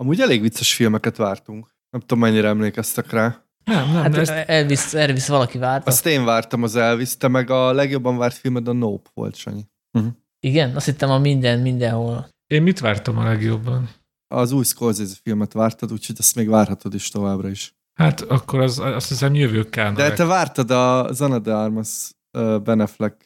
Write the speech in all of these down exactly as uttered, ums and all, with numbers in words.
Amúgy elég vicces filmeket vártunk. Nem tudom, mennyire emlékeztek rá. Nem, nem. Hát Ezt... Elvis, Elvis valaki várta. Azt én vártam az Elvis, te meg a legjobban várt filmed a Nope volt, Sanyi. Uh-huh. Igen? Azt hittem a minden, mindenhol. Én mit vártam a legjobban? Az új Scorsese filmet vártad, úgyhogy ezt még várhatod is továbbra is. Hát akkor az, azt hiszem jövő kell. De te vártad a Ana de Armas uh, Ben Affleck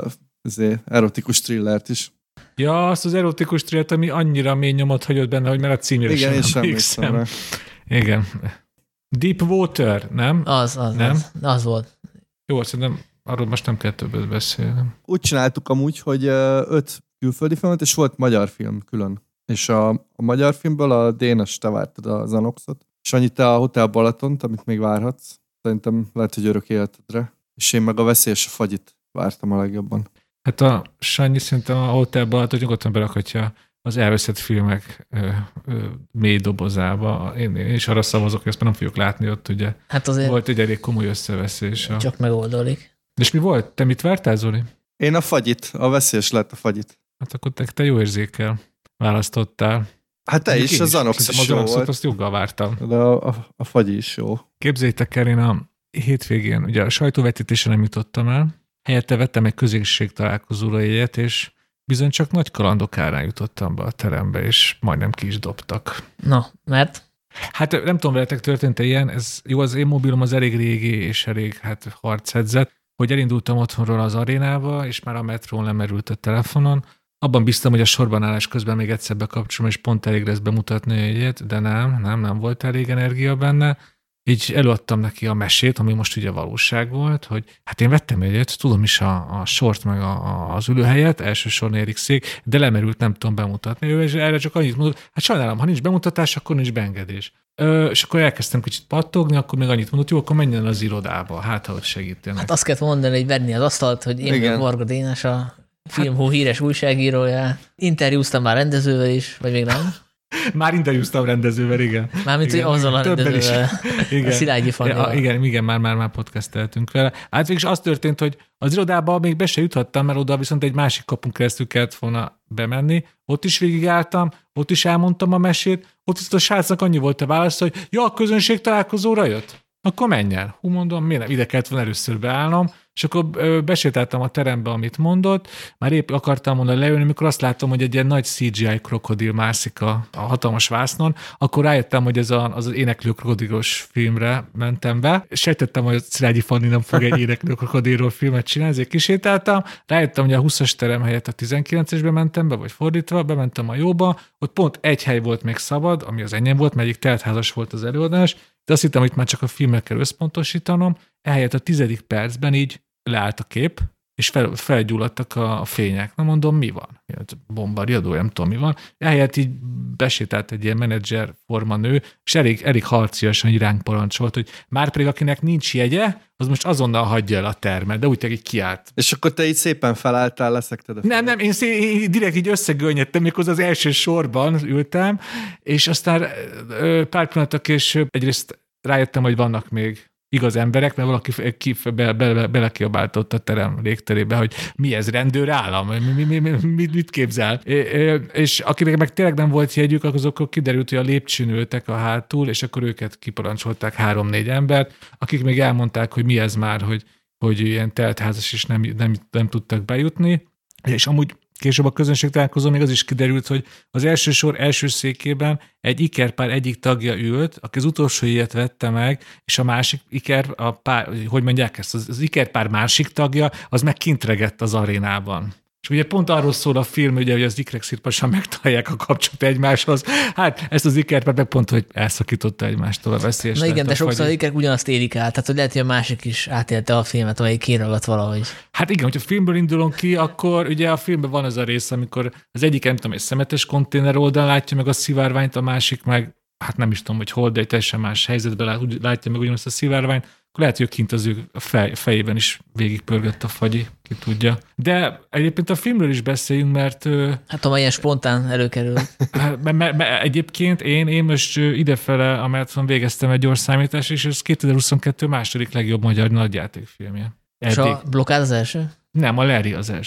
uh, erotikus thrillert is. Ja, azt az erotikus thrillert, ami annyira mély nyomot hagyott benne, hogy már a címére igen, sem emlékszem. Igen. Deep Water, nem? Az, az, nem? az, az volt. Jó, szerintem arról most nem kell többet beszélni. Úgy csináltuk amúgy, hogy öt külföldi filmet, és volt magyar film külön. És a, a magyar filmből a Dénes, te vártad az Anoxot, és annyit te a Hotel Balatont, amit még várhatsz. Szerintem lehet, hogy örök életedre. És én meg a Veszélyes a fagyit vártam a legjobban. Hát a Sanyi szerintem a Hotel Balaton nyugodtan berakhatja az elveszett filmek ö, ö, mély dobozába. Én, én is arra szavazok, hogy ezt már nem fogjuk látni ott, ugye. Hát azért volt egy elég komoly összeveszés. A... Csak megoldolik. És mi volt? Te mit vártál, Zoli? Én a fagyit, a Veszélyes lett a fagyit. Hát akkor te, te jó érzékkel választottál. Hát te is, az Anox is jó volt. Azt joggal vártam. De a, a, a fagyi is jó. Képzeljétek el, én a hétvégén, ugye a sajtóvetítésen nem jutottam el, helyette vettem egy közösség találkozóra jegyet, és bizony csak nagy kalandok árán jutottam be a terembe, és majdnem ki is dobtak. Na, mert? Hát nem tudom, veletek történt-e ilyen, ez, jó, az én mobilom az elég régi, és elég hát harchedzett, hogy elindultam otthonról az arénába, és már a metrón lemerült a telefonon. Abban biztam, hogy a sorban állás közben még egyszer bekapcsolom, és pont elég lesz bemutatni a jegyet, de nem, nem, nem volt elég energia benne. Így előadtam neki a mesét, ami most ugye valóság volt, hogy hát én vettem egyet, tudom is a, a sort meg a, a, az ülőhelyet, első sorn érik szék, de lemerült, nem tudom bemutatni. Ő erre csak annyit mondott, hát sajnálom, ha nincs bemutatás, akkor nincs beengedés. Ö, és akkor elkezdtem kicsit pattogni, akkor még annyit mondott, jó, akkor menjen az irodába, hát ha ott segítenek. Hát azt kellett mondani, hogy verni az asztalt, hogy én vagyok Varga Dénes, a Filmhó híres újságírója. Interjúztam már rendezővel is, vagy még nem? Már interjúztam rendezővel, igen. Mármint, hogy azzal a rendezővel, a Szilágyi Fannival. Ja, igen, igen, már, már, már podcasteltünk vele. Hát végülis az történt, hogy az irodába még be se juthattam, mert oda viszont egy másik kapun keresztül kellett volna bemenni. Ott is végigálltam, ott is elmondtam a mesét, ott viszont a srácnak annyi volt a válasz, hogy ja, a közönség találkozóra jött? Akkor menjen. Hú, mondom, miért nem? Ide kellett volna először beállnom, és akkor besétáltam a terembe, amit mondott, már épp akartam volna leülni, mikor azt látom, hogy egy ilyen nagy cé gé í krokodil mászik a, a hatalmas vásznon, akkor rájöttem, hogy ez a, az, az éneklő krokodilos filmre mentem be, és sejtettem, hogy Szilágyi Fanni nem fog egy éneklő krokodilról filmet csinálni, ezért kisétáltam, rájöttem, hogy a huszas terem helyett a tizenkilencesbe mentem be, vagy fordítva, bementem a jóba, ott pont egy hely volt még szabad, ami az enyém volt, mert egyik teltházas volt az előadás, de azt hittem, hogy már csak a filmre kell összpontosítanom, ehelyett a tizedik percben így leállt a kép, és fel, felgyulladtak a, a fények. Na mondom, mi van? Bombariadó, nem tudom, mi van. Ehelyett így besétált egy ilyen menedzser forma nő, és elég, elég harciasan így ránk parancsolt, hogy már pedig akinek nincs jegye, az most azonnal hagyja el a termet, de úgy így kiállt. És akkor te így szépen felálltál, leszekted a felet. Nem, nem, én, szé- én direkt így összegölnyedtem, mikor az első sorban ültem, és aztán pár pillanatok később egyrészt rájöttem, hogy vannak még igaz emberek, mert valaki ki, be, be, belekiabáltott a terem légterébe, hogy mi ez, rendőrállam? Mi, mi, mi, mi, mit képzel? É, é, és akinek meg tényleg nem volt jegyük, azok kiderült, hogy a lépcsőn ültek a hátul, és akkor őket kiparancsolták három-négy embert, akik még elmondták, hogy mi ez már, hogy, hogy ilyen teltházas is nem, nem, nem tudtak bejutni. És amúgy később a közönség találkozó még az is kiderült, hogy az első sor első székében egy ikerpár egyik tagja ült, aki az utolsó ilyet vette meg, és a másik iker, a pár, hogy mondják ezt, az, az ikerpár másik tagja, az meg kint regett az arénában. És ugye pont arról szól a film, ugye, hogy az ikrek szirpasan megtalálják a kapcsolat egymáshoz. Hát ezt az ikerpár meg pont, hogy elszakította egymástól a veszélyes. Na igen, de sokszor vagy... az ikerek ugyanazt élik át, tehát hogy lehet, hogy a másik is átélte a filmet, amelyik kiragadt valahogy. Hát igen, hogyha filmből indulunk ki, akkor ugye a filmben van ez a rész, amikor az egyik, nem tudom, egy szemetes konténer oldalán látja meg a szivárványt, a másik meg, hát nem is tudom, hogy hol, de egy teljesen más helyzetben lát, úgy látja meg ugyanazt a szivárványt, akkor lehet, hogy kint az ő fej, fejében is végigpörgött a fagyi, ki tudja. De egyébként a filmről is beszéljünk, mert... Hát ha ilyen spontán előkerült. mert, mert, mert egyébként én, én most idefele a Marathon végeztem egy gyors számítás, és ez kétezer-huszonkettő második legjobb magyar nagyjátékfilmje. És a Blokkád az első? Nem, a Larry az első.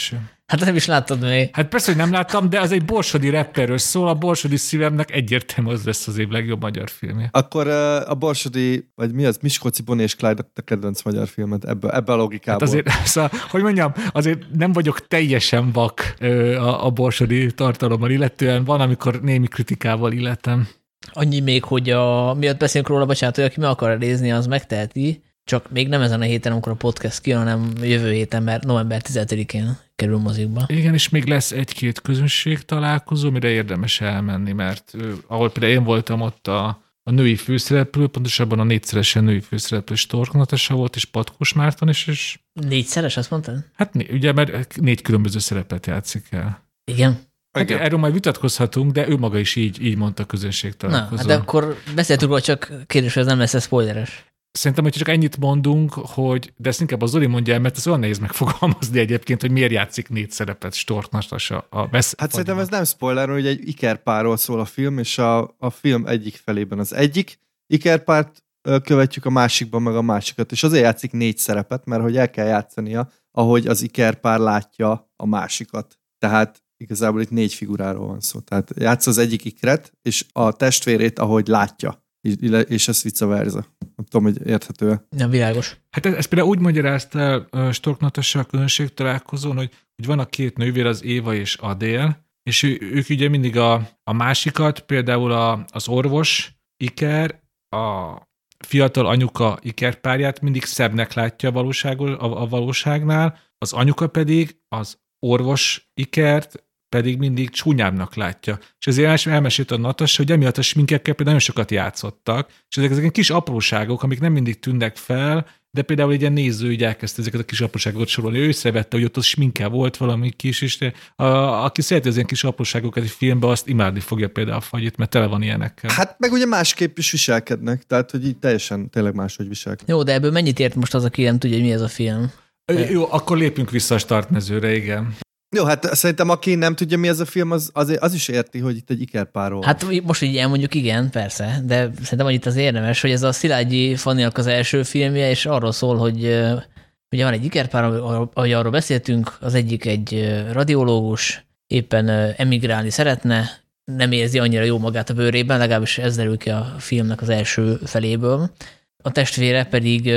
Hát nem is láttad még. Hát persze, hogy nem láttam, de az egy borsodi rapperről szól, a borsodi szívemnek egyértelmű az lesz az év legjobb magyar filmje. Akkor a borsodi, vagy mi az, Miskolci Bonnie és Clyde a kedvenc magyar filmet ebből, ebből a logikából. Hát azért, szóval, hogy mondjam, azért nem vagyok teljesen vak a, a borsodi tartalommal illetően, van, amikor némi kritikával illetem. Annyi még, hogy a, miatt beszélünk róla, bocsánat, hogy aki meg akar nézni, az megteheti, csak még nem ezen a héten, amikor a podcast kijön, hanem jövő héten, mert november tizenötödikén kerül mozikba. Igen, és még lesz egy-két közönség találkozó, mire érdemes elmenni, mert ahol például én voltam ott a, a női főszereplő, pontosabban a négyszeresen női főszereplő Stork Natasha volt, és Patkós Márton is. És négyszeres, azt mondtad? Hát ugye, mert négy különböző szerepet játszik el. Igen. Hát erről majd vitatkozhatunk, de ő maga is így, így mondta a közönség találkozón. Na, hát de akkor beszéltünk róla, csak kérdés, hogy ez nem lesz spoileres. Szerintem, hogy csak ennyit mondunk, hogy, de ezt inkább a Zoli mondja el, mert ez olyan nehéz megfogalmazni egyébként, hogy miért játszik négy szerepet Stork Natasha a vesz. Hát szerintem ez nem spoiler, hogy egy ikerpárról szól a film, és a, a film egyik felében az egyik ikerpárt követjük, a másikban meg a másikat, és azért játszik négy szerepet, mert hogy el kell játszania, ahogy az ikerpár látja a másikat. Tehát igazából itt négy figuráról van szó. Tehát játsz az egyik ikret, és a testvérét, ahogy látja. És ez vice versa. Nem tudom, hogy érthető. Nem világos. Hát ez, ez például úgy magyarázta Stork Natasha a közönség találkozón, hogy, hogy van a két nővér, az Éva és Adél, és ő, ők ugye mindig a, a másikat, például a, az orvos Iker, a fiatal anyuka ikerpárját mindig szebbnek látja a, valóságos, a, a valóságnál, az anyuka pedig az orvos Ikert pedig mindig csúnyábbnak látja. És ezért elmesélt a Natasha, hogy emiatt a sminkekkel például nagyon sokat játszottak, és ezek, ezek kis apróságok, amik nem mindig tűnnek fel, de például egy ilyen néző így elkezdte ezeket a kis apróságokat sorolni. Ő észrevette, hogy ott az sminke volt valami kis, és a, aki szereti az ilyen kis apróságokat egy filmben, azt imádni fogja például a Fagyit, mert tele van ilyenekkel. Hát meg ugye másképp is viselkednek, tehát hogy így teljesen tényleg máshogy viselkednek. Jó, de ebből mennyit ért most az, aki nem tudja, hogy mi ez a film? Jó, akkor lépjünk vissza a startmezőre, igen. Jó, hát szerintem aki nem tudja, mi ez a film, az, az, az is érti, hogy itt egy ikerpárról. Hát most így elmondjuk, igen, persze, de szerintem annyit az érdemes, hogy ez a Szilágyi Fanninak az első filmje, és arról szól, hogy ugye van egy ikerpár, ahogy arról beszéltünk, az egyik egy radiológus, éppen emigrálni szeretne, nem érzi annyira jó magát a bőrében, legalábbis ez derül ki a filmnek az első feléből. A testvére pedig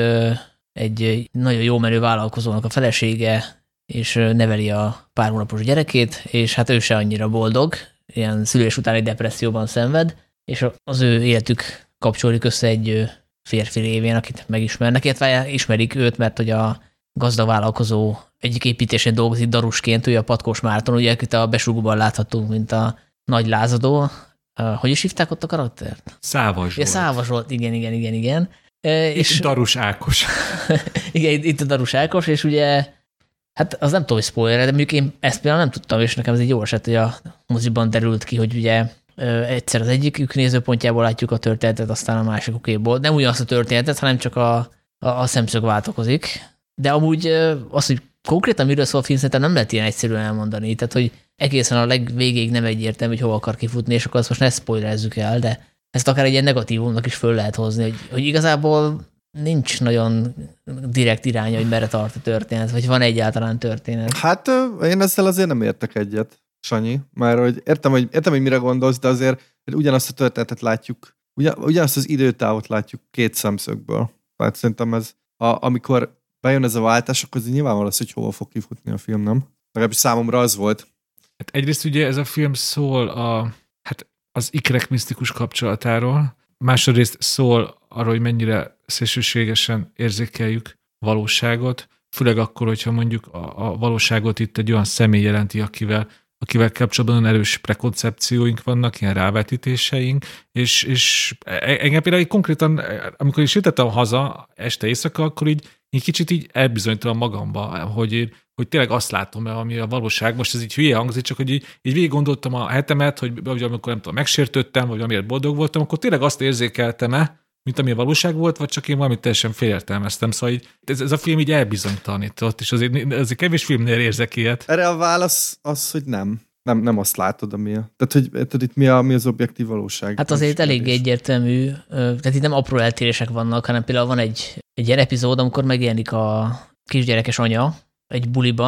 egy nagyon jó menő vállalkozónak a felesége, és neveli a pár hónapos gyerekét, és hát ő se annyira boldog, ilyen szülés utáni depresszióban szenved, és az ő életük kapcsolódik össze egy férfi révén, akit megismernek, illetve ismerik őt, mert hogy a gazdag vállalkozó egyik építésén dolgozik darusként, ő a Patkós Márton, ugye, akit a besugóban láthatunk, mint a nagy lázadó. Hogy is hívták ott a karaktert? Szávas ja, Szávas volt, igen, igen, igen, igen. Itt és Darus Ákos. Igen, itt a Darus Ákos, és ugye hát az nem tudom, hogy spoiler, de mondjuk én ezt például nem tudtam, és nekem ez egy jó eset, hogy a moziban derült ki, hogy ugye egyszer az egyikük nézőpontjából látjuk a történetet, aztán a másikukéból. Nem ugyanazt a történetet, hanem csak a, a, a szemszög változik. De amúgy az, hogy konkrétan miről szól a film, szerintem nem lehet ilyen egyszerűen elmondani. Tehát, hogy egészen a legvégéig nem egyértelmű, hogy hova akar kifutni, és akkor azt most ne spoilerezzük el, de ezt akár egy ilyen negatívumnak is föl lehet hozni, hogy, hogy igazából nincs nagyon direkt iránya, hogy merre tart a történet, vagy van egyáltalán történet. Hát én ezzel azért nem értek egyet, Sanyi, mert hogy értem, hogy, értem, hogy mire gondolsz, de azért ugyanazt a történetet látjuk, ugyan, ugyanazt az időtávot látjuk két szemszögből. Tehát szerintem ez, a, amikor bejön ez a váltás, akkor az nyilvánvaló az, hogy hova fog kifutni a film, nem? Legalábbis számomra az volt. Hát egyrészt ugye ez a film szól a, hát az ikrek misztikus kapcsolatáról, másodrészt szól arról, hogy mennyire szélsőségesen érzékeljük valóságot, főleg akkor, hogyha mondjuk a, a valóságot itt egy olyan személy jelenti, akivel, akivel kapcsolatban nagyon erős prekoncepcióink vannak, ilyen rávetítéseink, és, és engem például konkrétan, amikor is jöttem haza este éjszaka, akkor így, így kicsit így elbizonytalan magamba, hogy, én, hogy tényleg azt látom, ami a valóság. Most ez így hülye hangzik, csak hogy így, így végig gondoltam a hetemet, hogy, hogy amikor nem tudom, megsértődtem, vagy amiért boldog voltam, akkor tényleg azt érzékeltem-e, mint ami a valóság volt, vagy csak én valamit teljesen félértelmeztem. Szóval így, ez, ez a film így elbizonytalanított, és azért, azért kevés filmnél érzek ilyet. Erre a válasz az, hogy nem. Nem, nem azt látod, ami a... Tehát, hogy tehát itt mi, a, mi az objektív valóság? Hát azért elég egyértelmű, tehát itt nem apró eltérések vannak, hanem például van egy, egy ilyen epizód, amikor megjelenik a kisgyerekes anya egy buliban,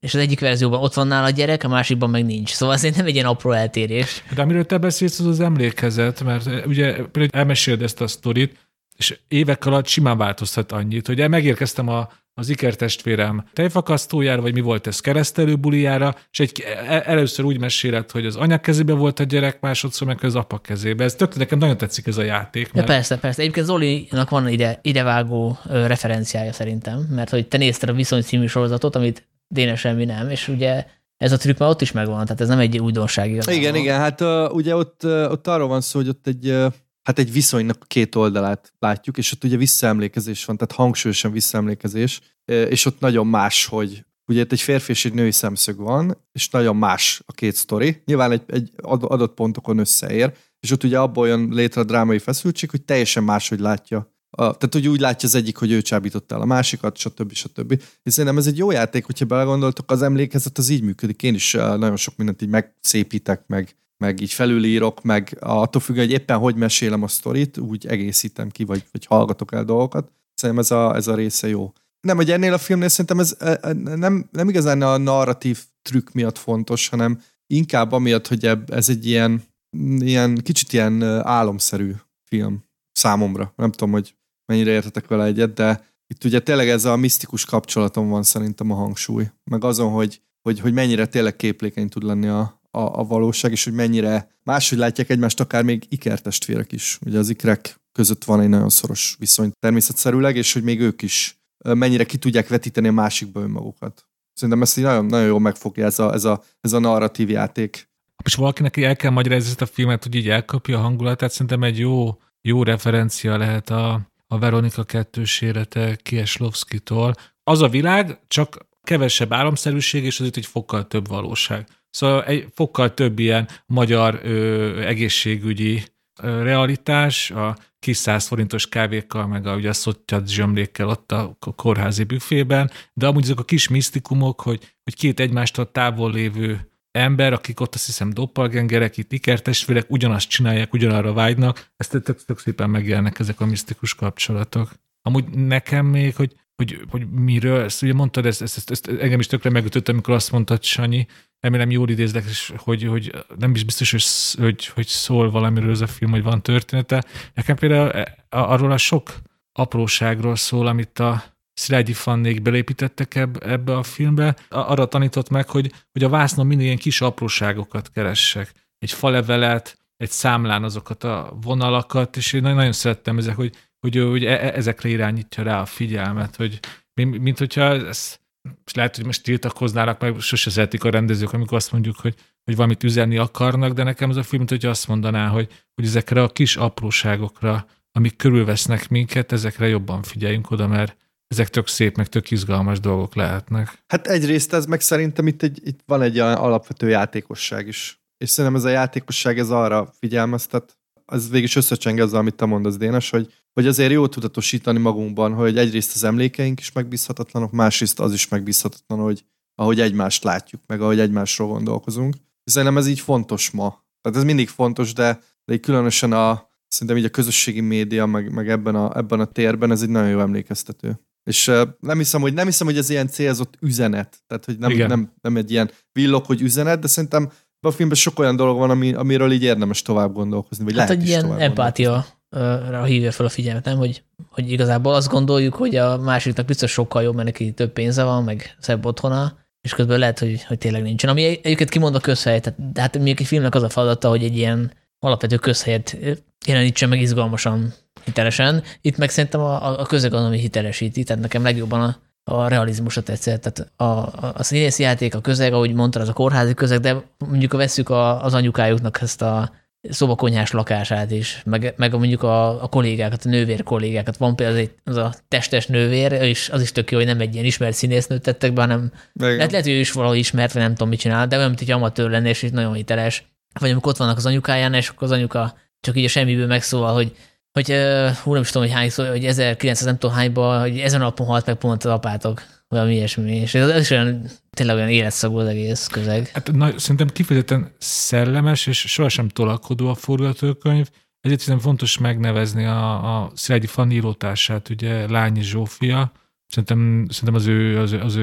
és az egyik verzióban ott van nála a gyerek, a másikban meg nincs. Szóval azért nem egy ilyen apró eltérés. De amiről te beszélsz, az az emlékezet, mert ugye például elmeséled ezt a sztorit, és évek alatt simán változhat annyit, hogy megérkeztem a, az ikertestvérem tejfakasztójára, vagy mi volt ez, keresztelő bulijára, és egy, először úgy meséled, hogy az anya kezébe volt a gyerek, másodszor meg az apa kezébe. Ez tök, nekem nagyon tetszik ez a játék. Mert... De persze, persze. Egyébként Zolinak van ide, idevágó referenciája szerintem, mert hogy te nézted a Viszony című sorozatot, amit Dénes semmi nem, és ugye ez a trükk már ott is megvan, tehát ez nem egy újdonság igazából. Igen, igen, hát uh, ugye ott, uh, ott arról van szó, hogy ott egy, uh, hát egy viszonynak a két oldalát látjuk, és ott ugye visszaemlékezés van, tehát hangsúlyosan visszaemlékezés, uh, és ott nagyon más, hogy ugye itt egy férfi és egy női szemszög van, és nagyon más a két sztori. Nyilván egy, egy adott pontokon összeér, és ott ugye abból jön létre a drámai feszültség, hogy teljesen máshogy látja. A, tehát hogy úgy látja az egyik, hogy ő csábította el a másikat, stb. stb. És szerintem ez egy jó játék, hogyha belegondoltok, az emlékezet az így működik. Én is nagyon sok mindent így megszépítek, meg, meg így felülírok, meg attól függően, hogy éppen hogy mesélem a sztorit, úgy egészítem ki, vagy, vagy hallgatok el dolgokat. Szerintem ez a, ez a része jó. Nem, hogy ennél a filmnél szerintem ez nem, nem igazán a narratív trükk miatt fontos, hanem inkább amiatt, hogy ez egy ilyen, ilyen kicsit ilyen álomszerű film számomra. Nem tudom, hogy mennyire értetek vele egyet, de itt ugye tényleg ez a misztikus kapcsolaton van szerintem a hangsúly. Meg azon, hogy, hogy, hogy mennyire tényleg képlékeny tud lenni a, a, a valóság, és hogy mennyire máshogy látják egymást akár még ikertestvérek is. Ugye az ikrek között van egy nagyon szoros viszony természetszerűleg, és hogy még ők is mennyire ki tudják vetíteni a másikba önmagukat. Szerintem ezt így nagyon, nagyon jól megfogja ez a, ez, a, ez a narratív játék. És valakinek el kell magyarázni ezt a filmet, hogy így elkapja a hangulatát, szerintem egy jó, jó referencia lehet a a Veronika kettős élete Kieslowski-tól. Az a világ, csak kevesebb álomszerűség, és azért egy fokkal több valóság. Szóval egy fokkal több ilyen magyar ö, egészségügyi ö, realitás, a kis száz forintos kávékkal, meg a, ugye a szottyad zsömlékkel ott a kórházi büfében, de amúgy azok a kis misztikumok, hogy, hogy két egymástól távol lévő ember, akik ott azt hiszem doppelgengerek, itt ikertestvérek, ugyanazt csinálják, ugyanarra vágynak, ezt tök, tök szépen megjelennek ezek a misztikus kapcsolatok. Amúgy nekem még, hogy, hogy, hogy miről, ezt ugye mondtad, ezt, ezt, ezt, ezt engem is tökre megütött, amikor azt mondtad, Sanyi, remélem jól idézlek, hogy, hogy nem is biztos, hogy, hogy, hogy szól valamiről ez a film, hogy van története. Nekem például arról a sok apróságról szól, amit a Szilágyi Fannék belépítettek ebbe a filmbe, arra tanított meg, hogy, hogy a vásznon mindig ilyen kis apróságokat keressek. Egy falevelet, egy számlán azokat a vonalakat, és én nagyon szerettem ezek, hogy, hogy, hogy ezekre irányítja rá a figyelmet, hogy mint hogyha ez, lehet, hogy most tiltakoznának, meg sose szeretik a rendezők, amikor azt mondjuk, hogy, hogy valamit üzenni akarnak, de nekem ez a film, mint hogyha azt mondaná, hogy, hogy ezekre a kis apróságokra, amik körülvesznek minket, ezekre jobban figyeljünk oda, mert ezek tök szép, meg tök izgalmas dolgok lehetnek. Hát egyrészt ez meg szerintem itt, egy, itt van egy alapvető játékosság is. És szerintem ez a játékosság ez arra figyelmeztet, az végig is összecseng azzal, amit te mondasz, Dénes, hogy, hogy azért jó tudatosítani magunkban, hogy egyrészt az emlékeink is megbízhatatlanok, másrészt az is megbízhatatlan, hogy ahogy egymást látjuk, meg ahogy egymásról gondolkozunk. Szerintem ez így fontos ma. Tehát ez mindig fontos, de, de így különösen a, szerintem így a közösségi média, meg, meg ebben, a, ebben a térben ez egy nagyon jó emlékeztető. És uh, nem hiszem, hogy nem hiszem, hogy ez ilyen célzott üzenet. Tehát, hogy nem, nem, nem egy ilyen villog, hogy üzenet, de szerintem a filmben sok olyan dolog van, ami, amiről így érdemes tovább gondolkozni, vagy hát lehet egy is ilyen empátia-ra hívja fel a figyelmet, nem? Hogy, hogy igazából azt gondoljuk, hogy a másiknak biztos sokkal jobb, mert neki több pénze van, meg szebb otthona, és közben lehet, hogy, hogy tényleg nincsen. Ami egyébként kimond a közhely, tehát hát még egy filmnek az a feladata, hogy egy ilyen alapvető közhelyet jelenítsen meg izgalmasan, hitelesen. Itt meg szerintem a, a közeg az, ami hitelesíti, tehát nekem legjobban a, a realizmusra tetszett. Tehát a, a, a színész játék, a közeg, ahogy mondtad, az a kórházi közeg, de mondjuk vesszük a, az anyukájuknak ezt a szobakonyhás lakását is, meg, meg mondjuk a, a kollégákat, a nővér kollégákat. Van például egy, az a testes nővér, és az is tök jó, hogy nem egy ilyen ismert színésznőt tettek be, hanem lehet, lehet, hogy ő is valahogy ismert, vagy nem tudom, mit csinál, de olyan, mint egy amatőr lenne, és így nagyon hiteles. Vagy amikor ott vannak az anyukáján, és akkor az anyuka csak így a semmiből megszólal, hogy hogy hú, nem is tudom, hogy hány szó, hogy ezerkilencszáz nem tudom hányban, hogy ezen a napon halt meg pont az apátok, valami ilyesmi. És ez, ez is olyan, tényleg olyan életszagú az egész közeg. Hát na, szerintem kifejezetten szellemes, és sohasem tolakodó a forgatókönyv, ezért szerintem fontos megnevezni a, a Szilágyi Fanni írótársát, ugye Lányi Zsófia. Szerintem, szerintem az, ő, az, ő, az ő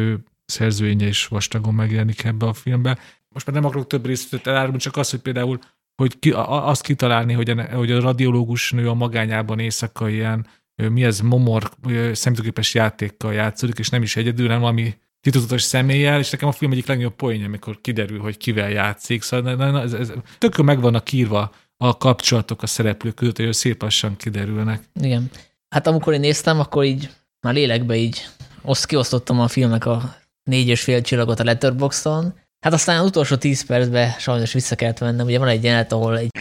szerzőénye is vastagon megjelenik ebbe a filmbe. Most már nem akarok több részletet elárulni, csak az, hogy például hogy ki, a, azt kitalálni, hogy a, hogy a radiológus nő a magányában éjszaka ilyen, mi ez, momor számítógépes játékkal játszódik, és nem is egyedül, hanem valami titokzatos személlyel, és nekem a film egyik legnagyobb poénja, amikor kiderül, hogy kivel játszik. Szóval na, na, ez, ez, tökön meg vannak írva a kapcsolatok a szereplők között, hogy szép lassan kiderülnek. Igen. Hát amikor én néztem, akkor így már lélekbe így oszt, kiosztottam a filmnek a négy és fél csillagot a Letterboxdon. Hát aztán az utolsó tíz percben sajnos vissza kellett mennem. Ugye van egy jelenet, ahol egy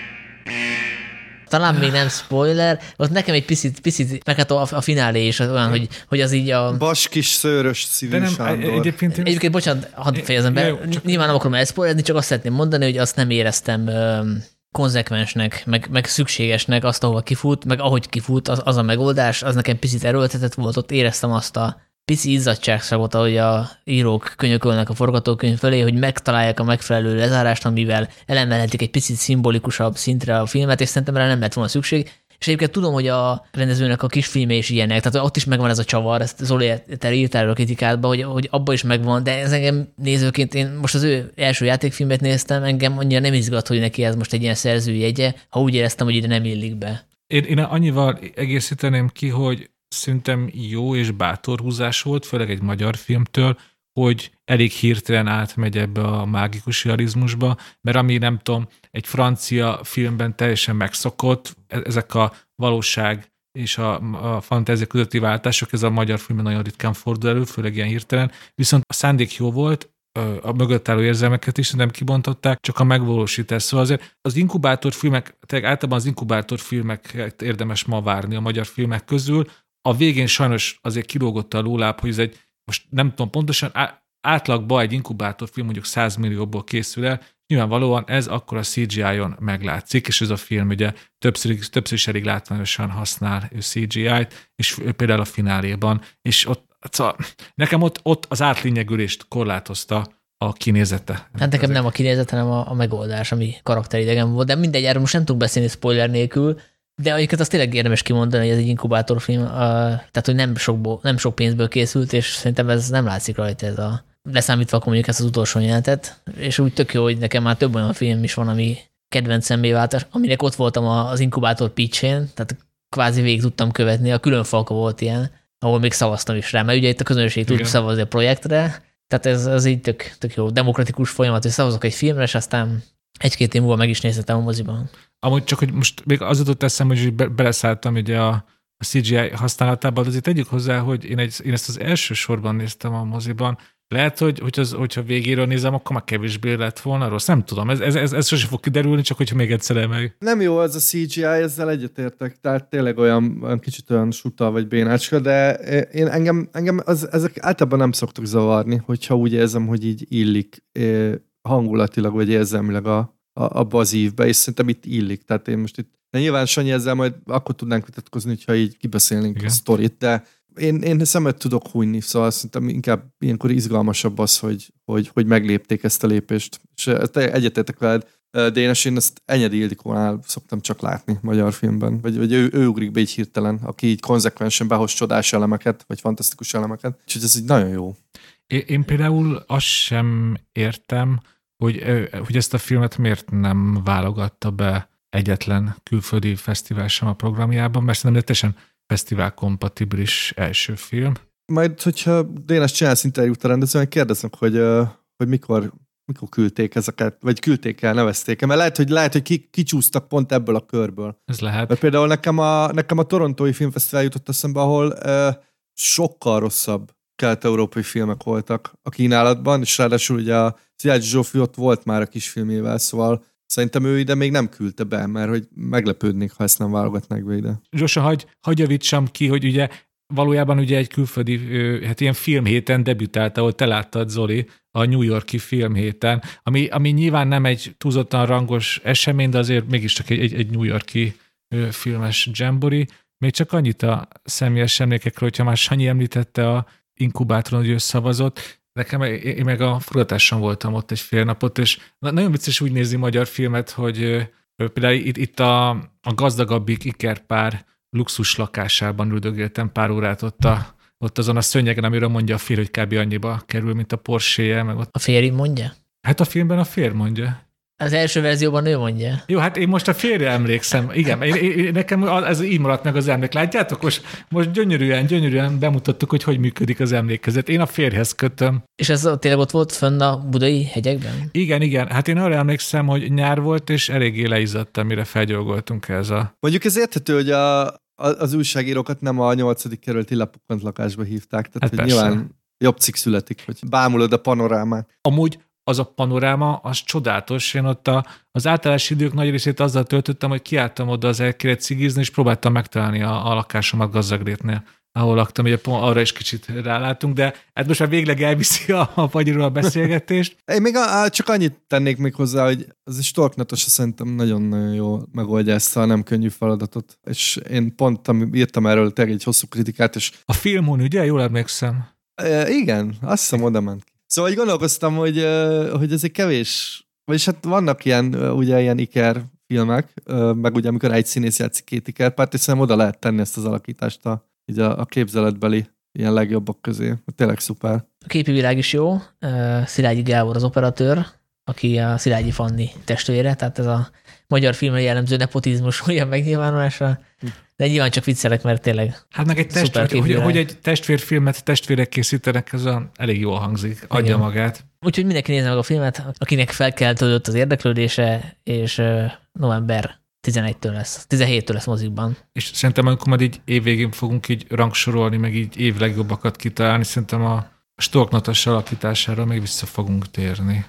talán még nem spoiler, ott nekem egy picit, picit meg hát a, a finálé is olyan, hogy, hogy az így a... Bas kis szőrös szívű Sándor. Egyébként, egyébként bocsánat, hadd fejezem be, jó, csak... nyilván nem akarom elszpoilerezni, csak azt szeretném mondani, hogy azt nem éreztem ö, konzekvensnek, meg, meg szükségesnek azt, ahova kifut, meg ahogy kifut, az, az a megoldás, az nekem picit erőltetett volt, ott éreztem azt a pici izzadságságot, ahogy a írók könyökölnek a forgatókönyv felé, hogy megtalálják a megfelelő lezárást, amivel elemelhetik egy picit szimbolikusabb szintre a filmet, és szerintem erre nem lett volna szükség. És egyébként tudom, hogy a rendezőnek a kis filmje is ilyenek, tehát ott is megvan ez a csavar, ezt Zoli, te írtál erről a kritikádba, hogy, hogy abban is megvan, de ez engem nézőként, én most az ő első játékfilmet néztem, engem annyira nem izgat, hogy neki ez most egy ilyen szerzői jegye, ha úgy éreztem, hogy ide nem illik be. Én, én annyival egészíteném ki, hogy szerintem jó és bátor húzás volt, főleg egy magyar filmtől, hogy elég hirtelen átmegy ebbe a mágikus realizmusba, mert ami nem tudom, egy francia filmben teljesen megszokott, ezek a valóság és a, a fantázia közötti váltások, ez a magyar filmben nagyon ritkán fordul elő, főleg ilyen hirtelen, viszont a szándék jó volt, a mögött álló érzelmeket is nem kibontották, csak a megvalósítás. Szóval azért az inkubátorfilmek, tehát általában az inkubátorfilmeket érdemes ma várni a magyar filmek közül. A végén sajnos azért kilógott a lóláb, hogy ez egy, most nem tudom pontosan, átlagban egy inkubátorfilm mondjuk száz millióból készül el, nyilvánvalóan ez akkor a cé gé í-on meglátszik, és ez a film ugye többször, többször is elég látványosan használ cé gé í-t, és például a fináléban, és ott, szóval nekem ott, ott az átlényegülést korlátozta a kinézete. Hát nekem nem a kinézet, hanem a, a megoldás, ami karakteridegen volt, de mindegy, erről most nem tudunk beszélni spoiler nélkül, de egyébként azt tényleg érdemes kimondani, hogy ez egy inkubátorfilm, uh, tehát hogy nem, sokból, nem sok pénzből készült, és szerintem ez nem látszik rajta, ez a leszámítva akkor mondjuk ezt az utolsó jelenetet, és úgy tök jó, hogy nekem már több olyan film is van, ami kedvencemmé vált, aminek ott voltam az inkubátor pitch-én, tehát kvázi végig tudtam követni, a Külön Falka volt ilyen, ahol még szavaztam is rá, mert ugye itt a közönség tud szavazni a projektre, tehát ez, ez így tök, tök jó, demokratikus folyamat, hogy szavazok egy filmre, és aztán egy-két év múlva meg is nézhetem a moziban. Amúgy csak, hogy most még az jutott eszembe, hogy be, beleszálltam ugye a, a cé gé í használatában, azért tegyük hozzá, hogy én, egy, én ezt az első sorban néztem a moziban. Lehet, hogy, hogy az, hogyha végéről nézem, akkor már kevésbé lett volna rossz. Nem tudom, ez, ez, ez, ez sosem fog kiderülni, csak hogyha még egyszer elmegy. Nem jó az a cé gé í, ezzel egyetértek, tehát tényleg olyan, olyan kicsit olyan suta vagy bénácska, de én engem, engem az, ezek általában nem szoktak zavarni, hogyha úgy érzem, hogy így illik hangulatilag vagy érzelmileg a, a, abba az ívbe, és szerintem itt illik. Tehát én most itt, de nyilván Sanyi ezzel majd akkor tudnánk vitatkozni, hogyha így kibeszélnénk igen. a sztorit, de én, én szemet tudok hújni, szóval szerintem inkább ilyenkor izgalmasabb az, hogy, hogy, hogy meglépték ezt a lépést. És egyetértek veled, Dénes, én ezt Enyedi Ildikónál szoktam csak látni magyar filmben, vagy, vagy ő, ő ugrik be így hirtelen, aki így konzekvensen behoz csodás elemeket, vagy fantasztikus elemeket, úgyhogy ez így nagyon jó. Én, én például azt sem értem, hogy, hogy ezt a filmet miért nem válogatta be egyetlen külföldi fesztivál sem a programjában, mert szerintem teljesen fesztivál kompatibilis első film. Majd, hogyha Dénes csinálsz interjút a rendezőnek, kérdeznek, hogy, hogy mikor, mikor küldték ezeket, vagy küldték el, nevezték el, mert lehet, hogy, lehet, hogy kicsúsztak pont ebből a körből. Ez lehet. Mert például nekem a, nekem a Torontói Filmfesztivál jutott eszembe, ahol uh, sokkal rosszabb kelet-európai filmek voltak a kínálatban, és ráadásul ugye a Szilágyi Zsófi ott volt már a kisfilmével, szóval szerintem ő ide még nem küldte be, mert hogy meglepődnék, ha ezt nem válogatnák be ide. Zsosa, hagy, hagy javítsam ki, hogy ugye valójában ugye egy külföldi, hát ilyen filmhéten debütált, ahol te láttad, Zoli, a New York-i filmhéten, ami, ami nyilván nem egy túlzottan rangos esemény, de azért mégiscsak egy, egy, egy New York-i filmes dzsambori. Még csak annyit a személyes emlékekről, hogyha már Sanyi említette a inkubátoron, hogy ő szavazott. Nekem, én meg a forgatáson voltam ott egy fél napot, és nagyon vicces úgy nézni magyar filmet, hogy például itt, itt a, a gazdagabbik ikerpár luxus lakásában üldögéltem pár órát ott a, ott azon a szőnyegen, amiről mondja a férj, hogy kb. Annyiba kerül, mint a Porsche-je. Meg ott... A férj mondja? Hát a filmben a férj mondja. Az első verzióban ő mondja. Jó, hát én most a férjre emlékszem. Igen, én, én, nekem ez így maradt meg az emlék. Látjátok, most, most gyönyörűen, gyönyörűen bemutattuk, hogy hogy működik az emlékezet. Én a férjhez kötöm. És ez tényleg ott volt fönn a budai hegyekben? Igen, igen. Hát én arra emlékszem, hogy nyár volt, és eléggé leizzadtam, mire felgyolgoltunk ez a... Mondjuk ez érthető, hogy a, az újságírókat nem a nyolcadik kerületi lepukkant lakásba hívták. Tehát, hát hogy nyilván jobb cikk születik, hogy bámulod a panorámát. Amúgy az a panoráma, az csodálatos. Én ott a, az általános idők nagy részét azzal töltöttem, hogy kiálltam oda az elkére cigizni, és próbáltam megtalálni a, a lakásomat Gazdagrétnél, ahol laktam, ugye arra is kicsit rálátunk, de hát most már végleg elviszi a, a fagyiról a beszélgetést. Én még a, a, csak annyit tennék még hozzá, hogy az is Torknatos szerintem nagyon jó megoldja ezt a nem könnyű feladatot, és én pont írtam erről tényleg egy hosszú kritikát, és... A filmon, ugye? Jól emlékszem. E, igen, azt hiszem oda ment ki. Szóval így gondolkoztam, hogy, hogy ez egy kevés, vagyis hát vannak ilyen, ugye ilyen iker filmek, meg ugye amikor egy színész játszik két ikerpárt, és szerintem oda lehet tenni ezt az alakítást a, így a, a képzeletbeli ilyen legjobbak közé. Tényleg szuper. A képi világ is jó. Szilágyi Gábor az operatőr, aki a Szilágyi Fanni testvére, tehát ez a magyar filmre jellemző nepotizmus olyan megnyilvánulása. De nyilván csak viccelek, mert tényleg hát meg egy testvér, hogy, hogy egy testvérfilmet testvérek készítenek, ez a, elég jól hangzik, adja igen. magát. Úgyhogy mindenki nézze meg a filmet, akinek felkeltődött az érdeklődése, és november tizenegyedikétől lesz, tizenhéttől lesz mozikban. És szerintem amikor majd így évvégén fogunk így rangsorolni, meg így év legjobbakat kitalálni, szerintem a Storknatos alakítására még vissza fogunk térni.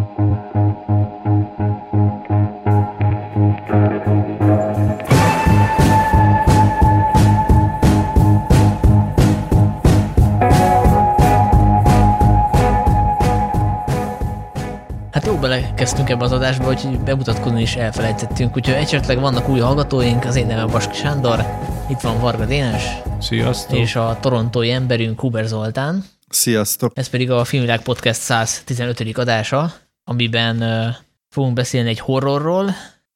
Hát jó, belekezdtünk ebbe az adásba, hogy bemutatkozni is elfelejtettünk, úgyhogy esetleg vannak új hallgatóink, az én nevem Baski Sándor, itt van Varga Dénes. Sziasztok! És a torontói emberünk Huber Zoltán. Sziasztok! Ez pedig a Filmvilág Podcast száztizenötödik adása, amiben uh, fogunk beszélni egy horrorról,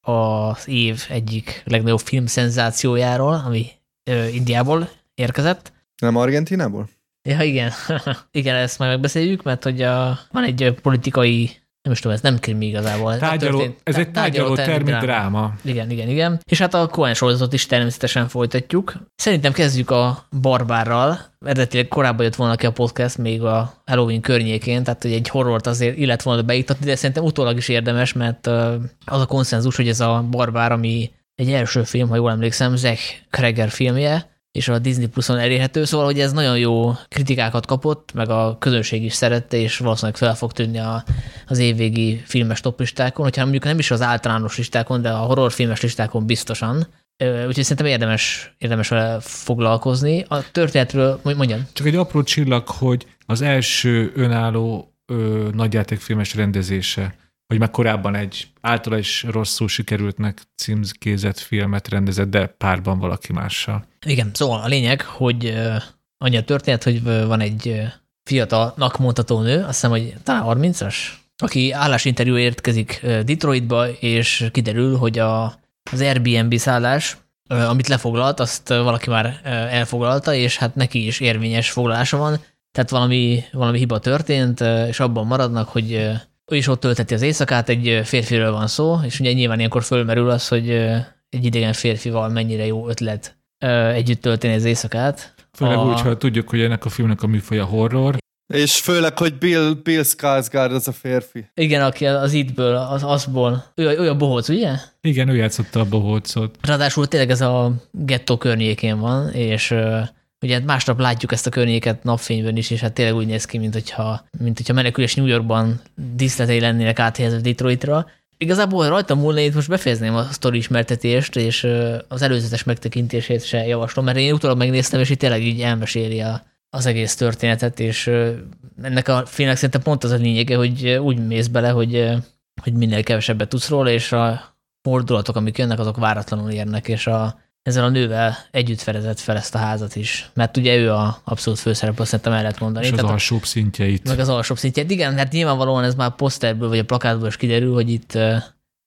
az év egyik legnagyobb filmszenzációjáról, ami uh, Indiából érkezett. Nem Argentinából? Ja, igen. igen, ezt majd megbeszéljük, mert hogy a, van egy politikai, nem is tudom, ez nem krimi igazából. Tárgyaló, történt, ez egy tárgyaló termi dráma. Igen, igen, igen. És hát a Coen sorozatot is természetesen folytatjuk. Szerintem kezdjük a Barbárral. Eredetileg korábban jött volna ki a podcast, még a Halloween környékén, tehát hogy egy horrort azért illet volna beiktatni, de szerintem utólag is érdemes, mert az a konszenzus, hogy ez a Barbár, ami egy első film, ha jól emlékszem, Zach Cregger filmje, és a Disney Pluson elérhető, szóval, hogy ez nagyon jó kritikákat kapott, meg a közönség is szerette, és valószínűleg fel fog tűnni a, az évvégi filmes toplistákon, hogyha mondjuk nem is az általános listákon, de a horrorfilmes listákon biztosan. Úgyhogy szerintem érdemes, érdemes vele foglalkozni. A történetről, mondjam. Csak egy apró csillag, hogy az első önálló ö, nagyjátékfilmes rendezése, hogy már korábban egy általa is rosszul sikerültnek címkézett filmet rendezett, de párban valaki mással. Igen, szóval a lényeg, hogy uh, annyi a történet, hogy van egy uh, fiatalnak mondható nő, azt hiszem, hogy talán harmincas, aki állásinterjú érkezik uh, Detroitba, és kiderül, hogy a, az Airbnb szállás, uh, amit lefoglalt, azt uh, valaki már uh, elfoglalta, és hát neki is érvényes foglalása van, tehát valami, valami hiba történt, uh, és abban maradnak, hogy uh, ő is ott tölteti az éjszakát, egy férfiről van szó, és ugye nyilván ilyenkor fölmerül az, hogy egy idegen férfival mennyire jó ötlet együtt tölteni az éjszakát. Főleg a... úgy, ha tudjuk, hogy ennek a filmnek a műfaja horror. És főleg, hogy Bill, Bill Skarsgård az a férfi. Igen, aki az It-ből, az azból. Ő, ő a bohóc, ugye? Igen, ő játszotta a bohócot. Ráadásul tényleg ez a gettó környékén van, és ugye másnap látjuk ezt a környéket napfényben is, és hát tényleg úgy néz ki, mint hogyha, mint hogyha menekülés New Yorkban díszletei lennének áthelyezve Detroitra. Igazából rajta múlna, itt most befejezném a sztori ismertetést, és az előzetes megtekintését se javaslom, mert én utólag megnéztem, és itt tényleg így elmeséli a, az egész történetet, és ennek a filmnek szerintem pont az a lényege, hogy úgy mész bele, hogy, hogy minél kevesebbet tudsz róla, és a fordulatok, amik jönnek, azok váratlanul érnek, és a ezzel a nővel együtt fedezett fel ezt a házat is. Mert ugye ő a abszolút főszereplő, szerintem el lehet mondani. És az Tehát alsóbb szintjeit. Meg az alsóbb szintjeit. Igen, hát nyilvánvalóan ez már poszterből vagy a plakátból is kiderül, hogy itt,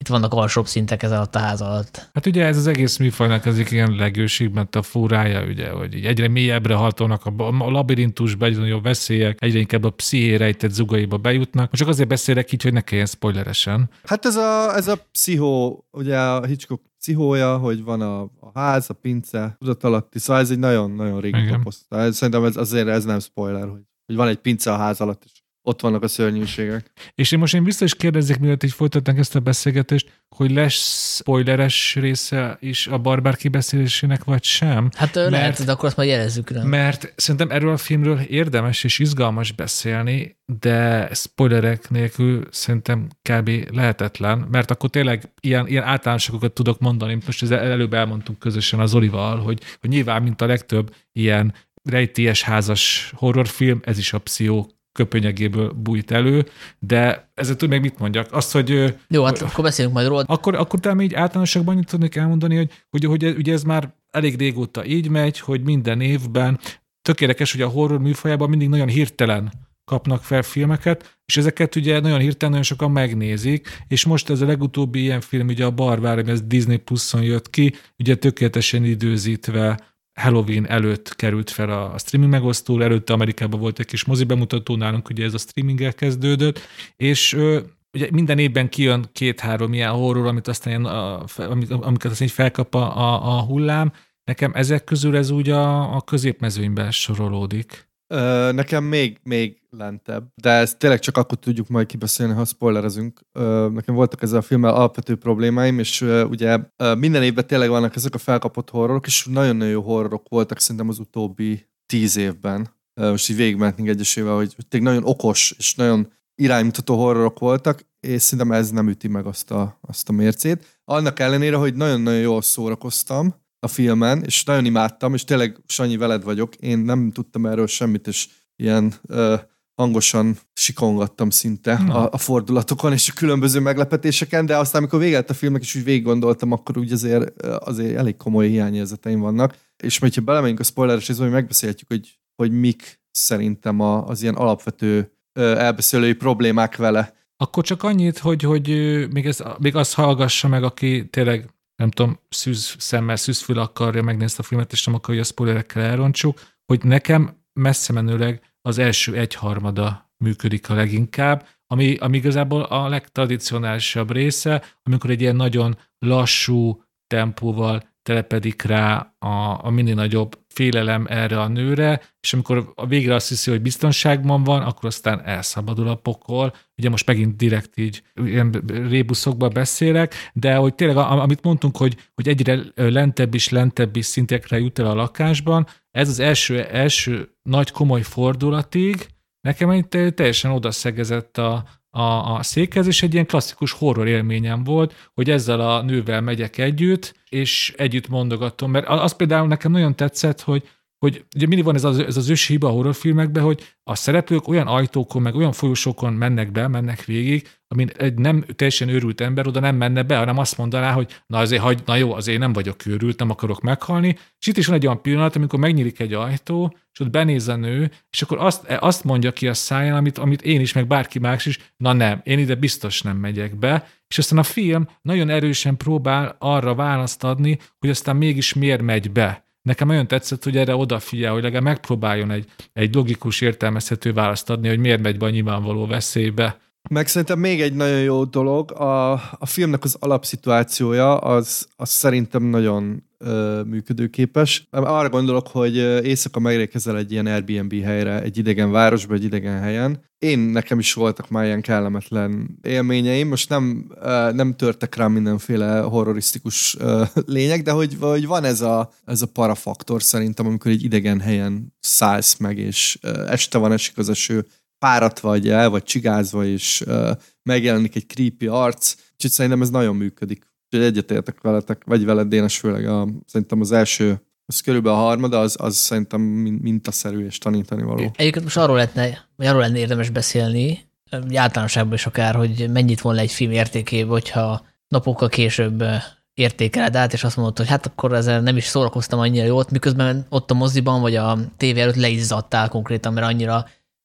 itt vannak alsóbb szintek ez alatt a ház alatt. Hát ugye ez az egész műfajnak az ilyen legőségben a fúrája, ugye, hogy így egyre mélyebbre hatolnak a labirintusba, egyre nagyobb veszélyek, egyre inkább a psziché rejtett zugaiba bejutnak. Most csak azért beszélek így, hogy ne kelljen spoileresen. Hát ez a, ez a pszichó, ugye a Hitchcock pszichója, hogy van a, a ház, a pince, tudatalatti, szóval ez egy nagyon-nagyon régi toposz. Szerintem ez, azért ez nem spoiler, hogy, hogy van egy pince a ház alatt, és ott vannak a szörnyűségek. És én most én vissza is kérdezzek, mielőtt így folytatnánk ezt a beszélgetést, hogy lesz spoileres része is a barbár kibeszélésének, vagy sem? Hát mert, lehet, de akkor azt majd jelezzük rá. Mert szerintem erről a filmről érdemes és izgalmas beszélni, de spoilerek nélkül szerintem kb. Lehetetlen, mert akkor tényleg ilyen, ilyen általánosokat tudok mondani. Most ez előbb elmondtunk közösen az Olival, hogy, hogy nyilván, mint a legtöbb ilyen rejtélyes házas horrorfilm, ez is a pszichó köpönyegéből bújt elő, de ezzel tud még mit mondjak? Azt, hogy... Jó, hát akkor beszélünk majd róla. Akkor, akkor talán így általánosakban annyit tudnék elmondani, hogy, hogy, hogy ugye ez már elég régóta így megy, hogy minden évben tök érdekes, hogy a horror műfajában mindig nagyon hirtelen kapnak fel filmeket, és ezeket ugye nagyon hirtelen nagyon sokan megnézik, és most ez a legutóbbi ilyen film, ugye a Barbár, ami ez Disney Pluson jött ki, ugye tökéletesen időzítve Halloween előtt került fel a streaming megosztó, előtte Amerikában volt egy kis mozi bemutató, nálunk ugye ez a streaminggel kezdődött, és ö, ugye minden évben kijön két-három ilyen horror, amit aztán ilyen, a, amit, amiket aztán így felkap a, a, a hullám. Nekem ezek közül ez úgy a, a középmezőnyben sorolódik. Ö, nekem még, még lentebb, de ezt tényleg csak akkor tudjuk majd kibeszélni, ha spoilerezünk. Ö, nekem voltak ezzel a filmmel alapvető problémáim, és ö, ugye ö, minden évben tényleg vannak ezek a felkapott horrorok, és nagyon-nagyon jó horrorok voltak szerintem az utóbbi tíz évben. Ö, most így végigmentünk egyesével, hogy, hogy tényleg nagyon okos és nagyon iránymutató horrorok voltak, és szerintem ez nem üti meg azt a, azt a mércét. Annak ellenére, hogy nagyon-nagyon jól szórakoztam a filmen, és nagyon imádtam, és tényleg, Sanyi, veled vagyok, én nem tudtam erről semmit, és ilyen ö, hangosan sikongattam szinte a, a fordulatokon és a különböző meglepetéseken, de aztán, amikor vége lett a filmnek, és úgy végig gondoltam, akkor úgy azért, azért elég komoly hiányérzeteim vannak. És majd, ha belemegyünk a spoileres részbe, hogy megbeszélhetjük, hogy, hogy mik szerintem a, az ilyen alapvető elbeszélői problémák vele. Akkor csak annyit, hogy, hogy még, ez, még azt hallgassa meg, aki tényleg, nem tudom, szűz szemmel, szűzfül akarja megnézni a filmet, és nem akarja, hogy a spoilerekkel elrontsuk, hogy nekem messze menőleg az első egyharmada működik a leginkább, ami, ami igazából a legtradicionálisabb része, amikor egy ilyen nagyon lassú tempóval telepedik rá a, a minél nagyobb félelem erre a nőre, és amikor a végre azt hiszi, hogy biztonságban van, akkor aztán elszabadul a pokol. Ugye most megint direkt így ilyen rébuszokba beszélek, de hogy tényleg, amit mondtunk, hogy, hogy egyre lentebb is, lentebb is szintekre jut el a lakásban, ez az első, első nagy komoly fordulatig nekem egy teljesen odaszegezett a, a, a székhez, és egy ilyen klasszikus horror élményem volt, hogy ezzel a nővel megyek együtt, és együtt mondogatom, mert az például nekem nagyon tetszett, hogy, hogy ugye mindig van ez az, ez az ősi hiba a horrorfilmekben, hogy a szereplők olyan ajtókon, meg olyan folyosókon mennek be, mennek végig, amin egy nem teljesen őrült ember oda nem menne be, hanem azt mondaná, hogy na azért, hagy, na jó, azért nem vagyok őrült, nem akarok meghalni. És itt is van egy olyan pillanat, amikor megnyílik egy ajtó, és ott benéz a nő, és akkor azt, azt mondja ki a száján, amit, amit én is, meg bárki más is, na nem, én ide biztos nem megyek be. És aztán a film nagyon erősen próbál arra választ adni, hogy aztán mégis miért megy be. Nekem nagyon tetszett, hogy erre odafigyel, hogy legalább megpróbáljon egy, egy logikus, értelmezhető választ adni, hogy miért megy be a nyilvánvaló veszélybe. Meg szerintem még egy nagyon jó dolog, a, a filmnek az alapszituációja, az, az szerintem nagyon ö, működőképes. Arra gondolok, hogy éjszaka megérkezel egy ilyen Airbnb helyre, egy idegen városba, egy idegen helyen. Én nekem is voltak már ilyen kellemetlen élményeim, most nem, ö, nem törtek rám mindenféle horrorisztikus ö, lények, de hogy, hogy van ez a, ez a parafaktor szerintem, amikor egy idegen helyen szállsz meg, és ö, este van, esik az eső, párat vagy el, vagy csigázva, és uh, megjelenik egy creepy arc, úgyhogy szerintem ez nagyon működik. Úgyhogy egyetértek veletek, vagy veled, Dénes, főleg a, szerintem az első, az körülbelül a harmada, az, az szerintem mintaszerű és tanítani való. Egyébként most arról lehetne, vagy arról lenne érdemes beszélni, általánosságban is akár, hogy mennyit volna egy film értékébe, hogyha napokkal később értékeled át, és azt mondod, hogy hát akkor ezzel nem is szórakoztam annyira jót, miközben ott a moziban, vagy a tévé előtt leizzadtál konkrétan, mert annyira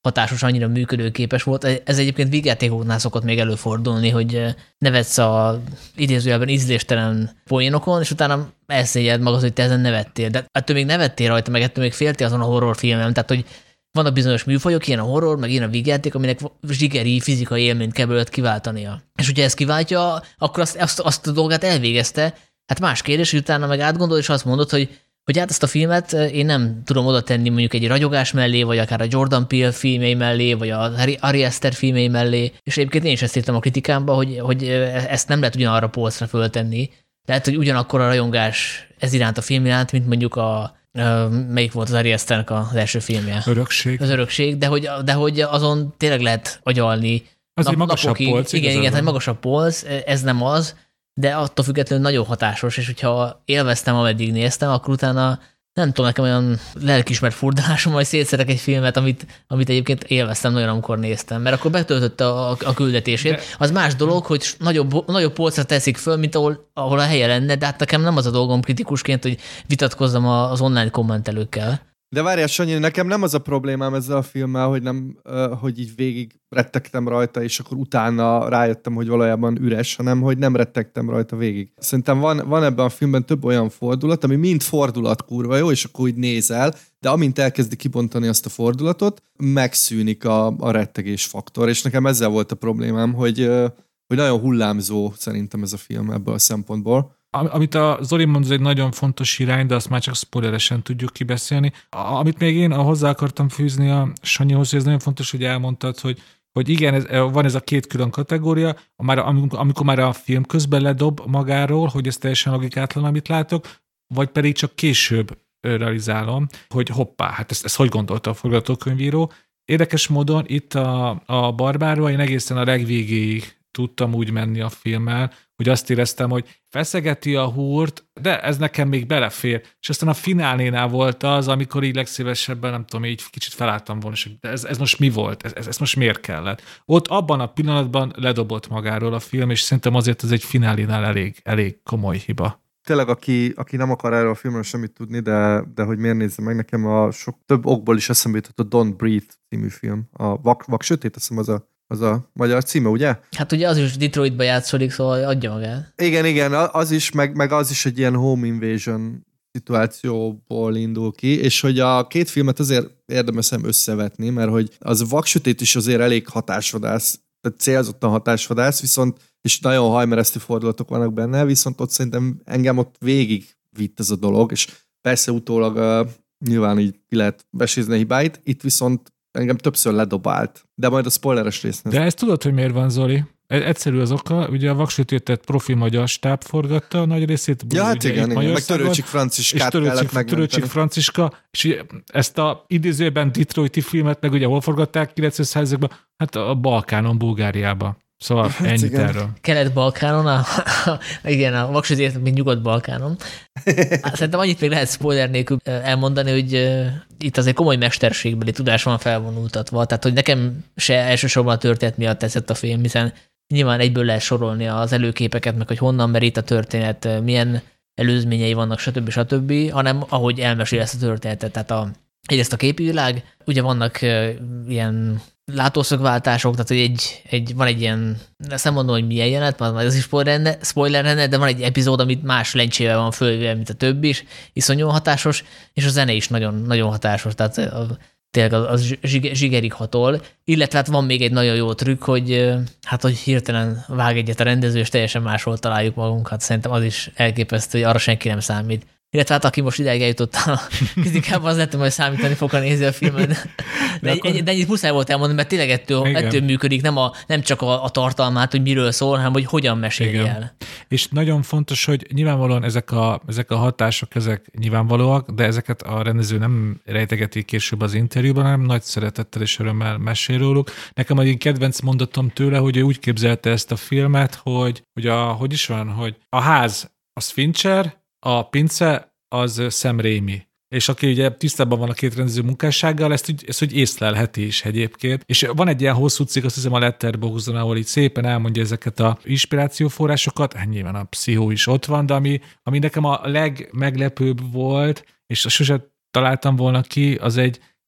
hatásos, annyira működőképes volt. Ez egyébként vígjátékoknál szokott még előfordulni, hogy nevetsz a idézőjelben ízléstelen poénokon, és utána elszégyed magad, hogy te ezen nevettél. De ettől még nevettél rajta, meg ettől még féltél azon a horrorfilmem. Tehát, hogy vannak bizonyos műfajok, ilyen a horror, meg ilyen a vígjáték, aminek zsigeri, fizikai élményt kell belőle kiváltania. És hogyha ezt kiváltja, akkor azt, azt, azt a dolgát elvégezte. Hát más kérdés, hogy utána meg átgondol, és azt mondod, hogy hogy hát ezt a filmet én nem tudom oda tenni mondjuk egy ragyogás mellé, vagy akár a Jordan Peele filmjei mellé, vagy a Ari Aster filmjei mellé, és egyébként én is ezt írtam a kritikámba, hogy, hogy ezt nem lehet ugyanarra polcra föltenni. Lehet, hogy ugyanakkor a rajongás ez iránt a film iránt, mint mondjuk a melyik volt az Ari Asternek az első filmje? Örökség. Az Örökség, de hogy, de hogy azon tényleg lehet agyalni. Az nap, egy magasabb napokig. polc. Igen, igen, egy magasabb polc, ez nem az, de attól függetlenül nagyon hatásos, és hogyha élveztem, ameddig néztem, akkor utána nem tudom, nekem olyan lelkiismert furdalásom, majd szétszerek egy filmet, amit, amit egyébként élveztem nagyon, amikor néztem, mert akkor betöltötte a, a küldetését. De... Az más dolog, hogy nagyobb, nagyobb polcra teszik föl, mint ahol, ahol a helye lenne, de hát nekem nem az a dolgom kritikusként, hogy vitatkozzam az online kommentelőkkel. De várjál, Sanyi, nekem nem az a problémám ezzel a filmmel, hogy, nem, hogy így végig rettegtem rajta, és akkor utána rájöttem, hogy valójában üres, hanem hogy nem rettegtem rajta végig. Szerintem van, van ebben a filmben több olyan fordulat, ami mind fordulat kurva jó, és akkor úgy nézel, de amint elkezdi kibontani azt a fordulatot, megszűnik a, a rettegés faktor, és nekem ezzel volt a problémám, hogy, hogy nagyon hullámzó szerintem ez a film ebből a szempontból. Amit a Zoli mond, ez egy nagyon fontos irány, de azt már csak spoileresen tudjuk kibeszélni. Amit még én hozzá akartam fűzni a Sanyihoz, hogy ez nagyon fontos, hogy elmondtad, hogy, hogy igen, ez, van ez a két külön kategória, már, amikor, amikor már a film közben ledob magáról, hogy ez teljesen logikátlan, amit látok, vagy pedig csak később realizálom, hogy hoppá, hát ezt, ezt hogy gondolta a forgatókönyvíró. Érdekes módon itt a, a Barbárban én egészen a legvégéig tudtam úgy menni a filmmel, hogy azt éreztem, hogy feszegeti a húrt, de ez nekem még belefér. És aztán a finálnénál volt az, amikor így legszívesebben, nem tudom, így kicsit felálltam volna, hogy ez, ez most mi volt? Ez, ez, ez most miért kellett? Ott abban a pillanatban ledobott magáról a film, és szerintem azért ez egy finálénál elég, elég komoly hiba. Tényleg, aki, aki nem akar erről a filmről semmit tudni, de, de hogy miért nézze meg, nekem a sok több okból is eszembe jutott a Don't Breathe című film. A Vak, Vak Sötét, azt hiszem az a Az a magyar címe, ugye? Hát ugye az is Detroitba játszolik, szóval adja magát. Igen, igen, az is, meg, meg az is egy ilyen home invasion szituációból indul ki, és hogy a két filmet azért érdemes összevetni, mert hogy az a Vaksötét is azért elég hatásvadász, tehát célzottan hatásvadász, viszont, és nagyon hajmeresztő fordulatok vannak benne, viszont ott szerintem engem ott végig vitt ez a dolog, és persze utólag uh, nyilván így ki lehet besézni a hibáit, itt viszont engem többször ledobált. De majd a spoileres résznél. De ezt tudod, hogy miért van, Zoli? Egyszerű az oka, ugye a Vaksötétet profi magyar stáb forgatta a nagy részét. Ja, hát igen, igen. Meg Törőcsik Franciskát kellett megmenteni. Törőcsik Franciska, és ezt a idézőben Detroiti filmet meg ugye hol forgatták kilencvenszázakban? Hát a Balkánon, Bulgáriában. Szóval hát ennyit igen. Erről. Kelet-Balkánon, a, igen, a Vaksötét, mint Nyugat-Balkánon. Szerintem annyit még lehet spoiler nélkül elmondani, hogy uh, itt azért komoly mesterségbeli tudás van felvonultatva, tehát hogy nekem se elsősorban a történet miatt tetszett a film, hiszen nyilván egyből lehet sorolni az előképeket, meg hogy honnan merít a történet, milyen előzményei vannak, stb. stb., hanem ahogy elmesél ezt a történetet. Tehát a, egyrészt a képi világ, ugye vannak uh, ilyen látószögváltások, tehát hogy egy, egy, van egy ilyen, ezt nem mondom, hogy milyen jelenet, majd az is spoiler, spoiler lenne, de van egy epizód, amit más lencsével van fölvéve, mint a többi is, iszonyú hatásos, és a zene is nagyon, nagyon hatásos, tehát a, tényleg az, az zsigerig hatol, illetve hát van még egy nagyon jó trükk, hogy hát, hogy hirtelen vág egyet a rendező, és teljesen máshol találjuk magunkat, szerintem az is elképesztő, hogy arra senki nem számít. Illetve hát aki most ideig eljutott a kritikában, az lehet, hogy számítani fog, ha nézi a filmet. De, de, akkor... de ennyit muszáj volt elmondani, mert tényleg ettől, ettől működik, nem, a, nem csak a, a tartalmát, hogy miről szól, hanem hogy hogyan mesélj el. És nagyon fontos, hogy nyilvánvalóan ezek a, ezek a hatások, ezek nyilvánvalóak, de ezeket a rendező nem rejtegeti később az interjúban, hanem nagy szeretettel és örömmel mesél róluk. Nekem egy kedvenc mondatom tőle, hogy ő úgy képzelte ezt a filmet, hogy, hogy a, hogy is van, hogy a ház az Fincher, a pince az Sam Raimi. És aki ugye tisztában van a két rendező munkássággal, ezt úgy, ezt úgy észlelheti is egyébként. És van egy ilyen hosszú cikk, azt hiszem a Letterboxdon, ahol így szépen elmondja ezeket a inspirációforrásokat, hát nyilván a Pszichó is ott van, de ami, ami nekem a legmeglepőbb volt, és sose találtam volna ki, az egy,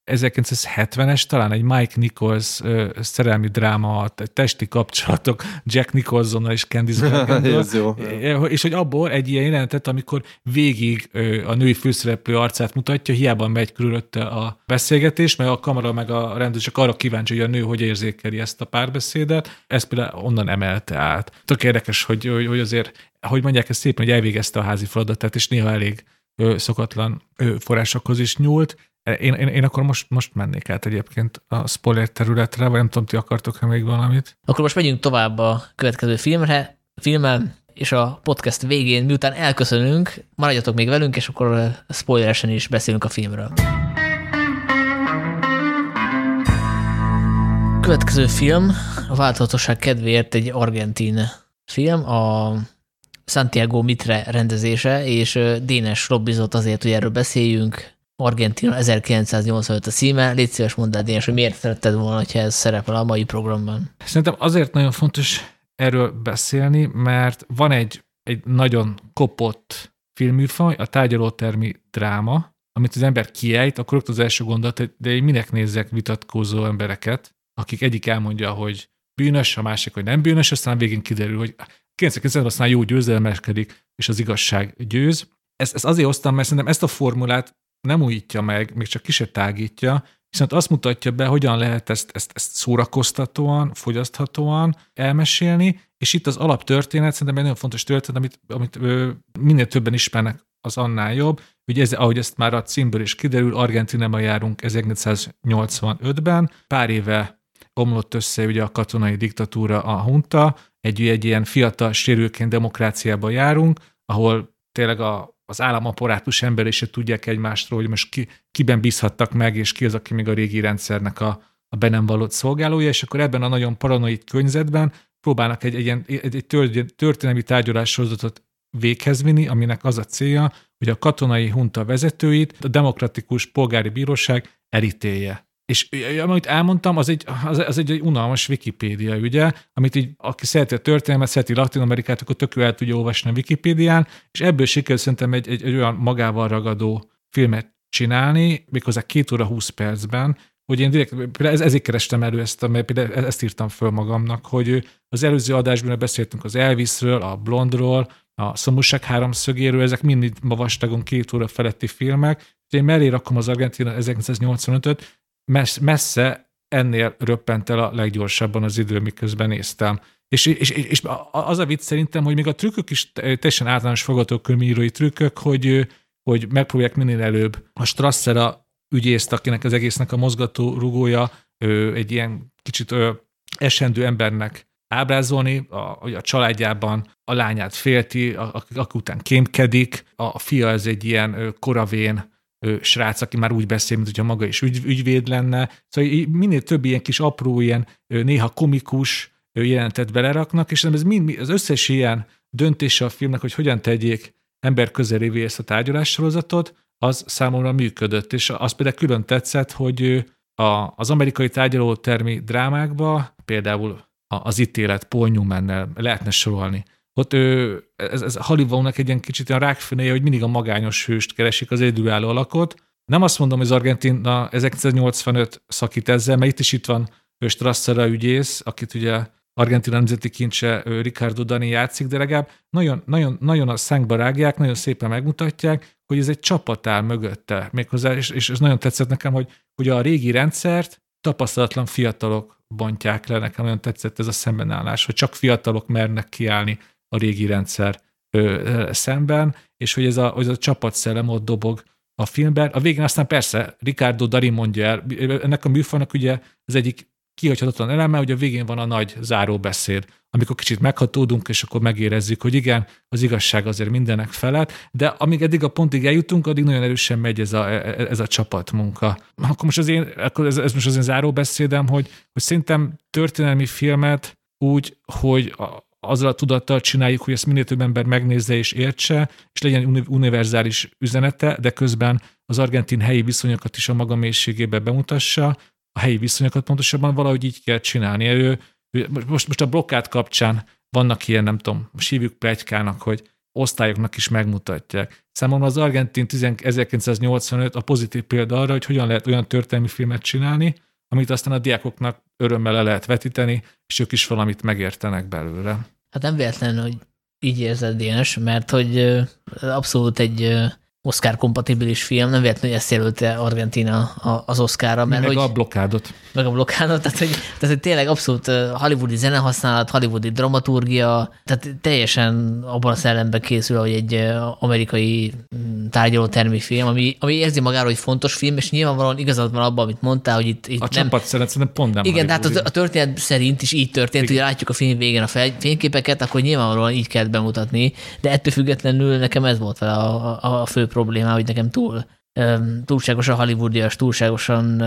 ezerkilencszázhetvenes, talán egy Mike Nichols ö, szerelmi dráma, testi kapcsolatok Jack Nicholsonnal és Candice Bergendől, és hogy abból egy ilyen jelenetet, amikor végig ö, a női főszereplő arcát mutatja, hiába megy körülötte a beszélgetés, mert a kamera meg a rendező csak arra kíváncsi, hogy a nő hogy érzékeli ezt a párbeszédet, ezt például onnan emelte át. Tök érdekes, hogy, hogy, hogy azért, hogy mondják ezt szépen, hogy elvégezte a házi feladatát, és néha elég ö, szokatlan ö, forrásokhoz is nyúlt. Én, én, én akkor most, most mennék át egyébként a spoiler területre, vagy nem tudom, ti akartok-e még valamit? Akkor most megyünk tovább a következő filmre, filmmel, és a podcast végén, miután elköszönünk, maradjatok még velünk, és akkor spoileresen is beszélünk a filmről. Következő film, a változatosság kedvéért egy argentin film, a Santiago Mitre rendezése, és Dénes lobbizott azért, hogy erről beszéljünk. Argentina ezerkilencszáznyolcvanöt a címe. Légy szíves, mondd el, Dénes, hogy miért szeretted volna, hogyha ez szerepel a mai programban. Szerintem azért nagyon fontos erről beszélni, mert van egy, egy nagyon kopott filmműfaj, a tárgyalótermi dráma, amit az ember kiejt, akkor rögtön az első gondolat, de én minek nézzek vitatkozó embereket, akik egyik elmondja, hogy bűnös, a másik, hogy nem bűnös, aztán végén kiderül, hogy kilencvenkilencben aztán jó győzelmeskedik, és az igazság győz. Ezt, ezt azért hoztam, mert szerintem ezt a formulát nem újítja meg, még csak ki se tágítja, viszont azt mutatja be, hogyan lehet ezt, ezt, ezt szórakoztatóan, fogyaszthatóan elmesélni, és itt az alaptörténet, szerintem egy nagyon fontos történet, amit, amit ö, minél többen ismernek, az annál jobb. Ugye ez, ahogy ezt már a címből is kiderül, Argentinában járunk ezerkilencszáznyolcvanötben, pár éve omlott össze ugye a katonai diktatúra, a hunta, egy, egy ilyen fiatal sérülként demokráciába járunk, ahol tényleg a az államaparátus emberei se tudják egymástról, hogy most ki, kiben bízhattak meg, és ki az, aki még a régi rendszernek a, a be nem vallott szolgálója, és akkor ebben a nagyon paranoid környezetben próbálnak egy, egy, egy, egy történelmi tárgyalássorozatot véghez vinni, aminek az a célja, hogy a katonai hunta vezetőit a demokratikus polgári bíróság elítélje. És amit elmondtam, az egy, az, az egy, egy unalmas Wikipédia, ugye, amit így, aki szereti a történelmet, szereti Latin-Amerikát, akkor tök el tudja olvasni a Wikipédián, és ebből sikerül szerintem egy, egy, egy olyan magával ragadó filmet csinálni, méghozzá két óra húsz percben, hogy én direkt, ez, ezért kerestem elő ezt, mert például ezt írtam föl magamnak, hogy az előző adásban beszéltünk az Elvisről, a Blondról, a Szomorúság háromszögéről, ezek mind vastagon két óra feletti filmek, és én mellé rakom az Argentina ezerkilencszáznyolcvanötöt, messze ennél röppent el a leggyorsabban az idő, miközben néztem. És, és, és az a vicc szerintem, hogy még a trükkök is teljesen általános forgatókönyvírói trükkök, hogy, hogy megpróbálják minél előbb a Strasser a ügyészt, akinek az egésznek a mozgató rugója egy ilyen kicsit esendő embernek ábrázolni, a, a családjában a lányát félti, aki után kémkedik, a fia ez egy ilyen koravén srác, aki már úgy beszél, mint hogyha maga is ügy, ügyvéd lenne. Szóval minél több ilyen kis apró, ilyen néha komikus jelentet beleraknak, és ez mind, az összes ilyen döntése a filmnek, hogy hogyan tegyék ember közelévé ezt a tárgyalássorozatot, az számomra működött. És az például külön tetszett, hogy a, az amerikai tárgyalótermi drámákban, például az ítélet Paul Newmannel lehetne sorolni. Ott ő, ez, ez Hollywoodnak egy ilyen kicsit olyan rákfenéje, hogy mindig a magányos hőst keresik, az egyedülálló alakot. Nem azt mondom, hogy az Argentina ezerkilencszáznyolcvanöt szakít ezzel, mert itt is itt van Strasser a ügyész, akit ugye Argentina nemzeti kincse Ricardo Dani játszik, de legalább nagyon, nagyon, nagyon a szánkba rágják, nagyon szépen megmutatják, hogy ez egy csapat áll mögötte. Méghozzá, és, és ez nagyon tetszett nekem, hogy, hogy a régi rendszert tapasztalatlan fiatalok bontják le. Nekem nagyon tetszett ez a szembenállás, hogy csak fiatalok mernek kiállni a régi rendszer ö, szemben, és hogy ez a, hogy ez a csapatszellem ott dobog a filmben. A végén aztán persze Ricardo Darín mondja el, ennek a műfajnak ugye az egyik kihagyhatatlan eleme, hogy a végén van a nagy záróbeszéd, amikor kicsit meghatódunk, és akkor megérezzük, hogy igen, az igazság azért mindenek felett, de amíg eddig a pontig eljutunk, addig nagyon erősen megy ez a, ez a csapatmunka. Akkor most az én, akkor ez, ez most az én záróbeszédem, hogy, hogy szerintem történelmi filmet úgy, hogy a, azzal a tudattal csináljuk, hogy ezt minél több ember megnézze és értse, és legyen univerzális üzenete, de közben az argentin helyi viszonyokat is a maga mélységébe bemutassa, a helyi viszonyokat pontosabban valahogy így kell csinálni. Ő, most, most a blokkád kapcsán vannak ilyen, nem tudom, most hívjuk pletykának, hogy osztályoknak is megmutatják. Számomra az Argentin ezerkilencszáznyolcvanöt a pozitív példa arra, hogy hogyan lehet olyan történelmi filmet csinálni, amit aztán a diákoknak örömmel le lehet vetíteni, és ők is valamit megértenek belőle. Hát nem véletlen, hogy így érzed, Dénes, mert hogy abszolút egy Oscar-kompatibilis film, nem véletlenül, hogy ezt jelölte Argentina az Oscarra. Mert meg hogy, a blokkádot. Meg a blokkádot, tehát hogy, tehát hogy tényleg abszolút hollywoodi zenehasználat, hollywoodi dramaturgia, tehát teljesen abban a szellemben készül, hogy egy amerikai tárgyalótermi film, ami, ami érzi magáról, hogy fontos film, és nyilvánvalóan igazad van abban, amit mondtál, hogy itt, itt a nem... csapat szerintem pont nem. Igen, tehát a, a történet szerint is így történt, igen. Ugye látjuk a film végén a fényképeket, akkor nyilvánvalóan így kellett bemutatni, de ettől függetlenül nekem ez volt vele a, a, a fő probléma, hogy nekem túl túlságosan hollywoodias, túlságosan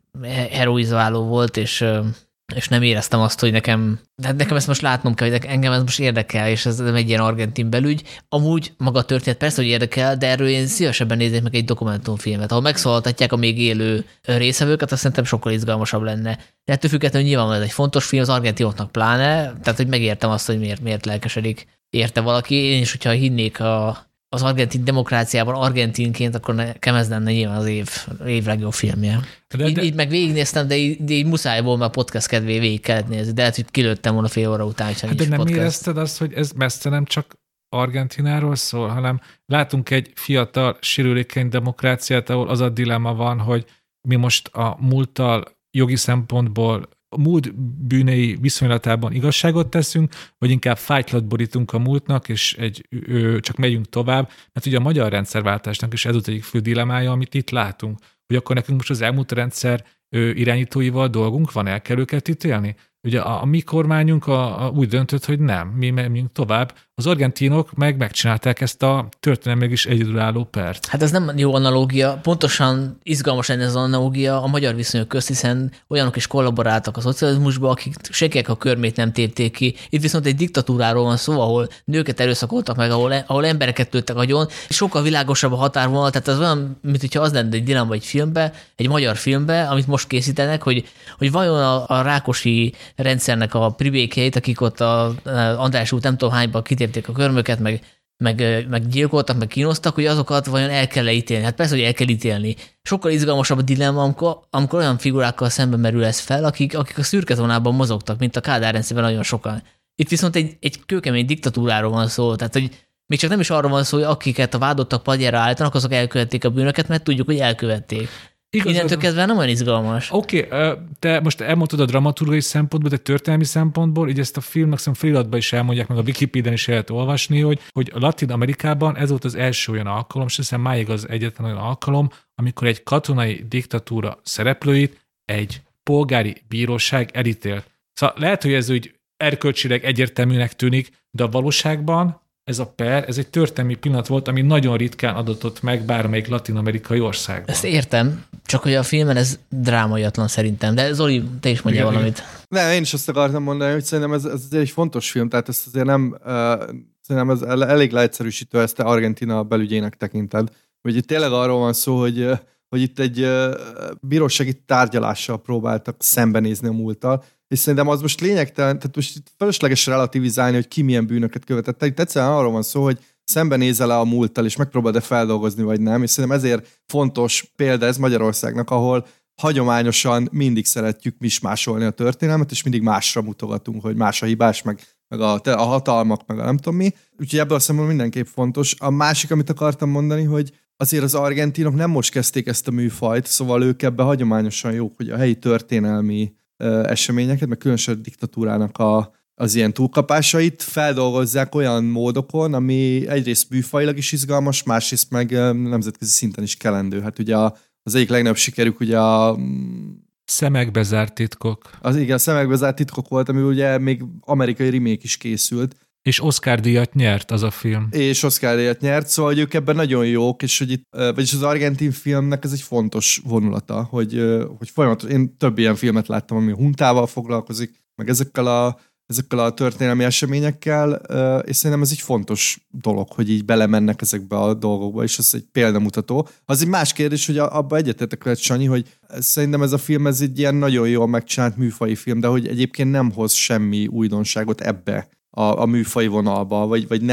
heroizáló volt, és, és nem éreztem azt, hogy nekem, de nekem ezt most látnom kell, hogy engem ez most érdekel, és ez nem egy ilyen argentin belügy. Amúgy maga a történet persze, hogy érdekel, de erről én szívesebben néznék meg egy dokumentumfilmet. Ahol megszólaltatják a még élő részevőket, azt szerintem sokkal izgalmasabb lenne. De ettől függetlenül nyilván ez egy fontos film, az argentinoknak pláne, tehát hogy megértem azt, hogy miért, miért lelkesedik érte valaki. Én is, hogyha hinnék a az argentin demokráciában argentinként, akkor nekem ez lenne nyilván az év, év legjobb filmje. De, de, így, így meg végignéztem, de így, de így muszáj volna a podcast kedvé végig kellett nézni, de lehet, hogy kilőttem volna fél óra után, hogyha hát nincs de nem podcast. érezted azt, hogy ez messze nem csak Argentináról szól, hanem látunk egy fiatal, sérülékeny demokráciát, ahol az a dilemma van, hogy mi most a múlttal jogi szempontból a múlt bűnei viszonylatában igazságot teszünk, vagy inkább fájtlat borítunk a múltnak, és egy, ö, csak megyünk tovább, mert ugye a magyar rendszerváltásnak is ez az egyik fő dilemmája, amit itt látunk, hogy akkor nekünk most az elmúlt rendszer ö, irányítóival dolgunk van, el kell őket ítélni. Ugye a, a mi kormányunk a, a úgy döntött, hogy nem, mi megyünk tovább. Az argentinok meg megcsinálták ezt a történelmileg is egyedülálló pert. Hát ez nem jó analógia. Pontosan izgalmas lenne ez az analógia a magyar viszonyok közt, hiszen olyanok is kollaboráltak a szocializmusba, akik senkinek a körmét nem tépték ki. Itt viszont egy diktatúráról van szó, ahol nőket erőszakoltak meg, ahol, ahol embereket lőttek agyon. Sokkal világosabb a határvonal, tehát az olyan, mint hogyha az lenne egy dilemma egy filmbe, egy magyar filmbe, amit most készítenek, hogy, hogy vajon a, a Rákosi rendszernek a pribékjeit, akik ott a András út nem tudom hányban kitépték a körmöket, meg, meg, meg gyilkoltak, meg kínoztak, hogy azokat vajon el kell ítélni. Hát persze, hogy el kell ítélni. Sokkal izgalmasabb a dilemma, amikor, amikor olyan figurákkal szemben merül ez fel, akik, akik a szürke zónában mozogtak, mint a Kádár rendszerben nagyon sokan. Itt viszont egy, egy kőkemény diktatúráról van szó, tehát hogy még csak nem is arról van szó, hogy akiket a vádottak padjára állítanak, azok elkövették a bűnöket, mert tudjuk, hogy elkövették. Igazad. Innentől kezdve nem olyan izgalmas. Oké, okay, te most elmondtad a dramaturgiai szempontból, de történelmi szempontból, így ezt a filmnek szerintem feliratban is elmondják, meg a Wikipédián is el lehet olvasni, hogy, hogy Latin Amerikában ez volt az első olyan alkalom, és hiszem máig az egyetlen olyan alkalom, amikor egy katonai diktatúra szereplőit egy polgári bíróság elítélt. Szóval lehet, hogy ez úgy erkölcsileg egyértelműnek tűnik, de a valóságban ez a per, ez egy történelmi pillanat volt, ami nagyon ritkán adatott meg bármelyik latin-amerikai országban. Ezt értem, csak hogy a filmen ez drámaiatlan szerintem, de Zoli, te is mondja igen, valamit. Igen. Nem, én is azt akartam mondani, hogy szerintem ez, ez egy fontos film, tehát ezt azért nem, uh, szerintem ez elég leegyszerűsítő, ezt te Argentina belügyének tekinted. Hogy itt tényleg arról van szó, hogy, hogy itt egy uh, bírósági tárgyalással próbáltak szembenézni a múlttal, és szerintem az most lényegtelen, tehát most itt felesleges relativizálni, hogy ki milyen bűnöket követett. Itt egyszerűen arról van szó, hogy szembenézel le a múlttal, és megpróbálod-e feldolgozni, vagy nem, és szerintem ezért fontos példa ez Magyarországnak, ahol hagyományosan mindig szeretjük mismásolni a történelmet, és mindig másra mutogatunk, hogy más a hibás, meg, meg a, a hatalmak, meg a nem tudom mi. Úgyhogy ebből a szempontból mindenképp fontos. A másik, amit akartam mondani, hogy azért az argentinok nem most kezdték ezt a műfajt, szóval ők ebben hagyományosan jók, hogy a helyi történelmi eseményeket, meg különösen a diktatúrának a, az ilyen túlkapásait feldolgozzák olyan módokon, ami egyrészt műfajilag is izgalmas, másrészt meg nemzetközi szinten is kelendő. Hát ugye az egyik legnagyobb sikerük ugye a... Szemekbe zárt titkok. Az igen, a Szemekbe zárt titkok volt, ami ugye még amerikai remake is készült. És Oscar-díjat nyert az a film. És Oscar-díjat nyert, szóval hogy ők ebben nagyon jók, és hogy itt, vagyis az argentin filmnek ez egy fontos vonulata, hogy, hogy folyamatosan, én több ilyen filmet láttam, ami a huntával foglalkozik, meg ezekkel a, ezekkel a történelmi eseményekkel, és szerintem ez egy fontos dolog, hogy így belemennek ezekbe a dolgokba, és ez egy példamutató. Az egy más kérdés, hogy abban egyetértek veled, Sanyi, hogy szerintem ez a film, ez egy ilyen nagyon jól megcsinált műfaji film, de hogy egyébként nem hoz semmi újdonságot ebbe a, a műfai vonalba, vagy, vagy nem,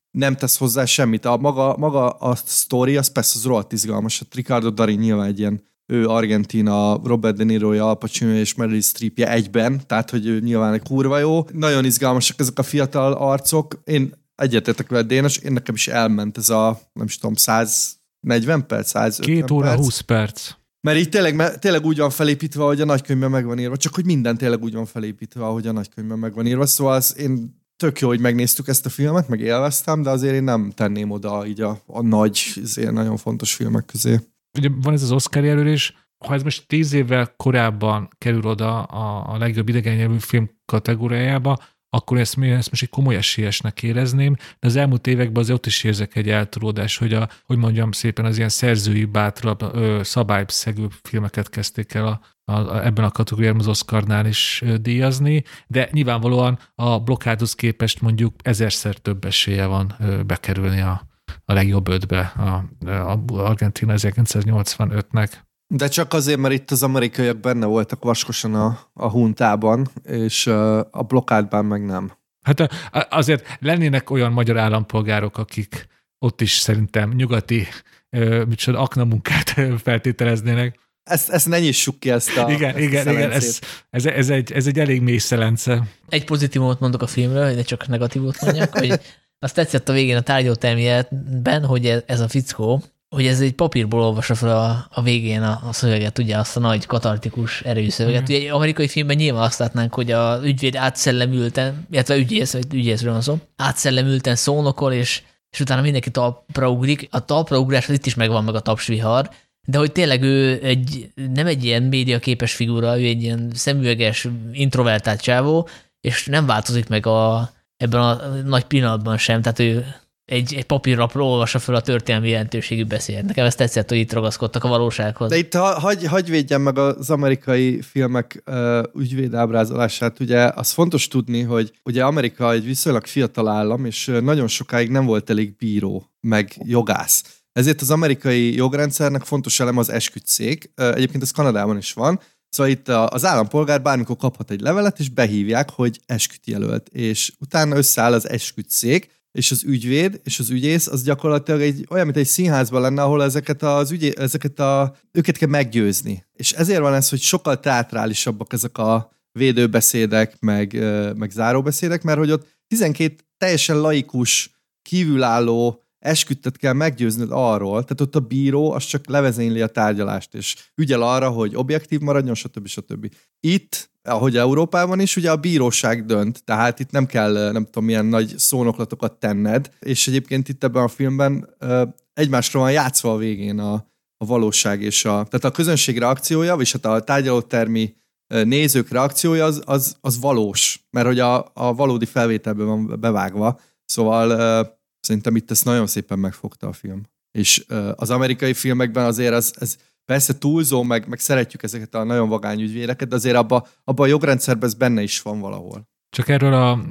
nem tesz hozzá semmit. A maga, maga a sztori, az persze az rohadt izgalmas. Hát Ricardo Darín nyilván egy ilyen, ő Argentina, Robert De Niroja, Al Pacino és Meryl Streepje egyben, tehát hogy ő nyilván egy kurva jó. Nagyon izgalmasak ezek a fiatal arcok. Én egyetértek veled, Dénes, én nekem is elment ez a, nem is tudom, száznegyven perc, százötven Két óra, perc. húsz perc. Mert így tényleg, mert tényleg úgy van felépítve, ahogy a nagykönyvben meg van írva, csak hogy minden tényleg úgy van felépítve, ahogy a nagykönyvben meg van írva. Szóval az, én tök jó, hogy megnéztük ezt a filmet, meg élveztem, de azért én nem tenném oda így a, a nagy, azért nagyon fontos filmek közé. Ugye van ez az Oscar jelölés, ha ez most tíz évvel korábban kerül oda a, a legjobb idegen nyelvű film kategóriájába, akkor ezt, ezt most egy komoly esélyesnek érezném, de az elmúlt években azért ott is érzek egy eltolódás, hogy, a, hogy mondjam szépen, az ilyen szerzői, bátrabb, szabályszegőbb filmeket kezdték el a, a, ebben a kategóriában az Oscarnál is díjazni, de nyilvánvalóan a blokkádhoz képest mondjuk ezerszer több esélye van bekerülni a, a legjobb ötbe a, a Argentina ezerkilencszáznyolcvanötnek. De csak azért, mert itt az amerikaiak benne voltak vaskosan a, a huntában, és a blokkádban meg nem. Hát azért lennének olyan magyar állampolgárok, akik ott is szerintem nyugati micsoda aknamunkát feltételeznének. Ezt, ezt ne nyissuk ki, ezt a Igen, ezt igen, a igen ez, ez, ez, egy, ez egy elég mély szelence. Egy pozitívumot mondok a filmről, de csak negatívot mondjak, hogy azt tetszett a végén a tárgyalóterméletben, hogy ez a fickó, hogy ez egy papírból olvassa fel a, a végén a, a szöveget, ugye azt a nagy katartikus erős szöveget. Ugye egy amerikai filmben nyilván azt látnánk, hogy a ügyvéd átszellemülten, illetve ügyész, vagy ügyészről van szó, átszellemülten szónokol, és, és utána mindenki talpra ugrik. A talpra ugrás az itt is megvan, meg a tapsvihar, de hogy tényleg ő egy, nem egy ilyen médiaképes figura, ő egy ilyen szemüveges, introvertált csávó, és nem változik meg a, ebben a nagy pillanatban sem, tehát ő egy, egy papírlapról olvassa fel a történelmi jelentőségű beszédet. Nekem ezt tetszett, hogy itt ragaszkodtak a valósághoz. De itt ha, hagy, hagy védjem meg az amerikai filmek uh, ügyvédábrázolását. Ugye az fontos tudni, hogy ugye Amerika egy viszonylag fiatal állam, és nagyon sokáig nem volt elég bíró, meg jogász. Ezért az amerikai jogrendszernek fontos elem az esküdtszék. Uh, egyébként ez Kanadában is van. Szóval itt az állampolgár bármikor kaphat egy levelet, és behívják, hogy esküt jelölt. És utána összeáll az esküdtszék, és az ügyvéd és az ügyész, az gyakorlatilag egy, olyan, mint egy színházban lenne, ahol ezeket, az ügyé, ezeket a, őket kell meggyőzni. És ezért van ez, hogy sokkal teátrálisabbak ezek a védőbeszédek, meg, meg záróbeszédek, mert hogy ott tizenkét teljesen laikus, kívülálló esküdtet kell meggyőznöd arról, tehát ott a bíró az csak levezényli a tárgyalást, és ügyel arra, hogy objektív maradjon, stb. stb. Itt, ahogy Európában is, ugye a bíróság dönt, tehát itt nem kell, nem tudom, milyen nagy szónoklatokat tenned, és egyébként itt ebben a filmben egymásra van játszva a végén a, a valóság és a, tehát a közönség reakciója, és hát a tárgyalótermi nézők reakciója az, az, az valós, mert hogy a, a valódi felvételben van bevágva, szóval szerintem itt ezt nagyon szépen megfogta a film. És az amerikai filmekben azért az, ez persze túlzó, meg, meg szeretjük ezeket a nagyon vagány ügyvédeket, de azért abban abba a jogrendszerben ez benne is van valahol. Csak erről a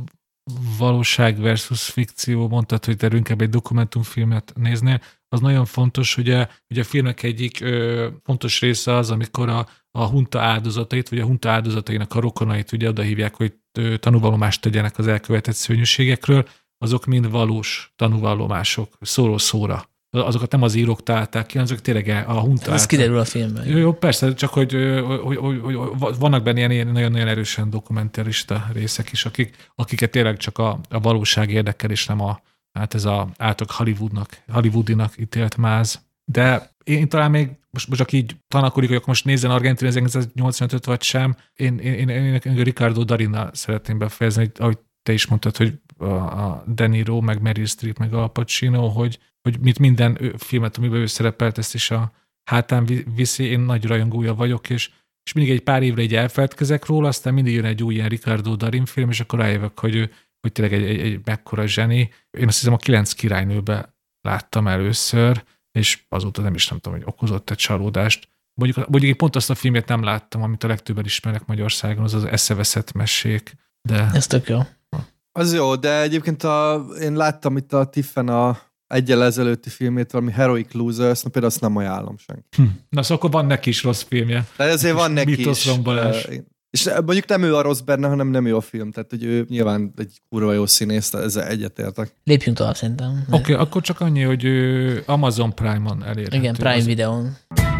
valóság versus fikció mondtad, hogy te inkább egy dokumentumfilmet néznél, az nagyon fontos, hogy a, hogy a filmek egyik ö, fontos része az, amikor a, a hunta áldozatait, vagy a hunta áldozatainak a rokonait ugye oda hívják, hogy ö, tanúvallomást tegyenek az elkövetett szörnyűségekről, azok mind valós tanúvallomások, szóról szóra. Azokat nem az írók találták ki, azok tényleg a hunta. Ez kiderül a filmben. Jó, jó, persze, csak hogy, hogy, hogy, hogy vannak benne ilyen nagyon-nagyon erősen dokumentarista részek is, akik, akiket tényleg csak a, a valóság érdekel, és nem a, hát ez a általak Hollywoodnak, Hollywoodinak ítélt máz. De én talán még, most, most csak így tanakodik, hogy akkor most nézzen Argentina ezerkilencszáznyolcvanötöt vagy sem, én, én, én, én, én Ricardo Darinnal szeretném befejezni, hogy, ahogy te is mondtad, hogy a De Niro, meg Meryl Streep, meg Al Pacino, hogy, hogy mit minden filmet, amiben ő szerepelt, ezt is a hátán viszi, én nagy rajongója vagyok, és, és mindig egy pár évre így elfeledkezek róla, aztán mindig jön egy új ilyen Ricardo Darín film, és akkor rájövök, hogy ő hogy tényleg egy, egy, egy mekkora zseni. Én azt hiszem a Kilenc királynőbe láttam először, és azóta nem is nem tudom, hogy okozott egy csalódást. Mondjuk, mondjuk én pont azt a filmet nem láttam, amit a legtöbben ismernek Magyarországon, az az Eszeveszett mesék. De... Ez tök jó. Az jó, de egyébként a, én láttam itt a Tiffen a egyel ezelőtti filmét, valami Heroic Losers, na például azt nem ajánlom senki. Hm. Na szóval akkor van neki is rossz filmje. De ezért van neki is. Mitosrombolás. És mondjuk nem ő a rossz benne, hanem nem ő a film. Tehát, hogy ő nyilván egy kurva jó színész, ezzel egyetértek. Lépjünk tovább szerintem. Oké, okay, akkor csak annyi, hogy Amazon Prime-on elérhető. Igen, Prime az... videón.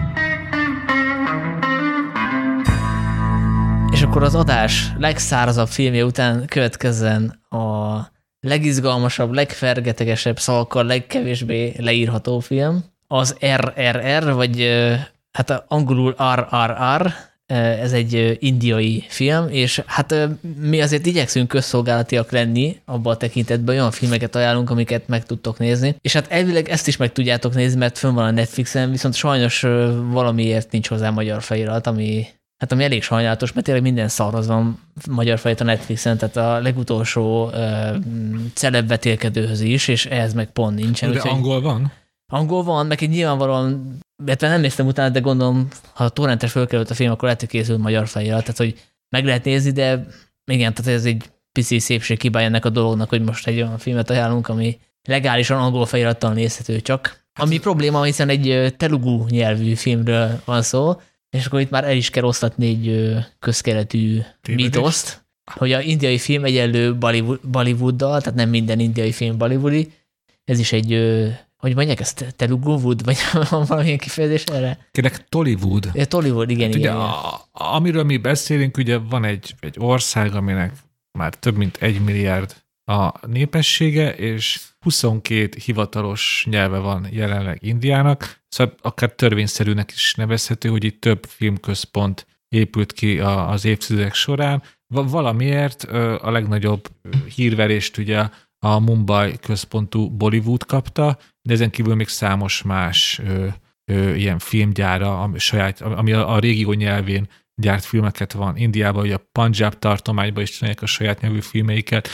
És akkor az adás legszárazabb filmje után következzen a legizgalmasabb, legfergetegesebb szavakkal legkevésbé leírható film. Az er er er, vagy hát angolul er er er, ez egy indiai film, és hát mi azért igyekszünk közszolgálatiak lenni abban a tekintetben, olyan filmeket ajánlunk, amiket meg tudtok nézni, és hát elvileg ezt is meg tudjátok nézni, mert fönn van a Netflixen, viszont sajnos valamiért nincs hozzá magyar felirat, ami hát ami elég sajnálatos, mert tényleg minden szarhoz van magyar felirat a Netflixen, tehát a legutolsó uh, celeb vetélkedőhöz is, és ehhez meg pont nincsen. De úgyhogy angol van? Angol van, meg egy nyilvánvalóan, illetve nem néztem utána, de gondolom, ha a torrentre fölkerült a film, akkor lehet, hogy készült magyar felirat, tehát hogy meg lehet nézni, de igen, tehát ez egy pici szépség hibája ennek a dolognak, hogy most egy olyan filmet ajánlunk, ami legálisan angol felirattal nézhető csak. Ami probléma, hiszen egy telugu nyelvű filmről van szó, és akkor itt már el is kell osztatni egy közkeletű mítoszt, hogy a indiai film egyenlő Bollywood, Bollywooddal, tehát nem minden indiai film bollywoodi. Ez is egy, hogy mondják ezt, Telugu Wood, vagy van valamilyen kifejezés erre? Kérlek, Tollywood. Ja, Tollywood, igen, hát igen. Ugye, a, amiről mi beszélünk, ugye van egy, egy ország, aminek már több mint egy milliárd a népessége, és huszonkét hivatalos nyelve van jelenleg Indiának, szóval akár törvényszerűnek is nevezhető, hogy itt több filmközpont épült ki az évtizedek során. Valamiért a legnagyobb hírverést ugye a Mumbai központú Bollywood kapta, de ezen kívül még számos más ö, ö, ilyen filmgyára, ami, saját, ami a, a régió nyelvén gyárt filmeket van. Indiában, ugye a Punjab tartományban is csinálják a saját nyelvű filmeiket,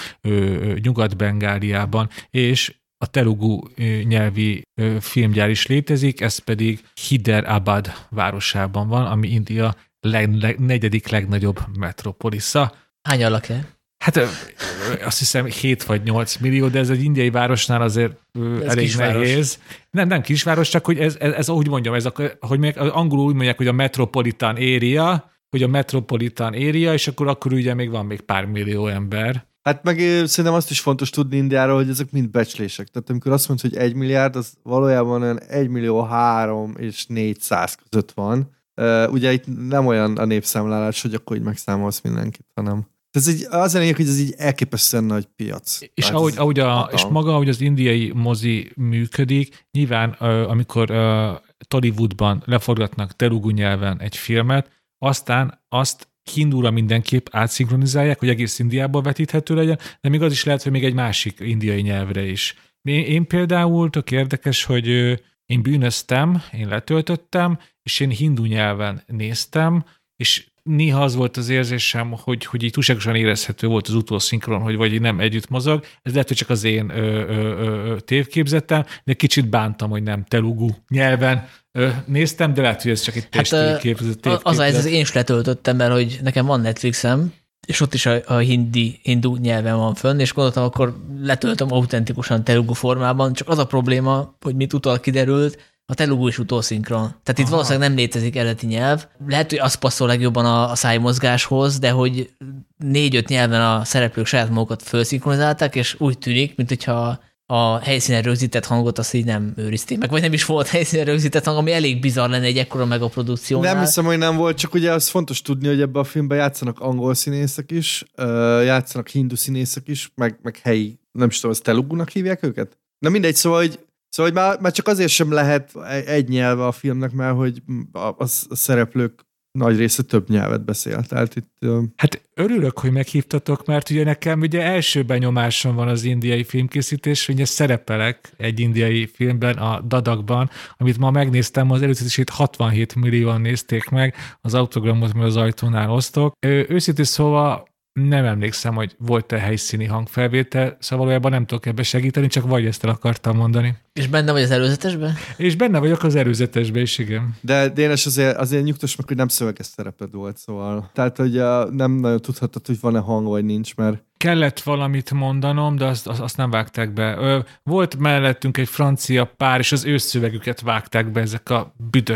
Nyugat-Bengáliában, és a telugu nyelvi filmgyár is létezik, ez pedig Hyderabad városában van, ami India leg, leg, negyedik legnagyobb metropolisza. Hány lakik? Hát azt hiszem hét vagy nyolc millió, de ez egy indiai városnál azért ez elég kisváros. Nehéz. Nem, nem kisváros, csak hogy ez, ez, ez úgy mondjam, ez a, hogy még angolul úgy mondják, hogy a metropolitan area, hogy a metropolitan area, és akkor, akkor ugye még van még pár millió ember. Hát meg szerintem azt is fontos tudni Indiáról, hogy ezek mind becslések. Tehát amikor azt mondod, hogy egy milliárd, az valójában olyan egy millió három és négyszáz között van. Uh, ugye itt nem olyan a népszámlálás, hogy akkor így megszámolsz mindenkit, hanem ez így, az lényeg, hogy ez így elképesztően nagy piac. És, ahogy, ahogy a, és maga, ahogy az indiai mozi működik, nyilván uh, amikor uh, Tollywoodban leforgatnak telugu nyelven egy filmet, aztán azt hindúra mindenképp átszinkronizálják, hogy egész Indiából vetíthető legyen, de még az is lehet, hogy még egy másik indiai nyelvre is. Én, én például tök érdekes, hogy uh, én bűnöztem, én letöltöttem, és én hindu nyelven néztem, és néha az volt az érzésem, hogy, hogy így túlságosan érezhető volt az utószinkron, hogy vagy nem együtt mozog. Ez lehet, hogy csak az én ö, ö, ö, tévképzetem, de kicsit bántam, hogy nem telugu nyelven ö, néztem, de lehet, hogy ez csak egy tévképzet. Hát, az az, én is letöltöttem, mert hogy nekem van Netflixem, és ott is a, a hindi, hindu nyelven van fönn, és gondoltam, akkor letöltöm autentikusan telugu formában, csak az a probléma, hogy mit utal kiderült, a telugu is utószinkron. Tehát itt Aha. valószínűleg nem létezik eredeti nyelv. Lehet, hogy az passzol legjobban a, a szájmozgáshoz, de hogy négy-öt nyelven a szereplők saját magukat felszinkronizálták, és úgy tűnik, mint hogyha a helyszínen rögzített hangot azt így nem őrizték meg, vagy nem is volt helyszínen rögzített hang, ami elég bizarr lenne egy ekkora megaprodukciónál. Nem hiszem, hogy nem volt, csak ugye az fontos tudni, hogy ebben a filmben játszanak angol színészek is, játszanak hindu színészek is, meg, meg helyi, nem is tudom, az telugunak hívják őket? Na mindegy, szóval, hogy Szóval hogy már, már csak azért sem lehet egy nyelve a filmnek, mert hogy a, a szereplők nagy része több nyelvet beszél. Tehát itt, hát örülök, hogy meghívtatok, mert ugye nekem ugye első benyomásom van az indiai filmkészítés, hogy szerepelek egy indiai filmben, a Dadakban, amit ma megnéztem, az előzetesét hatvanhét millióan nézték meg, az autogramot, mert az ajtónál osztok. Őszintén szóval nem emlékszem, hogy volt-e helyszíni hangfelvétel, szóval valójában nem tudok ebbe segíteni, csak vagy ezt el akartam mondani. És benne vagy az előzetesben? És benne vagyok az előzetesben is, igen. De Dénes, azért, azért nyugtass meg, hogy nem szöveges szereped volt, szóval. Tehát, hogy nem nagyon tudhatod, hogy van-e hang, vagy nincs, mert... Kellett valamit mondanom, de azt, azt nem vágták be. Volt mellettünk egy francia pár, és az ő szövegüket vágták be, ezek a büdös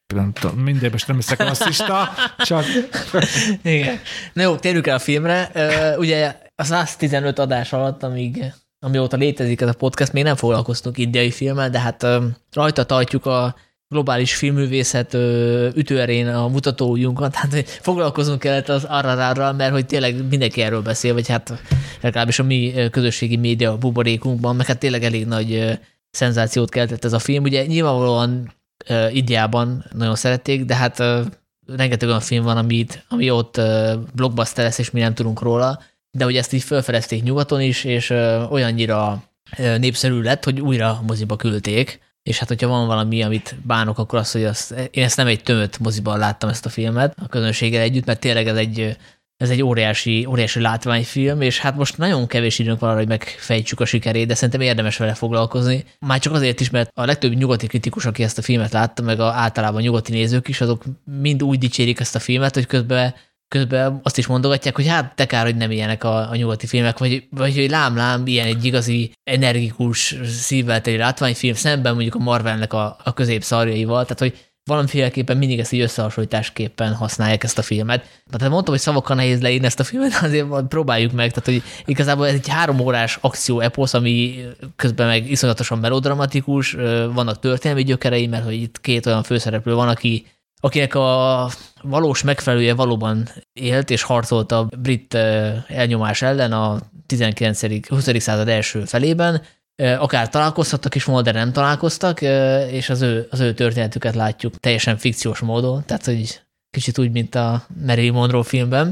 nem tudom, mindenben nem leszek rasszista, csak... Igen. Na jó, térjük el a filmre. Ugye a száz tizenöt adás alatt, amíg, amióta létezik ez a podcast, még nem foglalkoztunk indiai filmmel, de hát rajta tartjuk a globális filmművészet ütőerén a mutatóujjunkat, hát foglalkozunk kellett az er er er-ral, mert hogy tényleg mindenki erről beszél, vagy hát legalábbis a mi közösségi média buborékunkban, meg hát tényleg elég nagy szenzációt keltett ez a film. Ugye nyilvánvalóan uh, Indiában nagyon szerették, de hát uh, rengeteg olyan film van, amit, ami ott uh, blockbuster lesz, és mi nem tudunk róla, de hogy ezt így felfedezték nyugaton is, és uh, olyannyira uh, népszerű lett, hogy újra moziba küldték, és hát hogyha van valami, amit bánok, akkor az, hogy azt, én ezt nem egy tömött moziban láttam ezt a filmet a közönséggel együtt, mert tényleg ez egy Ez egy óriási, óriási látványfilm, és hát most nagyon kevés időnk van arra, hogy megfejtsük a sikerét, de szerintem érdemes vele foglalkozni. Már csak azért is, mert a legtöbb nyugati kritikus, aki ezt a filmet látta, meg a általában nyugati nézők is, azok mind úgy dicsérik ezt a filmet, hogy közben, közben azt is mondogatják, hogy hát te kár, hogy nem ilyenek a, a nyugati filmek, vagy, vagy hogy lám-lám, ilyen egy igazi, energikus, szívvel teli látványfilm, szemben mondjuk a Marvelnek a, a középszarjaival, tehát hogy valamiféleképpen mindig ezt így összehasonlításképpen használják ezt a filmet. Tehát mondtam, hogy szavakkal nehéz leírni ezt a filmet, azért próbáljuk meg. Tehát, hogy igazából ez egy három órás akció-eposz, ami közben meg iszonyatosan melodramatikus, vannak történelmi gyökerei, mert hogy itt két olyan főszereplő van, aki, akinek a valós megfelelője valóban élt és harcolt a brit elnyomás ellen a tizenkilencedik-huszadik század első felében, akár találkozhattak is volna, de nem találkoztak, és az ő, az ő történetüket látjuk teljesen fikciós módon, tehát hogy kicsit úgy, mint a Marilyn Monroe filmben.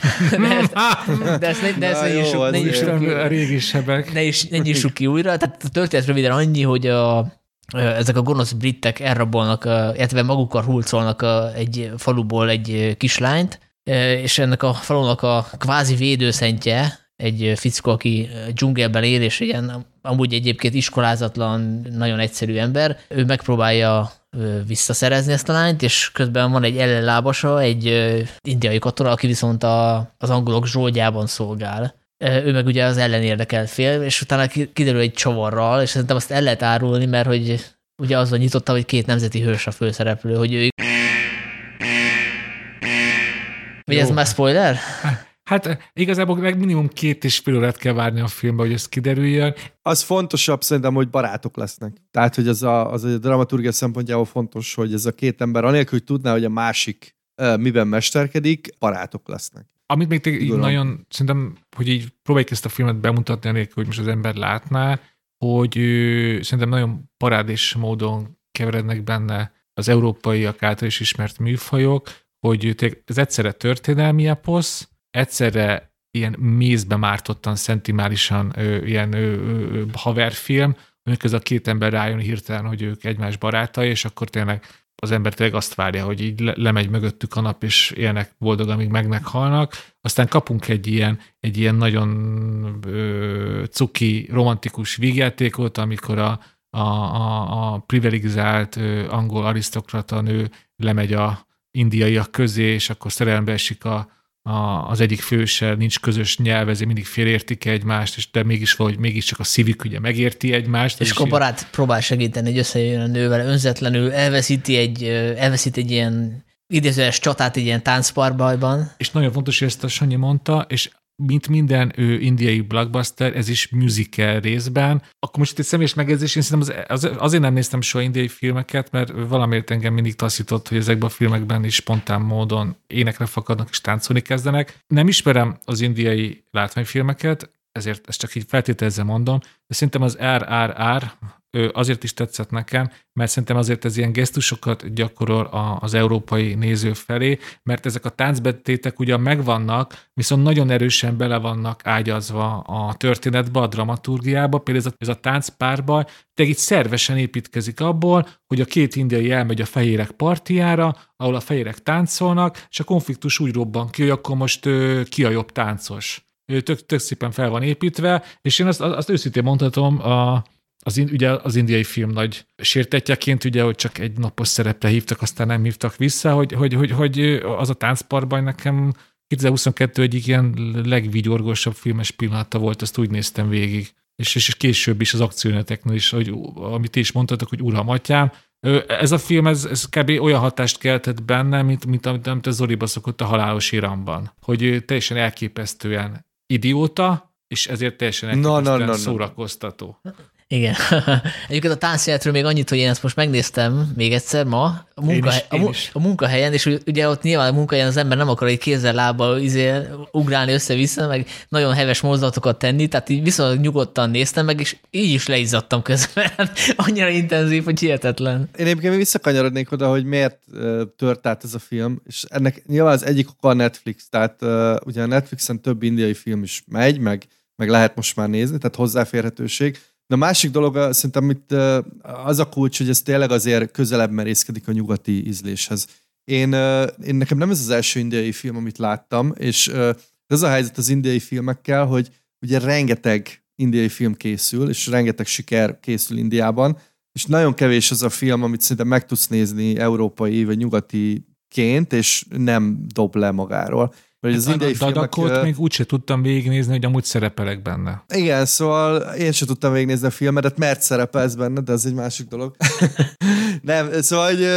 De, de ezt ne, de ezt ne, nyissuk, ne, nyissuk ki, a régi sebek. Ne, is, ne nyissuk ki újra. Tehát a történet röviden annyi, hogy a, ezek a gonosz britek elrabolnak, illetve magukkal hurcolnak egy faluból egy kislányt, és ennek a falunak a kvázi védőszentje, egy fickó, aki dzsungelben él, és ilyen amúgy egyébként iskolázatlan, nagyon egyszerű ember, ő megpróbálja visszaszerezni ezt a lányt, és közben van egy ellenlábasa, egy indiai katona, aki viszont a, az angolok zsoldjában szolgál. Ő meg ugye az ellenérdekelt fél, és utána kiderül egy csavarral, és szerintem azt el lehet árulni, mert hogy ugye azzal nyitotta, hogy két nemzeti hős a főszereplő, hogy ő... Vagy ez már spoiler? Hát igazából minimum két és fél órát kell várni a filmbe, hogy ez kiderüljön. Az fontosabb szerintem, hogy barátok lesznek. Tehát, hogy az a, az a dramaturgia szempontjából fontos, hogy ez a két ember anélkül, hogy tudná, hogy a másik uh, miben mesterkedik, barátok lesznek. Amit még így nagyon, szerintem, hogy így próbáljuk ezt a filmet bemutatni, anélkül, hogy most az ember látná, hogy ő, szerintem nagyon parádés módon keverednek benne az európaiak által is ismert műfajok, hogy ez egyszerre történelmi eposz, egyszerre ilyen mézbe mártottan, szentimálisan ö, ilyen ö, ö, haverfilm, amikor ez a két ember rájön hirtelen, hogy ők egymás barátai, és akkor tényleg az ember tényleg azt várja, hogy így le, lemegy mögöttük a nap, és élnek boldog, amíg meg meghalnak. Aztán kapunk egy ilyen, egy ilyen nagyon ö, cuki, romantikus vígjátékot, amikor a, a, a, a privilegizált ö, angol arisztokrata nő lemegy a indiaiak közé, és akkor szerelembe esik a A, az egyik főse, nincs közös nyelv, ezért mindig félértik egymást, és de mégis valahogy mégiscsak a szívük ugye megérti egymást. És akkor barát így... próbál segíteni, hogy összejön a nővel önzetlenül, elveszíti egy, elveszít egy ilyen idézőes csatát egy ilyen táncparbajban. És nagyon fontos, hogy ezt a Sanyi mondta, és mint minden ő, indiai blockbuster, ez is musical részben. Akkor most itt egy személyes megjegyzés, én szerintem az, az, azért nem néztem soha indiai filmeket, mert valamiért engem mindig taszított, hogy ezekben a filmekben is spontán módon énekre fakadnak és táncolni kezdenek. Nem ismerem az indiai látványfilmeket, ezért ezt csak így feltételezve mondom, de szerintem az er er er azért is tetszett nekem, mert szerintem azért ez ilyen gesztusokat gyakorol az európai néző felé, mert ezek a táncbetétek ugyan megvannak, viszont nagyon erősen bele vannak ágyazva a történetbe, a dramaturgiába, például ez a, ez a táncpárbaj, tehát itt szervesen építkezik abból, hogy a két indiai elmegy a fehérek partiára, ahol a fehérek táncolnak, és a konfliktus úgy robban ki, hogy akkor most ki a jobb táncos. Tök, tök szépen fel van építve, és én azt, azt őszintén mondhatom, a Az, ugye az indiai film nagy sértetjeként, ugye, hogy csak egy napos szerepre hívtak, aztán nem hívtak vissza, hogy, hogy, hogy, hogy az a táncparbaj nekem kétezer-huszonkettő egyik ilyen legvigyorgósabb filmes pillanata volt, azt úgy néztem végig. És, és később is az akciójeleneteknél is, hogy, amit ti is mondtatok, hogy uram, atyám, Ez a film, ez, ez kb. Olyan hatást keltett benne, mint, mint amit, amit a Zoliba szokott a Halálos Iramban. Hogy ő teljesen elképesztően idióta, és ezért teljesen elképesztően no, no, no, no. szórakoztató. Igen. Egyébként a táncjelenetről még annyit, hogy én ezt most megnéztem még egyszer ma a, munkahely, én is, én a, is. a munkahelyen, és ugye ott nyilván a munkahelyen az ember nem akar egy kézzel lábbal izé, ugrálni össze-vissza, meg nagyon heves mozdulatokat tenni, tehát így viszonylag nyugodtan néztem meg, és így is leizzadtam közben. Annyira intenzív, hogy hihetetlen. Én egyébként még visszakanyarodnék oda, hogy miért uh, tört át ez a film, és ennek nyilván az egyik oka a Netflix, tehát uh, ugye a Netflixen több indiai film is megy, meg, meg lehet most már nézni, tehát hozzáférhetőség. De a másik dolog, szerintem itt az a kulcs, hogy ez tényleg azért közelebb merészkedik a nyugati ízléshez. Én, én nekem nem ez az első indiai film, amit láttam, és ez a helyzet az indiai filmekkel, hogy ugye rengeteg indiai film készül, és rengeteg siker készül Indiában, és nagyon kevés az a film, amit szerintem meg tudsz nézni európai vagy nyugatiként, és nem dob le magáról. Az indiai a Dadakot filmek, még úgyse tudtam végignézni, hogy amúgy szerepelek benne. Igen, szóval én sem tudtam végignézni a filmedet, mert szerepelsz benne, de ez egy másik dolog. Nem, szóval, hogy...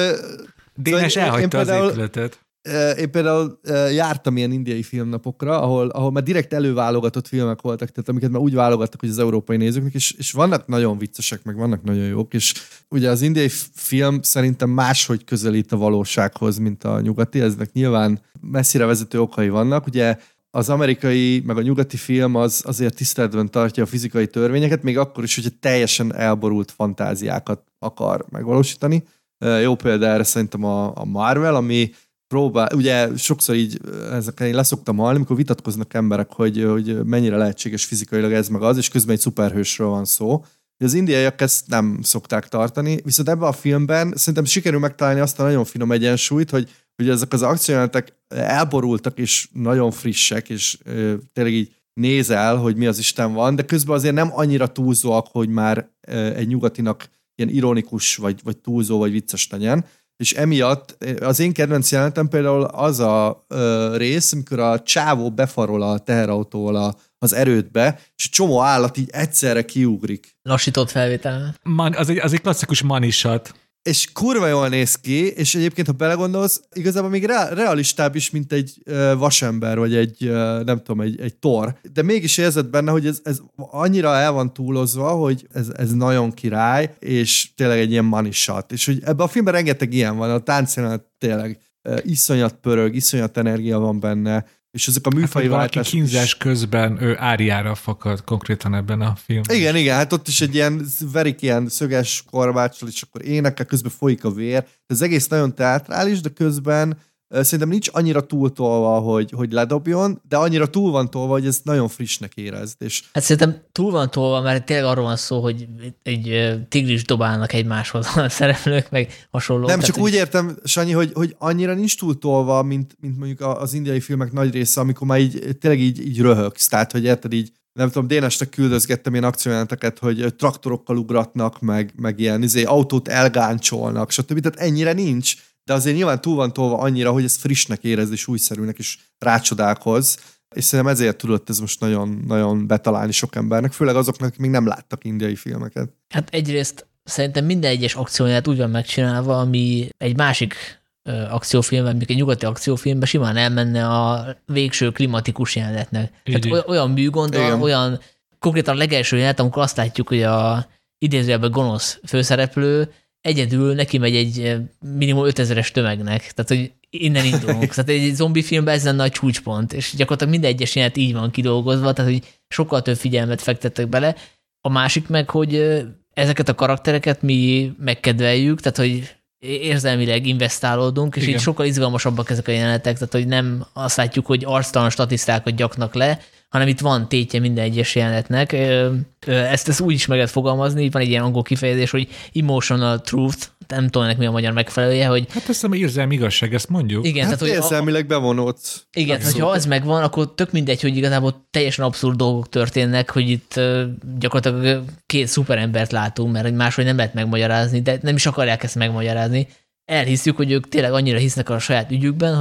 Dénes szóval elhagyta az például, épületet. Én például jártam ilyen indiai filmnapokra, ahol, ahol már direkt előválogatott filmek voltak, tehát amiket már úgy válogattak, hogy az európai nézőknek, és, és vannak nagyon viccesek, meg vannak nagyon jók, és ugye az indiai film szerintem máshogy közelít a valósághoz, mint a nyugati, eznek nyilván messzire vezető okai vannak, ugye az amerikai, meg a nyugati film az azért tiszteletben tartja a fizikai törvényeket, még akkor is, hogyha teljesen elborult fantáziákat akar megvalósítani. Jó példa erre szerintem a, a Marvel, ami próbál, ugye sokszor így ezeken én leszoktam hallani, amikor vitatkoznak emberek, hogy, hogy mennyire lehetséges fizikailag ez meg az, és közben egy szuperhősről van szó. Az indiaiak ezt nem szokták tartani, viszont ebben a filmben szerintem sikerül megtalálni azt a nagyon finom egyensúlyt, hogy, hogy ezek az akciójelenetek elborultak, és nagyon frissek, és ö, tényleg így nézel, hogy mi az Isten van, de közben azért nem annyira túlzóak, hogy már ö, egy nyugatinak ilyen ironikus, vagy, vagy túlzó, vagy vicces legyen. És emiatt az én kedvenc jelenetem például az a ö, rész, amikor a csávó befarol a teherautóval a, az erődbe, és csomó állat így egyszerre kiugrik. Lassított felvétel. Man, az, egy, az egy klasszikus manisat. És kurva jól néz ki, és egyébként, ha belegondolsz, igazából még re- realistább is, mint egy uh, vasember, vagy egy, uh, nem tudom, egy, egy tor. De mégis érzed benne, hogy ez, ez annyira el van túlozva, hogy ez, ez nagyon király, és tényleg egy ilyen money shot. És hogy ebben a filmben rengeteg ilyen van, a táncjelenet tényleg uh, iszonyat pörög, iszonyat energia van benne, és ezek a műfai hát, váltások valaki kínzás közben ő áriára fakad konkrétan ebben a filmben. Igen, igen, hát ott is egy ilyen verik ilyen szöges korbáccsal, és akkor énekel, közben folyik a vér. Ez egész nagyon teátrális, de közben uh, szerintem nincs annyira túltolva, hogy, hogy ledobjon, de annyira túl van tolva, hogy ez nagyon frissnek érezd. És... Hát szerintem túl van tolva, mert tényleg arról van szó, hogy egy uh, tigris dobálnak egymáshoz a szereplők, meg hasonló. Nem, tehát, csak úgy értem, Sanyi, hogy, hogy annyira nincs túl tolva, mint, mint mondjuk az indiai filmek nagy része, amikor már így, tényleg így, így röhögsz. Tehát, hogy érted így, nem tudom, Dénesnek küldözgettem ilyen akciójelenteket, hogy traktorokkal ugratnak, meg, meg ilyen izé, autót elgáncsolnak, stb. Tehát ennyire nincs, de azért nyilván túl van tolva annyira, hogy ez frissnek érezd, és újszerűnek, és rácsodálkozz. És szerintem ezért tudott ez most nagyon, nagyon betalálni sok embernek, főleg azoknak, akik még nem láttak indiai filmeket. Hát egyrészt szerintem minden egyes akcióját úgy van megcsinálva, ami egy másik ö, akciófilmben, mondjuk egy nyugati akciófilmben simán elmenne a végső klimatikus jelenetnek. Tehát olyan műgonddal, olyan konkrétan a legelső jelenet, amikor azt látjuk, hogy a idézőjelben gonosz főszereplő egyedül neki megy egy minimum ötezeres tömegnek. Tehát, hogy innen indulunk. Tehát egy zombi filmben ez lenne a csúcspont, és gyakorlatilag minden egyes jelenet így van kidolgozva, tehát, hogy sokkal több figyelmet fektettek bele. A másik meg, hogy ezeket a karaktereket mi megkedveljük, tehát, hogy érzelmileg investálódunk, és igen, így sokkal izgalmasabbak ezek a jelenetek, tehát, hogy nem azt látjuk, hogy arctalan statisztákat gyaknak le, hanem itt van tétje minden egyes jelenetnek. Ezt, ezt úgy is meg lehet fogalmazni, van egy ilyen angol kifejezés, hogy emotional truth, nem tudom ennek mi a magyar megfelelője, hogy... Hát ezt hiszem érzelmi igazság, ezt mondjuk. Igen, hát tehát, hogy érzelmileg bevonódsz. Igen, tehát, hogyha az megvan, akkor tök mindegy, hogy igazából teljesen abszurd dolgok történnek, hogy itt gyakorlatilag két szuperembert látunk, mert máshogy nem lehet megmagyarázni, de nem is akarják ezt megmagyarázni. Elhiszük, hogy ők tényleg annyira hisznek a saját ügyükben, hogy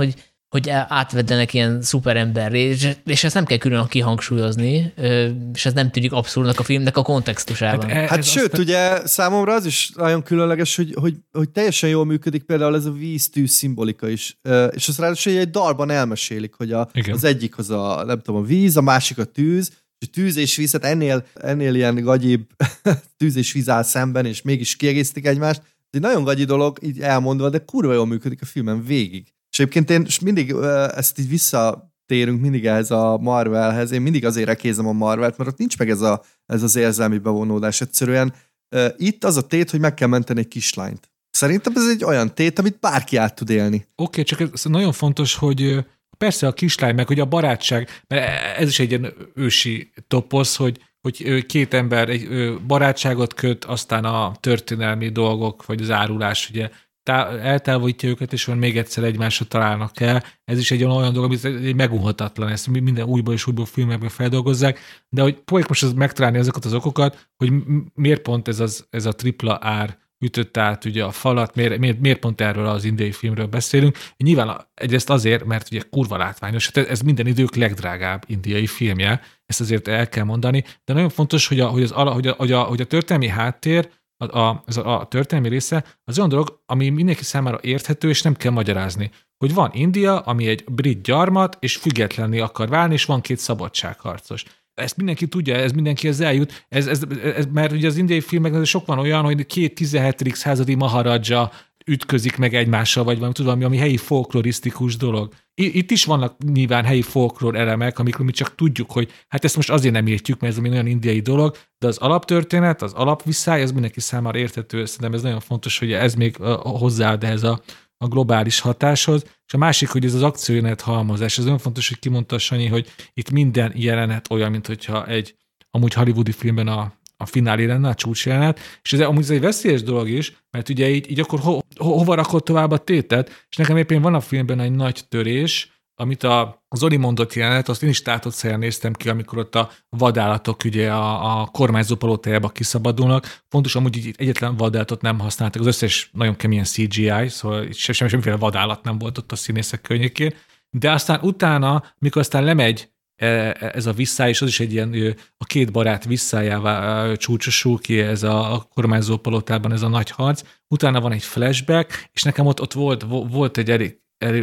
hogy átveddenek ilyen szuperemberré, és, és ezt nem kell külön kihangsúlyozni, és ez nem tűnik abszurdnak a filmnek a kontextusában. Hát, hát sőt, azt... ugye számomra az is nagyon különleges, hogy, hogy, hogy teljesen jól működik például ez a víz-tűz szimbolika is, és azt ráadásul egy dalban elmesélik, hogy a, az egyik az a, nem tudom, a víz, a másik a tűz, és tűz és víz, hát ennél, ennél ilyen gagyibb tűz és víz áll szemben, és mégis kiegészítik egymást. Ez egy nagyon gagyi dolog, így elmondva, de kurva jól működik a filmen végig. És egyébként én mindig ezt így visszatérünk mindig ehhez a Marvelhez, én mindig azért rekézem a Marvelt, mert ott nincs meg ez, a, ez az érzelmi bevonódás. Egyszerűen itt az a tét, hogy meg kell menteni egy kislányt. Szerintem ez egy olyan tét, amit bárki át tud élni. Oké, okay, csak ez nagyon fontos, hogy persze a kislány, meg hogy a barátság, mert ez is egy ilyen ősi toposz, hogy, hogy két ember egy barátságot köt, aztán a történelmi dolgok, vagy az árulás, ugye, eltávolítja őket, és van még egyszer egymásra találnak el. Ez is egy olyan dolog, ami megunhatatlan, ezt minden újból és újból filmekben feldolgozzák, de hogy próbáljuk most megtalálni azokat az okokat, hogy miért pont ez, az, ez a tripla ár ütött át ugye a falat, miért, miért, miért pont erről az indiai filmről beszélünk. Nyilván egyrészt azért, mert ugye kurva látványos, ez minden idők legdrágább indiai filmje, ezt azért el kell mondani, de nagyon fontos, hogy a, hogy az, hogy a, hogy a, hogy a történelmi háttér, A, a, a történelmi része az olyan dolog, ami mindenki számára érthető, és nem kell magyarázni. Hogy van India, ami egy brit gyarmat, és függetlenné akar válni, és van két szabadságharcos. Ezt mindenki tudja, ez mindenki ez eljut, ez, ez, ez, mert ugye az indiai filmekben sok van olyan, hogy két tizenhetedik századi maharadja ütközik meg egymással, vagy valami, tudom, ami helyi folklorisztikus dolog. Itt is vannak nyilván helyi folklór elemek, amikről mi csak tudjuk, hogy hát ezt most azért nem értjük, mert ez olyan indiai dolog, de az alaptörténet, az alapvisszály, ez mindenki számára érthető. Szerintem ez nagyon fontos, hogy ez még hozzáad ehhez a, a globális hatáshoz. És a másik, hogy ez az akciójelenet halmozás. Ez nagyon fontos, hogy kimondta a Sanyi, hogy itt minden jelenet olyan, mint hogyha egy amúgy hollywoodi filmben a a finálé lenne, a csúcsjelenet, és ez amúgy ez egy veszélyes dolog is, mert ugye így, így akkor ho, ho, hova rakod tovább a tétet, és nekem éppen van a filmben egy nagy törés, amit a Zoli mondott jelenet, azt én is tátott szájjal néztem ki, amikor ott a vadállatok ugye a, a kormányzó palótájába kiszabadulnak. Fontos amúgy így egyetlen vadállatot nem használtak, az összes nagyon keményen cé gé í, szóval sem, semmiféle vadállat nem volt ott a színészek környékén, de aztán utána, mikor aztán lemegy ez a visszáj, és az is egy ilyen, a két barát visszájává csúcsosul ki ez a kormányzó palotában ez a nagy harc. Utána van egy flashback, és nekem ott, ott volt, volt egy elég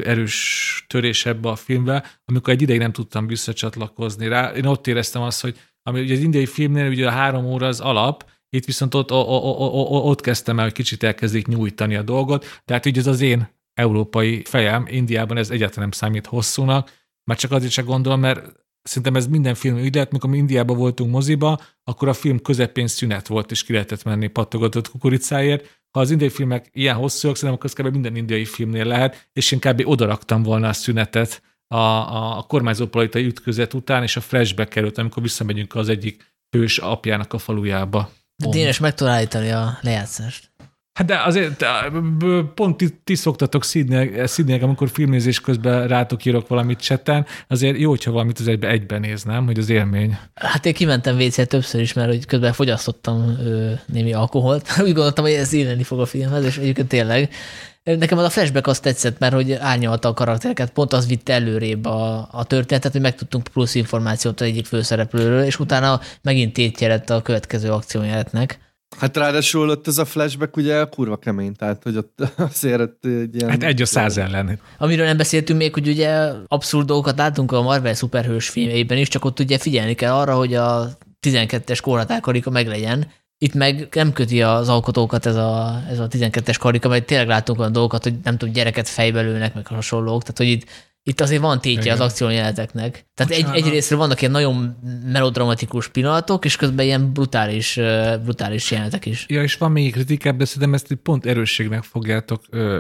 erős törés ebbe a filmbe, amikor egy ideig nem tudtam visszacsatlakozni rá. Én ott éreztem azt, hogy ami ugye az indiai filmnél ugye a három óra az alap, itt viszont ott, ott, ott, ott kezdtem el, hogy kicsit elkezdik nyújtani a dolgot, de hát ugye ez az én európai fejem, Indiában ez egyáltalán nem számít hosszúnak, már csak azért csak gondolom, mert szerintem ez minden film úgy lehet, mikor mi Indiában voltunk moziba, akkor a film közepén szünet volt, és ki lehetett menni pattogatott kukoricáért. Ha az indiai filmek ilyen hosszúak, szerintem akkor az kb. Minden indiai filmnél lehet, és én kb. Odaraktam volna a szünetet a, a, a kormányzó politikai ütközet után, és a flashback került, amikor visszamegyünk az egyik hős apjának a falujába. Dénes meg tud állítani a lejátszást. Hát de azért pont ti, ti szoktatok szídni, amikor filmnézés közben rátok írok valamit chatten, azért jó, hogyha valamit az egyben, egyben néznem, hogy az élmény. Hát én kimentem vécére többször is, mert hogy közben fogyasztottam ö, némi alkoholt. Úgy gondoltam, hogy ez illeni fog a filmhez, és egyébként tényleg. Nekem az a flashback azt tetszett, mert hogy árnyalta a karaktereket, pont az vitte előrébb a, a történetet, hogy megtudtunk plusz információt az egyik főszereplőről, és utána megint tétje lett a következő akciójelenetnek. Hát ráadásul ott ez a flashback ugye kurva kemény, tehát hogy ott azért egy ilyen... Hát egy a száz ellen. Amiről nem beszéltünk még, hogy ugye abszurd dolgokat látunk a Marvel szuperhős filmjeiben is, csak ott ugye figyelni kell arra, hogy a tizenkettes korhatár karika meglegyen. Itt meg nem köti az alkotókat ez a, ez a tizenkettes karika, mert tényleg látunk olyan dolgokat, hogy nem tudom, gyereket fejbe lőnek, meg hasonlók, tehát hogy itt Itt azért van tétje igen. az akciójeleneteknek. Tehát egy, egy részről vannak ilyen nagyon melodramatikus pillanatok, és közben ilyen brutális, brutális jelenetek is. Ja, és van még kritikát, de szerintem ezt pont erősségnek fogjátok,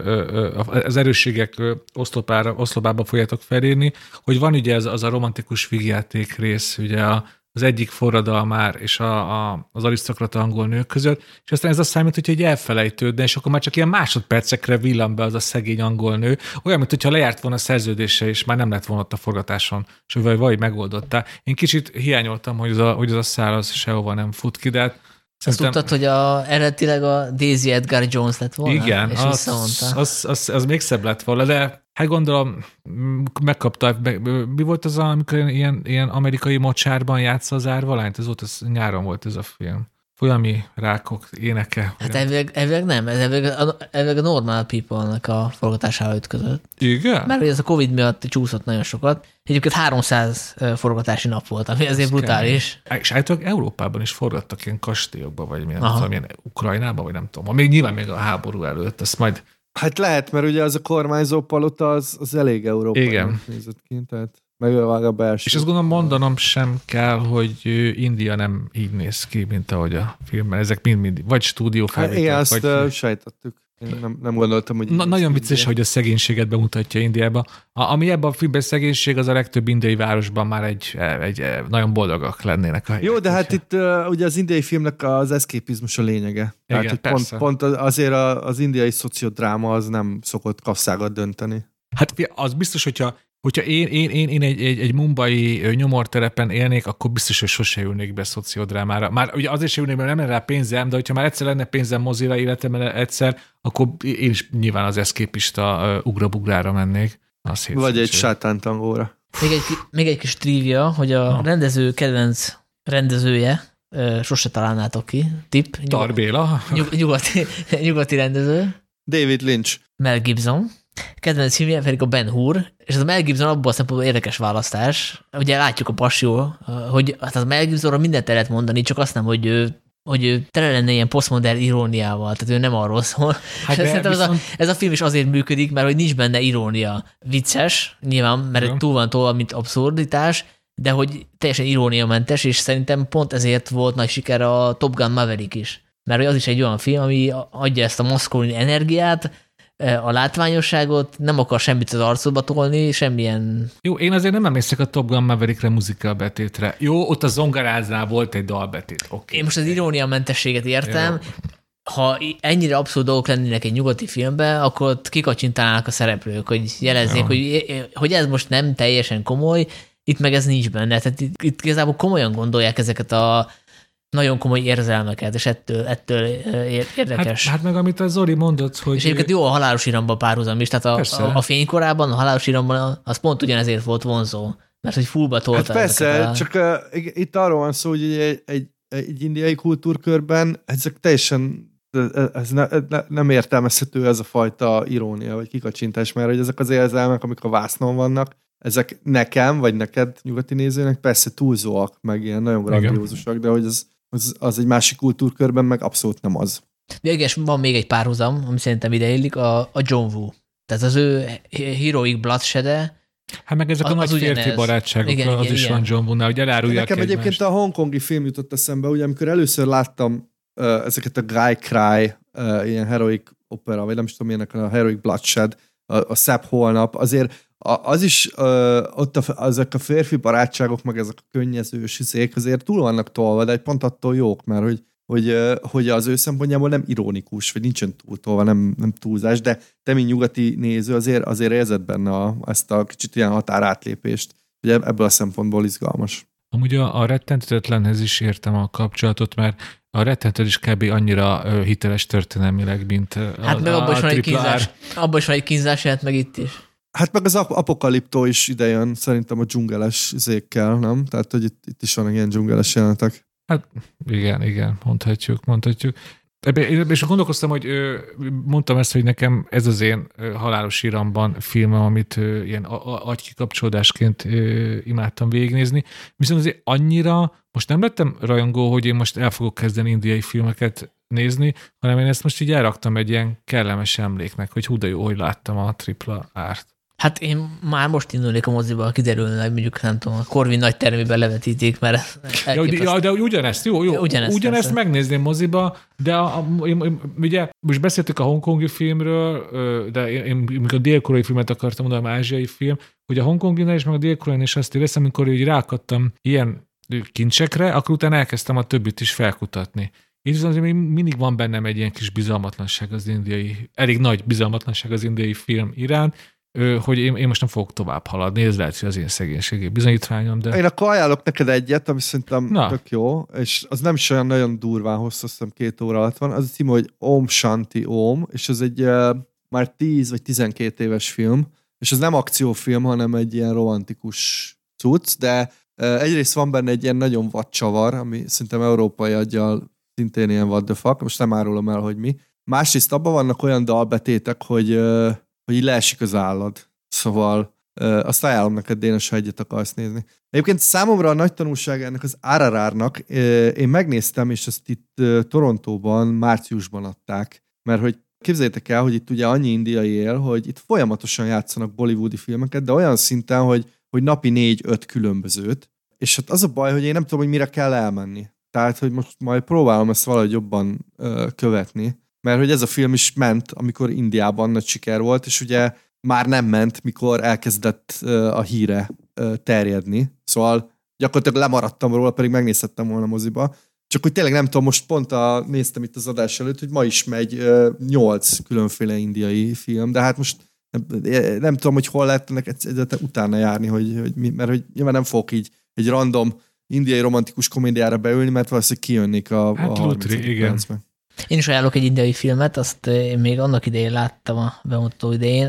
az erősségek oszlopára, oszlopába fogjátok felírni, hogy van ugye az, az a romantikus vígjáték rész, ugye a az egyik forradalmár és a, a, az arisztokrata angol nők között, és aztán ez azt számít, hogy egy elfelejtődne, és akkor már csak ilyen másodpercekre villan be az a szegény angol nő, olyan, mint hogyha lejárt volna a szerződése, és már nem lett volna ott a forgatáson, és vagy vagy megoldottál. Én kicsit hiányoltam, hogy az a, hogy az a szál az sehova nem fut ki, de hát azt tudtad, hogy a, eredetileg a Daisy Edgar Jones lett volna? Igen, és az, az, az, az, az még szebb lett volna, de Hát gondolom, megkapta, mi volt az, amikor ilyen, ilyen amerikai mocsárban játsza az árvalányt? Ez volt, az nyáron volt ez a film. Folyami rákok éneke. Hát elvileg, elvileg nem, ez elvileg a, elvileg a Normal People-nak a forgatására ütközött. Igen? Mert ez a Covid miatt csúszott nagyon sokat. Egyébként háromszáz forgatási nap volt, ami azért brutális. Kell. És általában Európában is forgattak ilyen kastélyokba, vagy milyen, tudom, ilyen Ukrajnába, vagy nem tudom. Még nyilván még a háború előtt, ezt majd... Hát lehet, mert ugye az a kormányzó palota az, az elég európai nézett ki, tehát megölvág a belső. És azt gondolom mondanom sem kell, hogy India nem így néz ki, mint ahogy a filmben. Ezek mind-mind, vagy stúdiófelvételek. Hát igen, azt vagy... sejtettük. Én nem, nem gondoltam, hogy... Na, nagyon vicces, India. Hogy a szegénységet bemutatja Indiába. A, ami ebben a filmben szegénység, az a legtöbb indiai városban már egy, egy, egy nagyon boldogak lennének. A helyek. Jó, de hát itt uh, ugye az indiai filmnek az eszképizmus a lényege. Igen, tehát pont, pont azért az indiai szociodráma az nem szokott kasszágat dönteni. Hát az biztos, hogyha Hogyha én, én, én, én egy, egy, egy mumbai nyomorterepen élnék, akkor biztos, hogy sose ülnék be szociodrámára. Már ugye azért sem ülnék, mert nem lenne rá pénzem, de hogyha már egyszer lenne pénzem mozira életemben egyszer, akkor én is nyilván az eszképista uh, ugrabugrára mennék. Azt Vagy egy sátántangóra. Még egy, még egy kis trivia, hogy a no. rendező kedvenc rendezője, uh, sose találnátok ki, tipp. Tarbéla. Nyug, nyugati, nyugati rendező. David Lynch. Mel Gibson. Kedvenc filmje pedig a Ben Hur, és az a Mel Gibson abból a szempontból érdekes választás. Ugye látjuk a Passió, hogy hát az Mel Gibsonra mindent lehet mondani, csak azt nem, hogy ő, hogy ő tele lenne ilyen posztmodern iróniával, tehát ő nem arról szól. Hát szerintem viszont... ez, a, ez a film is azért működik, mert hogy nincs benne irónia. Vicces, nyilván, mert ja. túl van tolva, mint abszurditás, de hogy teljesen iróniamentes, és szerintem pont ezért volt nagy siker a Top Gun Maverick is. Mert az is egy olyan film, ami adja ezt a maszkulin energiát, a látványosságot, nem akar semmit az arcodba tolni, semmilyen... Jó, én azért nem emlékszek a Top Gun Maverickre muzikál betétre. Jó, ott a zongoráznál volt egy dalbetét. Okay. Én most az iróniamentességet értem. Jó. Ha ennyire abszurd dolgok lennének egy nyugati filmben, akkor ott kikacsintanának a szereplők, hogy jelezzék, hogy, hogy ez most nem teljesen komoly, itt meg ez nincs benne. Tehát itt, itt igazából komolyan gondolják ezeket a nagyon komoly érzelmeket, és ettől, ettől érdekes. Hát, hát meg amit a Zoli mondott, hogy... És egyébként jó a Halálos Iramban párhuzam is, tehát a, a, a fénykorában, a Halálos Iramban az pont ugyanezért volt vonzó, mert hogy fullba tolta. Hát persze, a... csak uh, itt arról van szó, hogy egy, egy, egy indiai kultúrkörben ezek teljesen ez ne, ne, nem értelmezhető ez a fajta irónia, vagy kikacsintás, mert hogy ezek az érzelmek, amik a vásznon vannak, ezek nekem, vagy neked nyugati nézőnek persze túlzóak, meg ilyen nagyon grandiózusak, de hogy az Az, az egy másik kultúrkörben meg abszolút nem az. Végül van még egy párhuzam, ami szerintem ide illik, a, a John Woo. Tehát az ő Heroic Bloodshed-e. Hát meg ezek az, a nagy férfi barátságok, igen, az igen, is igen. Van John Woo-nál, hogy elárulják Nekem egymást. Egyébként a hongkongi film jutott eszembe, ugye amikor először láttam uh, ezeket a Guy Cry, uh, ilyen heroic opera, vagy nem is tudom, ilyenek a Heroic Bloodshed, a, a Szebb holnap, azért az is, uh, ott a, ezek a férfi barátságok, meg ezek a könnyezős izék azért túl vannak tolva, de pont attól jók, mert hogy, hogy, uh, hogy az ő szempontjából nem ironikus, vagy nincsen túl tolva, nem, nem túlzás, de te, mint nyugati néző, azért, azért érzed benne a, ezt a kicsit ilyen határátlépést, hogy ebből a szempontból izgalmas. Amúgy a, a rettenthetetlenhez is értem a kapcsolatot, mert a rettenthetet is kb. Annyira uh, hiteles történelmileg, mint a, hát meg a, abban is van egy kínzás, R. abban is van egy kínzás, jelent meg itt is. Hát meg az apokaliptó is idejön, szerintem a dzsungeles zékkel, nem? Tehát, hogy itt, itt is vannak ilyen dzsungeles jelenetek. Hát igen, igen, mondhatjuk, mondhatjuk. Ebben, és gondolkoztam, hogy mondtam ezt, hogy nekem ez az én Halálos Iramban filmem, amit ilyen agykikapcsolódásként imádtam végignézni. Viszont azért annyira, most nem lettem rajongó, hogy én most el fogok kezdeni indiai filmeket nézni, hanem én ezt most így elraktam egy ilyen kellemes emléknek, hogy hú de jó, hogy láttam a tripla árt. Hát én már most indulnék a moziba, kiderülne, hogy mondjuk nem tudom, a Corvin nagy termében levetítik, mert ja, de ugyanezt, jó, jó. Ugyanezt, ugyanezt megnézném moziba, de a, a, én, ugye most beszéltük a hongkongi filmről, de én, én a dél-koreai filmet akartam mondani, a ázsiai film, hogy a hongkonginál is, meg a dél-koreán is azt éreztem, amikor így rákattam ilyen kincsekre, akkor utána elkezdtem a többit is felkutatni. Így viszont mindig van bennem egy ilyen kis bizalmatlanság az indiai, elég nagy bizalmatlanság az indiai film iránt, hogy én, én most nem fogok tovább haladni, ez lehet, hogy az én szegénységi bizonyítványom, de... Én akkor ajánlok neked egyet, ami szerintem Na. tök jó, és az nem is olyan nagyon durván hosszú, azt hiszem két óra alatt van, az a cím, hogy Om Shanti Om, és ez egy uh, már tíz vagy tizenkét éves film, és ez nem akciófilm, hanem egy ilyen romantikus cucc, de egyrészt van benne egy ilyen nagyon vad csavar, ami szerintem európai aggyal szintén ilyen what the fuck, most nem árulom el, hogy mi. Másrészt abban vannak olyan dalbetétek, hogy, hogy így leesik az állad. Szóval azt ajánlom neked, Dénes, ha egyet akarsz nézni. Egyébként számomra a nagy tanulság ennek az er er er-nak, én megnéztem, és ezt itt Torontóban márciusban adták, mert hogy képzeljétek el, hogy itt ugye annyi indiai él, hogy itt folyamatosan játszanak bollywoodi filmeket, de olyan szinten, hogy, hogy napi négy-öt különbözőt, és hát az a baj, hogy én nem tudom, hogy mire kell elmenni. Tehát, hogy most majd próbálom ezt valahogy jobban ö, követni, mert hogy ez a film is ment, amikor Indiában nagy siker volt, és ugye már nem ment, mikor elkezdett ö, a híre ö, terjedni. Szóval gyakorlatilag lemaradtam róla, pedig megnézhettem volna moziba. Csak hogy tényleg nem tudom, most pont a, néztem itt az adás előtt, hogy ma is megy ö, nyolc különféle indiai film, de hát most nem, nem tudom, hogy hol lehet ennek egyáltalán utána járni, hogy, hogy mi, mert hogy nyilván nem fogok így egy random indiai romantikus komédiára beülni, mert valószínűleg kijönnék a, hát a harminc percben. Én is ajánlok egy indiai filmet, azt én még annak idején láttam a bemutató idején.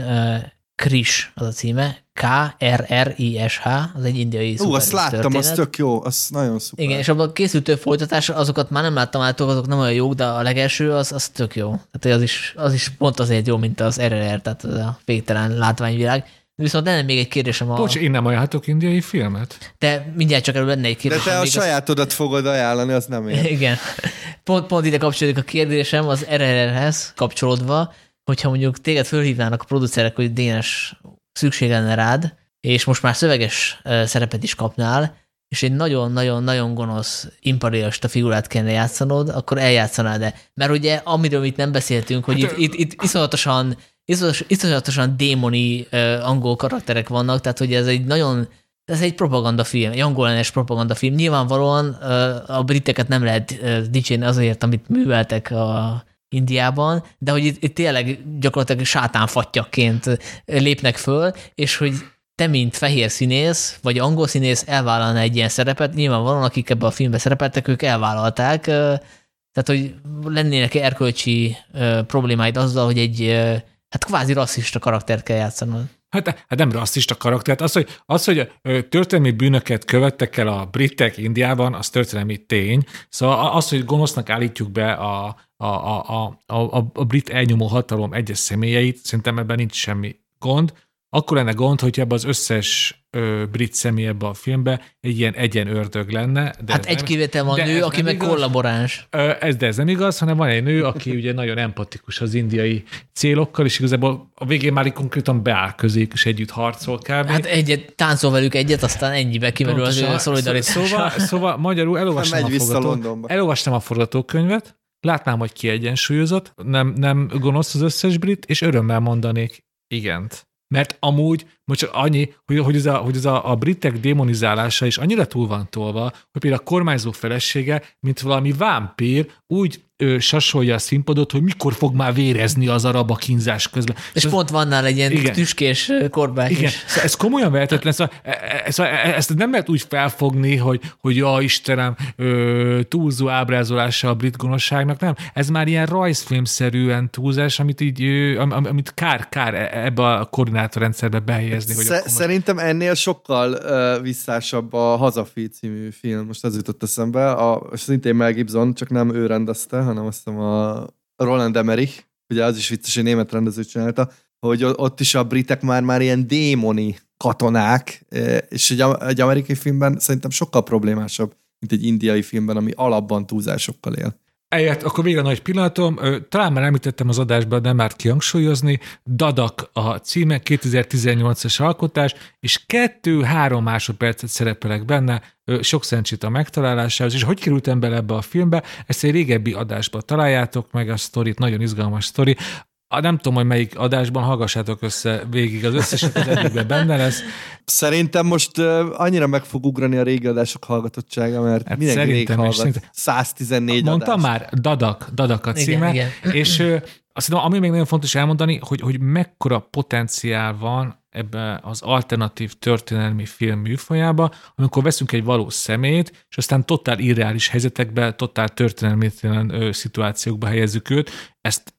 Krish az a címe, K R R I S H, az egy indiai Ú, azt láttam, történet. az tök jó, az nagyon szuper. Igen, és abban készült több folytatás, azokat már nem láttam által, azok nem olyan jók, de a legelső az, az tök jó. Tehát az is, az is pont azért jó, mint az er er er, tehát a végtelen látványvilág. Viszont lenne még egy kérdésem. A... Bocs, én nem ajánlhatok indiai filmet? De mindjárt csak előbb lenne egy kérdésem. De te a még sajátodat az... fogod ajánlani, az nem ér. Igen. Pont, pont ide kapcsolódik a kérdésem az er er er-hez kapcsolódva, hogyha mondjuk téged fölhívnának a producerek, hogy Dénes, szükség lenne rád, és most már szöveges szerepet is kapnál, és egy nagyon-nagyon-nagyon gonosz imperialista figurát kellene játszanod, akkor eljátszanád de. Mert ugye, amiről itt nem beszéltünk, hogy hát, itt, itt, itt iszonyatosan, iszonyatosan démoni uh, angol karakterek vannak, tehát hogy ez egy nagyon, ez egy propagandafilm, egy angol-ellenes propagandafilm. Nyilvánvalóan uh, a briteket nem lehet uh, dicsérni azért, amit műveltek a Indiában, de hogy itt, itt tényleg gyakorlatilag sátánfattyakként lépnek föl, és hogy te, mint fehér színész, vagy angol színész elvállalna egy ilyen szerepet, nyilvánvalóan akik ebben a filmben szerepeltek, ők elvállalták, tehát hogy lennének erkölcsi problémáid azzal, hogy egy hát kvázi rasszista karaktert kell játszanod. Hát, hát nem rasszista karaktert. Az, hogy, az, hogy történelmi bűnöket követtek el a britek Indiában, az történelmi tény. Szóval az, hogy gonosznak állítjuk be a, a, a, a, a, a brit elnyomó hatalom egyes személyeit, szerintem ebben nincs semmi gond. Akkor lenne gond, hogyha ebben az összes ö, brit személy ebben a filmben egy ilyen egyen ördög lenne. De hát egy kivétel van nő, aki meg igaz. Kollaboráns. Ö, ez, de ez nem igaz, hanem van egy nő, aki ugye nagyon empatikus az indiai célokkal, és igazából a végén már konkrétan beáll közéjük, és együtt harcol kb. Hát egyet, táncol velük egyet, aztán ennyibe kimerül az ő szolidaritása. Szóval, szóval magyarul elolvastam a, forgató, elolvastam a forgatókönyvet, látnám, hogy kiegyensúlyozott, nem, nem gonosz az összes brit, és örömmel mondanék igent. Mert amúgy, most csak annyi, hogy, hogy, ez, a, hogy ez a, a britek démonizálása is annyira túl van tolva, hogy például a kormányzó felesége, mint valami vámpír, úgy ö, sasolja a színpadot, hogy mikor fog már vérezni az arab a kínzás közben. És ez, pont van nála egy ilyen igen, tüskés korbák igen, is. Szóval ez komolyan vehetetlen, szóval ezt, ezt nem lehet úgy felfogni, hogy, hogy ja, Istenem, ö, túlzó ábrázolása a brit gonoszságnak, nem. Ez már ilyen rajzfilmszerűen túlzás, amit így, ö, amit kár, kár ebbe a koordinátorrendszerbe behelyezni. Hogy Sze- szerintem ennél sokkal uh, visszásabb a Hazafi című film, most ez jutott eszembe, a, szintén Mel Gibson, csak nem ő rendezte, hanem azt hiszem a Roland Emmerich, ugye az is vicces, hogy német rendező csinálta, hogy ott is a britek már, már ilyen démoni katonák, és egy, egy amerikai filmben szerintem sokkal problémásabb, mint egy indiai filmben, ami alapban túlzásokkal él. Eljött, akkor végre nagy pillanatom, talán már említettem az adásban, de már kihangsúlyozni, Dadak a címe, kétezer-tizennyolcas alkotás, és kettő-három másodpercet szerepelek benne, sok szerencsét a megtalálásához, és hogy kerültem bele ebbe a filmbe, ezt egy régebbi adásban találjátok meg a sztorit, nagyon izgalmas sztori. Nem tudom, hogy melyik adásban, hallgassátok össze végig az összeset, az egyikben benne lesz. Szerintem most uh, annyira meg fog ugrani a régi adások hallgatottsága, mert hát mindenki rég hallgat. Szerintem. száz tizennégy Mondtam adás. már, Dadak, Dadak a címe, igen, igen. És uh, azt hiszem, ami még nagyon fontos elmondani, hogy, hogy mekkora potenciál van ebbe az alternatív történelmi film műfajába, amikor veszünk egy valós szemét, és aztán totál irreális helyzetekbe, totál történelmi szituációkba helyezzük őt. Ezt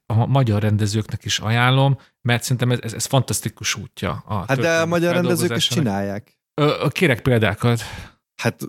a magyar rendezőknek is ajánlom, mert szerintem ez, ez, ez fantasztikus útja. A hát de a magyar rendezők is csinálják. Ö, kérek példákat. Hát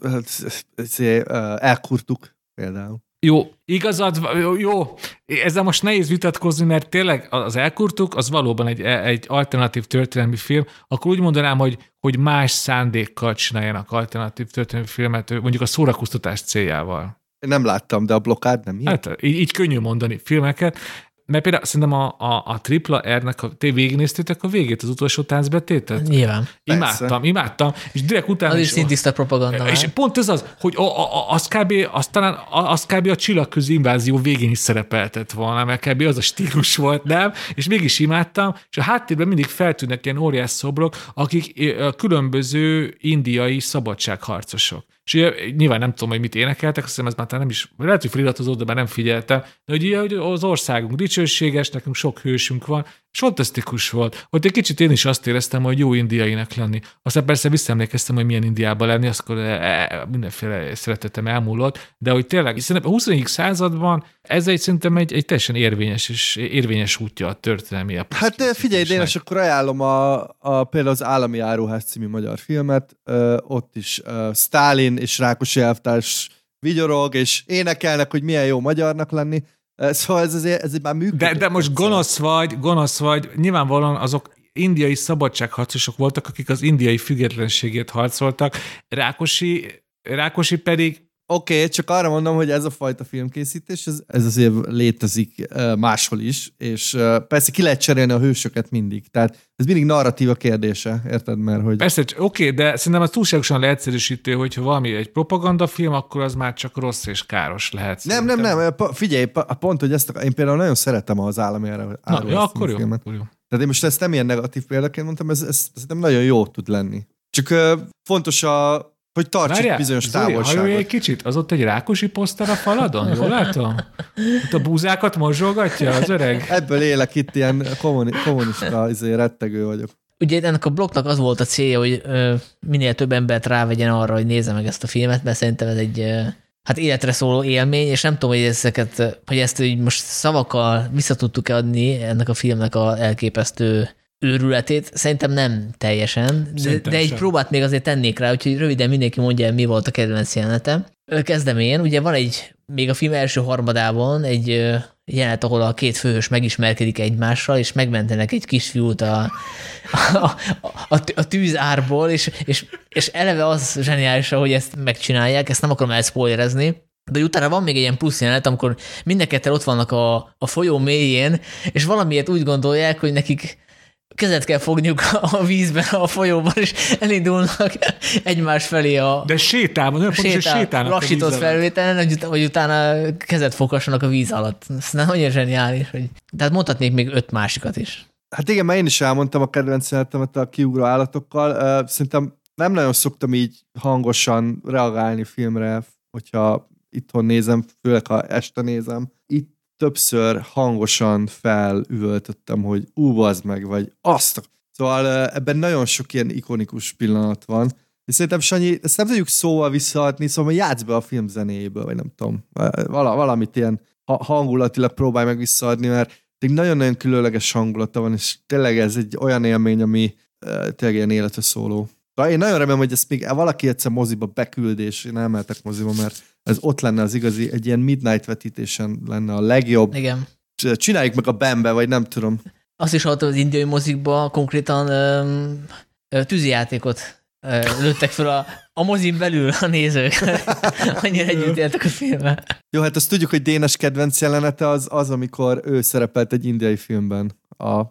elkurtuk például. Jó, igazad, jó, ezzel most nehéz vitatkozni, mert tényleg az elkurtuk, az valóban egy, egy alternatív történelmi film, akkor úgy mondanám, hogy, hogy más szándékkal csináljanak alternatív történelmi filmet, mondjuk a szórakoztatás céljával. Nem láttam, de a blokkád nem ilyen? Hát így, így könnyű mondani filmeket, mert például szerintem a, a, a tripla R-nek, a, te végignéztétek a végét, az utolsó táncbetétet? Nyilván. Imádtam, Persze. imádtam, és direkt utána az is is... szintiszta propaganda. És pont ez az, hogy a, a, az kb. Az talán az kb. A csillagközi invázió végén is szerepeltett volna, mert kb. Az a stílus volt, nem? És mégis imádtam, és a háttérben mindig feltűnnek ilyen óriás szobrok, akik különböző indiai szabadságharcosok. És ugye, nyilván nem tudom, hogy mit énekeltek, azt hiszem ez már nem is, lehet, hogy feliratozott, de már nem figyeltem, de hogy, ugye, hogy az országunk dicsőséges, nekünk sok hősünk van, és fantasztikus volt. Hogy egy kicsit én is azt éreztem, hogy jó indiainak lenni. Aztán persze visszaemlékeztem, hogy milyen Indiában lenni, akkor mindenféle szeretetem elmúlott, de hogy tényleg, szerintem a huszonegyedik században ez egy szerintem egy, egy teljesen érvényes és érvényes útja a történelmi eposz. Hát figyelj, Dénes, akkor ajánlom a, a, például az Állami Áruház című magyar filmet, ö, ott is ö, Sztálin és Rákosi elvtárs vigyorog, és énekelnek, hogy milyen jó magyarnak lenni. Szóval ez, azért, ez már működik. De, de most gonosz vagy, gonosz vagy, nyilvánvalóan azok indiai szabadságharcosok voltak, akik az indiai függetlenségét harcoltak. Rákosi, Rákosi pedig... Oké, okay, csak arra mondom, hogy ez a fajta filmkészítés, ez, ez azért létezik máshol is, és persze ki lehet cserélni a hősöket mindig. Tehát ez mindig narratíva kérdése, érted? Mert hogy... Persze, oké, okay, de szerintem az túlságosan leegyszerűsítő, hogyha valami egy propagandafilm, akkor az már csak rossz és káros lehet. Nem, nem, nem, figyelj, pont, hogy ezt, én például nagyon szeretem az Állami Áruház Na, ja, akkor jó, filmet. akkor jó. Tehát én most ezt nem ilyen negatív példaként mondtam, ez, ez szerintem nagyon jó tud lenni. Csak uh, fontos a hogy tartsuk Várjál, bizonyos Zoli, távolságot. Hajolj egy kicsit, az ott egy Rákosi poszter a faladon, jól látom? Itt a búzákat morzsolgatja az öreg? Ebből élek itt, ilyen kommuni, kommunista izé, rettegő vagyok. Ugye ennek a blokknak az volt a célja, hogy ö, minél több embert rávegyen arra, hogy nézze meg ezt a filmet, mert szerintem ez egy ö, hát életre szóló élmény, és nem tudom, hogy ezeket, hogy ezt így most szavakkal vissza tudtuk adni ennek a filmnek a elképesztő őrületét. Szerintem nem teljesen, de, de egy próbát még azért tennék rá, úgyhogy röviden mindenki mondja el, mi volt a kedvenc jelenetem. Kezdem én, ugye van egy, még a film első harmadában egy jelenet, ahol a két főhős megismerkedik egymással, és megmentenek egy kisfiút a, a, a, a tűzárból, és, és, és eleve az zseniális, hogy ezt megcsinálják, ezt nem akarom elszpoilerezni, de utána van még egy ilyen plusz jelenet, amikor mindenketten ott vannak a, a folyó mélyén, és valamiért úgy gondolják, hogy nekik kezet kell fogniuk a vízben, a folyóban, és elindulnak egymás felé a... De sétálban, olyan sétál, fontos, hogy sétálnak lassított felvételen, hogy utána kezet foghassanak a víz alatt. Ez nem olyan zseniális. Hogy... Tehát mondhatnék még öt másikat is. Hát igen, mert én is elmondtam a kedvenc jelenetemet a kiugró állatokkal. Szerintem nem nagyon szoktam így hangosan reagálni filmre, hogyha itthon nézem, főleg ha este nézem. Itt többször hangosan felüvöltöttem, hogy ú, bazd meg, vagy azt. Szóval ebben nagyon sok ilyen ikonikus pillanat van. És szerintem, Sanyi, ezt nem tudjuk szóval visszaadni, szóval játsz be a film zenéjéből, vagy nem tudom, vala, valamit ilyen hangulatilag próbálj meg visszaadni, mert nagyon-nagyon különleges hangulata van, és tényleg ez egy olyan élmény, ami tényleg ilyen életre szóló. Én nagyon remélem, hogy ezt még valaki egyszer moziba beküld, és én elmehetek moziba, mert ez ott lenne az igazi, egy ilyen midnight vetítésen lenne a legjobb. Igen. Csináljuk meg a Bembe, vagy nem tudom. Azt is hallottam, az indiai mozikba konkrétan öm, ö, tűzijátékot ö, lőttek fel a, a mozin belül a nézők. Annyira együtt éltek a filmmel. Jó, hát azt tudjuk, hogy Dénes kedvenc jelenete az, az amikor ő szerepelt egy indiai filmben. A...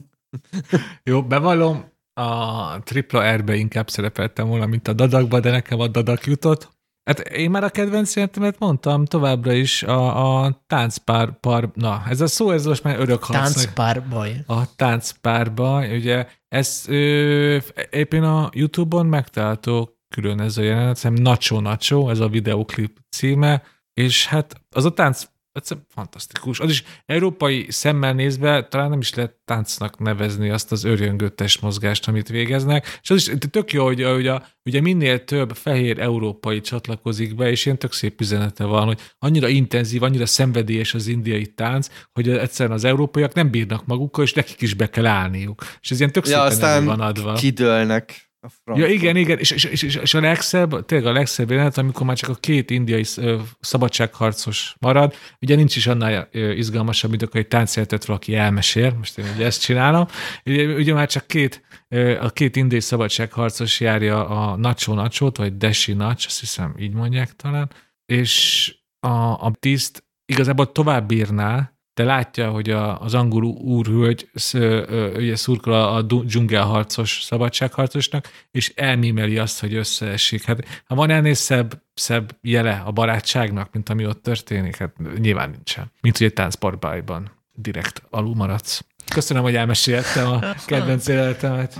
Jó, bevallom, a tripla R-be inkább szerepeltem volna, mint a Dadakba, de nekem a Dadak jutott. Hát én már a kedvenc jelentemet mondtam továbbra is, a, a táncpár, par, na, ez a szó, ez most már örök harc. Táncpárbaj. A táncpárbaj, ugye, ez ö, éppen a YouTube-on megtalálható külön ez a jelenet, szerintem Nacho Nacho, ez a videóklip címe, és hát az a tánc egyszerűen fantasztikus. Az is európai szemmel nézve talán nem is lehet táncnak nevezni azt az örjöngő testmozgást, amit végeznek, és az is tök jó, hogy ugye, ugye minél több fehér európai csatlakozik be, és ilyen tök szép üzenete van, hogy annyira intenzív, annyira szenvedélyes az indiai tánc, hogy egyszerűen az európaiak nem bírnak magukkal, és nekik is be kell állniuk. És ez ilyen tök ja, szépen elő van adva. Kidőlnek. Ja, igen, igen, és, és, és, és a legszebb, tényleg a legszebb jelenet, amikor már csak a két indiai szabadságharcos marad, ugye nincs is annál izgalmasabb, mint akkor egy táncjelenetet valaki elmesél, most én ugye ezt csinálom, ugye már csak két, a két indiai szabadságharcos járja a Nacho Nachot, vagy Deshi Nach, azt hiszem így mondják talán, és a, a tiszt igazából tovább bírná, de látja, hogy a, az angol úrhölgy ugye szurkol a, a dzsungelharcos szabadságharcosnak, és elmímeli azt, hogy összeesik. Hát ha van ennél szebb, szebb jele a barátságnak, mint ami ott történik, hát nyilván nincsen. Mint hogy egy táncparkban direkt alul maradsz. Köszönöm, hogy elmeséltem a kedvenc életemet.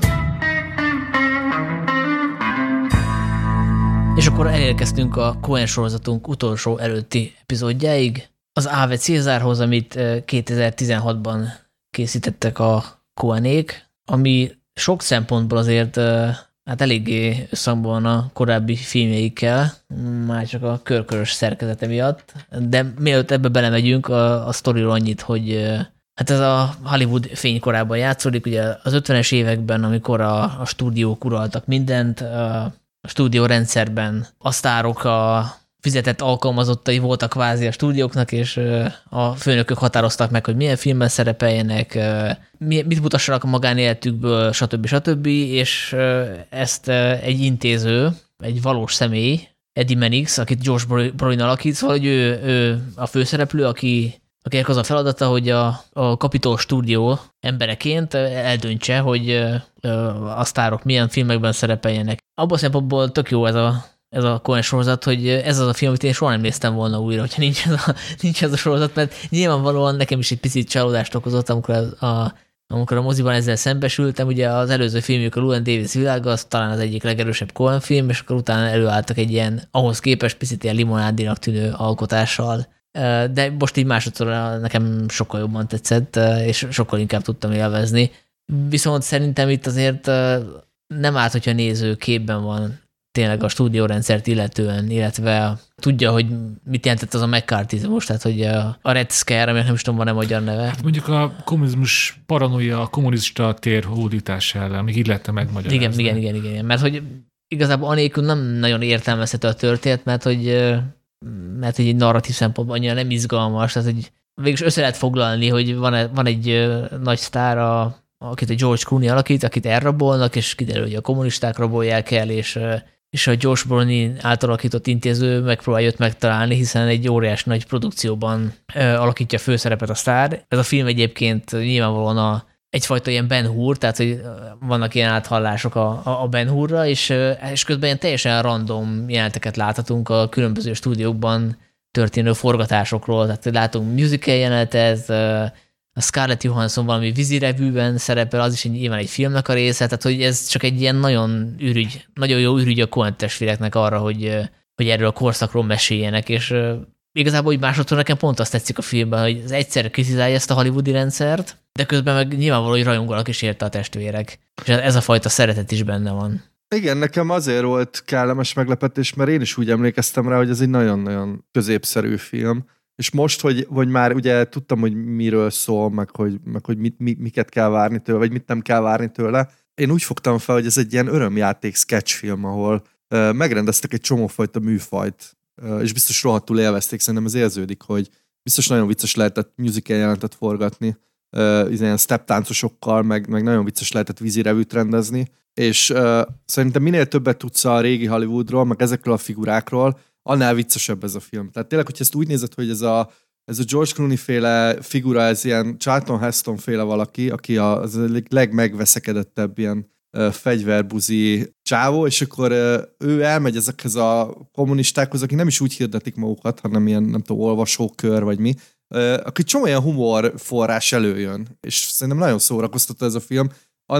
És akkor elérkeztünk a Coen sorozatunk utolsó előtti epizódjáig, az Ave Cézárhoz, amit kétezer-tizenhatban készítettek a Coenék, ami sok szempontból azért hát eléggé összhangban van a korábbi filmjeikkel, már csak a körkörös szerkezete miatt, de mielőtt ebbe belemegyünk, a, a sztoriról annyit, hogy hát ez a Hollywood fénykorában játszódik, ugye az ötvenes években, amikor a, a stúdiók uraltak mindent, a stúdiórendszerben a sztárok a fizetett alkalmazottai voltak kvázi a stúdióknak, és a főnökök határoztak meg, hogy milyen filmben szerepeljenek, mit mutassanak a magánéletükből, stb. stb. És ezt egy intéző, egy valós személy, Eddie Mannix, akit Josh Brolin alakít, szóval hogy ő, ő a főszereplő, aki, akinek az a feladata, hogy a, a Capitol stúdió embereként eldöntse, hogy a sztárok milyen filmekben szerepeljenek. Abban a szempontból tök jó ez a ez a Coen sorozat, hogy ez az a film, amit én soha nem néztem volna újra, hogyha nincs ez a, nincs ez a sorozat, mert nyilvánvalóan nekem is egy picit csalódást okozott, amikor a, a, amikor a moziban ezzel szembesültem, ugye az előző filmjük a Llewyn Davis világa, az talán az egyik legerősebb Coen film, és akkor utána előálltak egy ilyen, ahhoz képest picit ilyen limonádinak tűnő alkotással, de most így másodszor nekem sokkal jobban tetszett, és sokkal inkább tudtam élvezni. Viszont szerintem itt azért nem árt, hogyha néző képben van tényleg a stúdiórendszert illetően, illetve tudja, hogy mit jelentett az a McCarthyzmus, tehát hogy a Red Scare, aminek nem is tudom, van-e magyar neve. Hát mondjuk a kommunizmus paranoia, a kommunista tér hódítása ellen, még így lehetne megmagyarázni. Igen, igen, igen, igen, mert hogy igazából anélkül nem nagyon értelmezhető a történet, mert hogy, mert hogy egy narratív szempontból annyira nem izgalmas, tehát hogy végülis össze lehet foglalni, hogy van, van egy nagy sztár, a, akit a George Clooney alakít, akit elrabolnak, és kiderül, hogy a kommunisták rabolják el, és és a Josh Brolin által alakított intéző megpróbálja őt megtalálni, hiszen egy óriás nagy produkcióban ö, alakítja főszerepet a sztár. Ez a film egyébként nyilvánvalóan a, egyfajta ilyen Ben Hur, tehát hogy vannak ilyen áthallások a, a Ben Hurra, és, és közben ilyen teljesen random jeleneteket láthatunk a különböző stúdiókban történő forgatásokról, tehát látunk musical jelenetet, a Scarlett Johansson valami vízirevűben szerepel, az is egy, nyilván egy filmnek a része, tehát hogy ez csak egy ilyen nagyon ürügy, nagyon jó ürügy a Coen testvéreknek arra, hogy, hogy erről a korszakról meséljenek, és igazából úgy másodszor nekem pont azt tetszik a filmben, hogy az egyszerre kritizálja ezt a hollywoodi rendszert, de közben meg nyilvánvaló, hogy rajonganak is érte a testvérek, és ez a fajta szeretet is benne van. Igen, nekem azért volt kellemes meglepetés, mert én is úgy emlékeztem rá, hogy ez egy nagyon-nagyon középszerű film. És most, hogy, hogy már ugye tudtam, hogy miről szól, meg hogy, meg hogy mit, mit, miket kell várni tőle, vagy mit nem kell várni tőle, én úgy fogtam fel, hogy ez egy ilyen örömjáték sketchfilm, ahol uh, megrendeztek egy csomófajta műfajt, uh, és biztos rohadtul élvezték, szerintem ez érződik, hogy biztos nagyon vicces lehetett musical jelentet forgatni, uh, ilyen step táncosokkal, meg, meg nagyon vicces lehetett vízirevűt rendezni, és uh, szerintem minél többet tudsz a régi Hollywoodról, meg ezekről a figurákról, annál viccesebb ez a film. Tehát tényleg, hogy ezt úgy nézed, hogy ez a, ez a George Clooney féle figura, ez ilyen Charlton Heston féle valaki, aki a, az a legmegveszekedettebb ilyen uh, fegyverbuzi csávó, és akkor uh, ő elmegy ezekhez a kommunistákhoz, akik nem is úgy hirdetik magukat, hanem ilyen, nem tudom, olvasókör, vagy mi, uh, aki csomó ilyen humor forrás előjön, és szerintem nagyon szórakoztató ez a film. Annak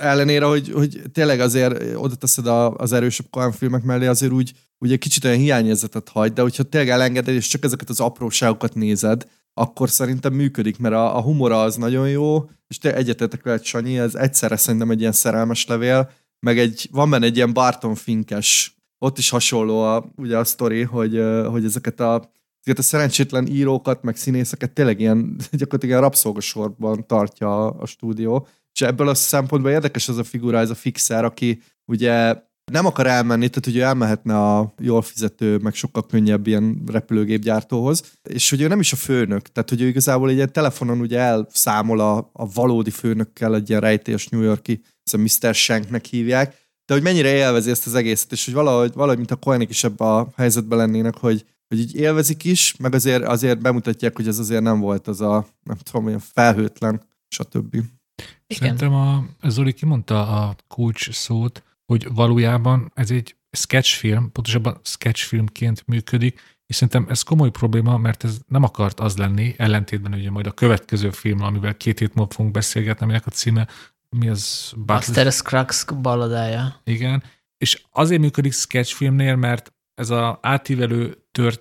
ellenére, hogy, hogy tényleg azért oda teszed az erősebb Coen filmek mellé, azért úgy, úgy egy kicsit olyan hiányérzetet hagy, de hogyha tényleg elengeded, és csak ezeket az apróságokat nézed, akkor szerintem működik, mert a, a humora az nagyon jó, és te egyetetek veled, Sanyi, ez egyszerre szerintem egy ilyen szerelmes levél, meg egy, van benne egy ilyen Barton Finkes, ott is hasonló a, ugye a sztori, hogy, hogy ezeket a, ezeket a szerencsétlen írókat, meg színészeket tényleg ilyen, gyakorlatilag ilyen rabszolgasorban tartja a, a stúdió, és ebből a szempontból érdekes az a figura, ez a Fixer, aki ugye nem akar elmenni, tehát hogy ő elmehetne a jól fizető, meg sokkal könnyebb ilyen repülőgépgyártóhoz, és hogy ő nem is a főnök, tehát hogy ő igazából egy ilyen telefonon ugye elszámol a, a valódi főnökkel, egy ilyen rejtélyes New York-i, ez a miszter Shanknek hívják, de hogy mennyire élvezi ezt az egészet, és hogy valahogy, valahogy mint a Coenek is ebben a helyzetben lennének, hogy, hogy így élvezik is, meg azért, azért bemutatják, hogy ez azért nem volt az a, nem tudom, olyan felhőtlen, stb. Szerintem a Zoli kimondta a kulcs szót, hogy valójában ez egy sketchfilm, pontosabban sketchfilmként működik, és szerintem ez komoly probléma, mert ez nem akart az lenni, ellentétben ugye majd a következő film, amivel két hét múlva fogunk beszélgetni, aminek a címe, mi az? Buster Scruggs balladája. Igen, és azért működik sketchfilmnél, mert ez az átívelő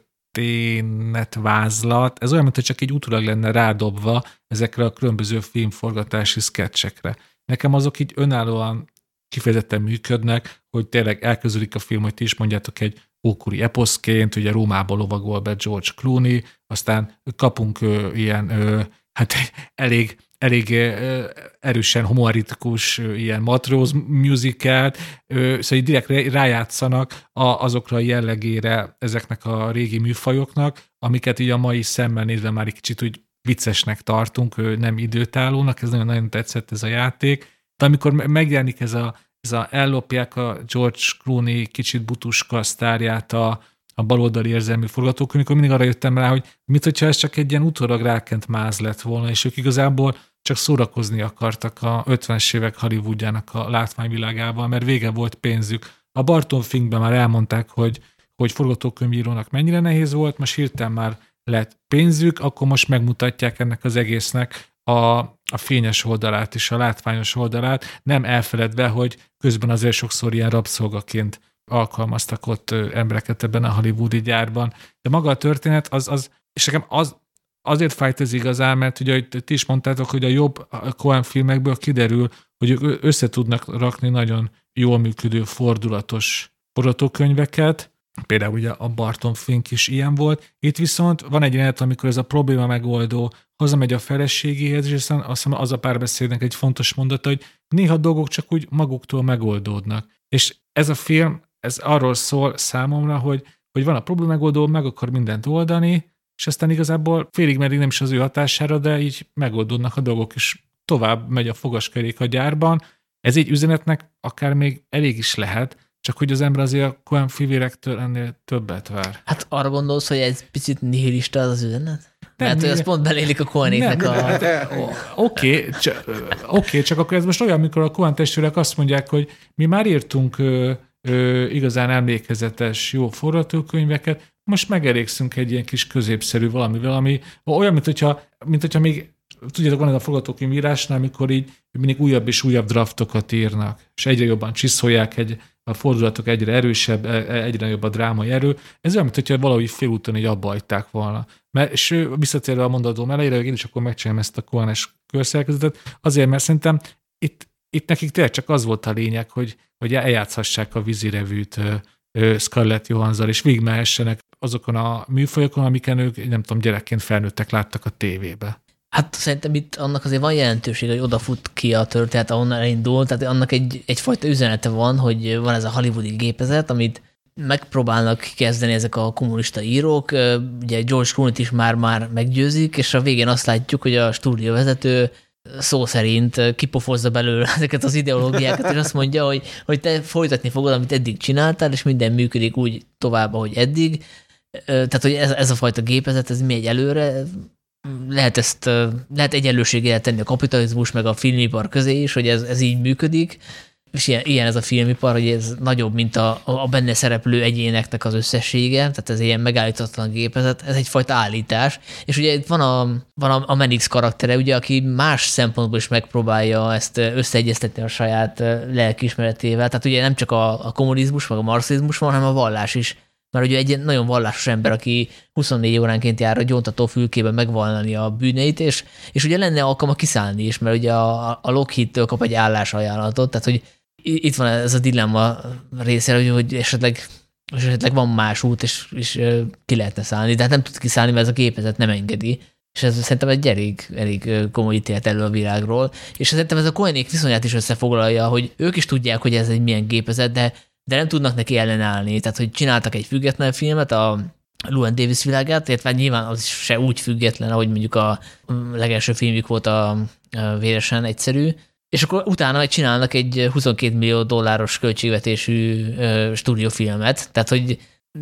történetvázlat, ez olyan, mintha csak egy utólag lenne rádobva ezekre a különböző filmforgatási sketchekre. Nekem azok így önállóan kifejezetten működnek, hogy tényleg elkezdődik a film, hogy ti is mondjátok egy ókori eposzként, ugye Rómába lovagol be George Clooney, aztán kapunk ö, ilyen ö, hát elég, elég ö, erősen homoritikus ö, ilyen matróz musicalt, ö, szóval direkt rájátszanak a, azokra a jellegére ezeknek a régi műfajoknak, amiket így a mai szemmel nézve már egy kicsit úgy viccesnek tartunk, ö, nem időtállónak, ez nagyon-nagyon tetszett ez a játék. De amikor megjelenik ez a, ez a ellopják a George Clooney kicsit butuska sztárját a, a baloldali érzelmű forgatókönyv, amikor mindig arra jöttem rá, hogy mit, hogyha ez csak egy ilyen utólag rákent máz lett volna, és ők igazából csak szórakozni akartak a ötvenes évek Hollywoodjának a látványvilágával, mert vége volt pénzük. A Barton Finkben már elmondták, hogy, hogy forgatókönyvírónak mennyire nehéz volt, most hirtelen már lett pénzük, akkor most megmutatják ennek az egésznek a, a fényes oldalát és a látványos oldalát, nem elfeledve, hogy közben azért sokszor ilyen rabszolgaként alkalmaztak ott embereket ebben a hollywoodi gyárban. De maga a történet, az, az és nekem az, azért fájt ez igazán, mert ugye ti is mondtátok, hogy a jobb Coen filmekből kiderül, hogy ők össze tudnak rakni nagyon jól működő, fordulatos forgatókönyveket. Például ugye a Barton Fink is ilyen volt. Itt viszont van egy jelenet, amikor ez a probléma megoldó hazamegy a feleségéhez, és aztán azt hiszem az a párbeszédnek egy fontos mondata, hogy néha dolgok csak úgy maguktól megoldódnak. És ez a film, ez arról szól számomra, hogy, hogy van a probléma megoldó, meg akar mindent oldani, és aztán igazából félig meddig nem is az ő hatására, de így megoldódnak a dolgok, és tovább megy a fogaskerék a gyárban. Ez egy üzenetnek akár még elég is lehet, csak hogy az ember azért a Coen fivérektől ennél többet vár. Hát arra gondolsz, hogy egy picit nihilista az az üzenet? Mert hogy az pont belélik a Coenéknek a... Oké, okay, csak, okay, csak akkor ez most olyan, amikor a Coen testvérek azt mondják, hogy mi már írtunk ö, ö, igazán emlékezetes, jó forgatókönyveket, most megelégszünk egy ilyen kis középszerű valamivel, ami olyan, mint hogyha, mint hogyha még, tudjátok, van ez a forgatókönyvírásnál, amikor így mindig újabb és újabb draftokat írnak, és egyre jobban csiszolják, egy, a fordulatok egyre erősebb, egyre jobb a drámai erő. Ez olyan, mint hogyha valahogy félúton így abba hagyták volna. Mert, és visszatérve a mondatom elejére, hogy én is akkor megcsinálom ezt a Coen-es körszerkezetet, azért, mert szerintem itt, itt nekik tényleg csak az volt a lényeg, hogy, hogy eljátszhassák a vízirevűt Scarlett Johanssal, és végigmehessenek azokon a műfajokon, amiken ők, nem tudom, gyerekként felnőttek, láttak a tévébe. Hát szerintem itt annak azért van jelentőség, hogy odafut ki a történet, ahonnan elindul, tehát annak egy, egyfajta üzenete van, hogy van ez a hollywoodi gépezet, amit megpróbálnak kezdeni ezek a kommunista írók, ugye George Clooney-t is már-már meggyőzik, és a végén azt látjuk, hogy a stúdióvezető szó szerint kipofozza belőle ezeket az ideológiákat, és azt mondja, hogy, hogy te folytatni fogod, amit eddig csináltál, és minden működik úgy tovább, ahogy eddig. Tehát, hogy ez, ez a fajta gépezet, ez megy előre, lehet ezt, lehet egyenlőséggel tenni a kapitalizmus meg a filmipar közé is, hogy ez, ez így működik, és ilyen, ilyen ez a filmipar, hogy ez nagyobb, mint a, a benne szereplő egyéneknek az összessége, tehát ez ilyen megállíthatatlan gépezet, ez egyfajta állítás, és ugye itt van a, van a, a Menix karaktere, ugye, aki más szempontból is megpróbálja ezt összeegyeztetni a saját lelkiismeretével, tehát ugye nem csak a, a kommunizmus, meg a marxizmus van, hanem a vallás is. Mert ugye egy nagyon vallásos ember, aki huszonnégy óránként jár a gyóntató fülkében megvallani a bűneit, és, és ugye lenne alkalma kiszállni is, mert ugye a, a Lockheed-től kap egy állásajánlatot, tehát hogy itt van ez a dilemma része, hogy, hogy esetleg, esetleg van más út, és, és ki lehetne szállni, de hát nem tud kiszállni, mert ez a gépezet nem engedi. És ez szerintem egy elég, elég komoly ítélet elő a világról. És szerintem ez a Coenék viszonyát is összefoglalja, hogy ők is tudják, hogy ez egy milyen gépezet, de de nem tudnak neki ellenállni. Tehát, hogy csináltak egy független filmet, a Llewellyn Davis világát, illetve nyilván az se úgy független, ahogy mondjuk a legelső filmjük volt a Véresen egyszerű, és akkor utána meg csinálnak egy huszonkét millió dolláros költségvetésű stúdiófilmet, tehát, hogy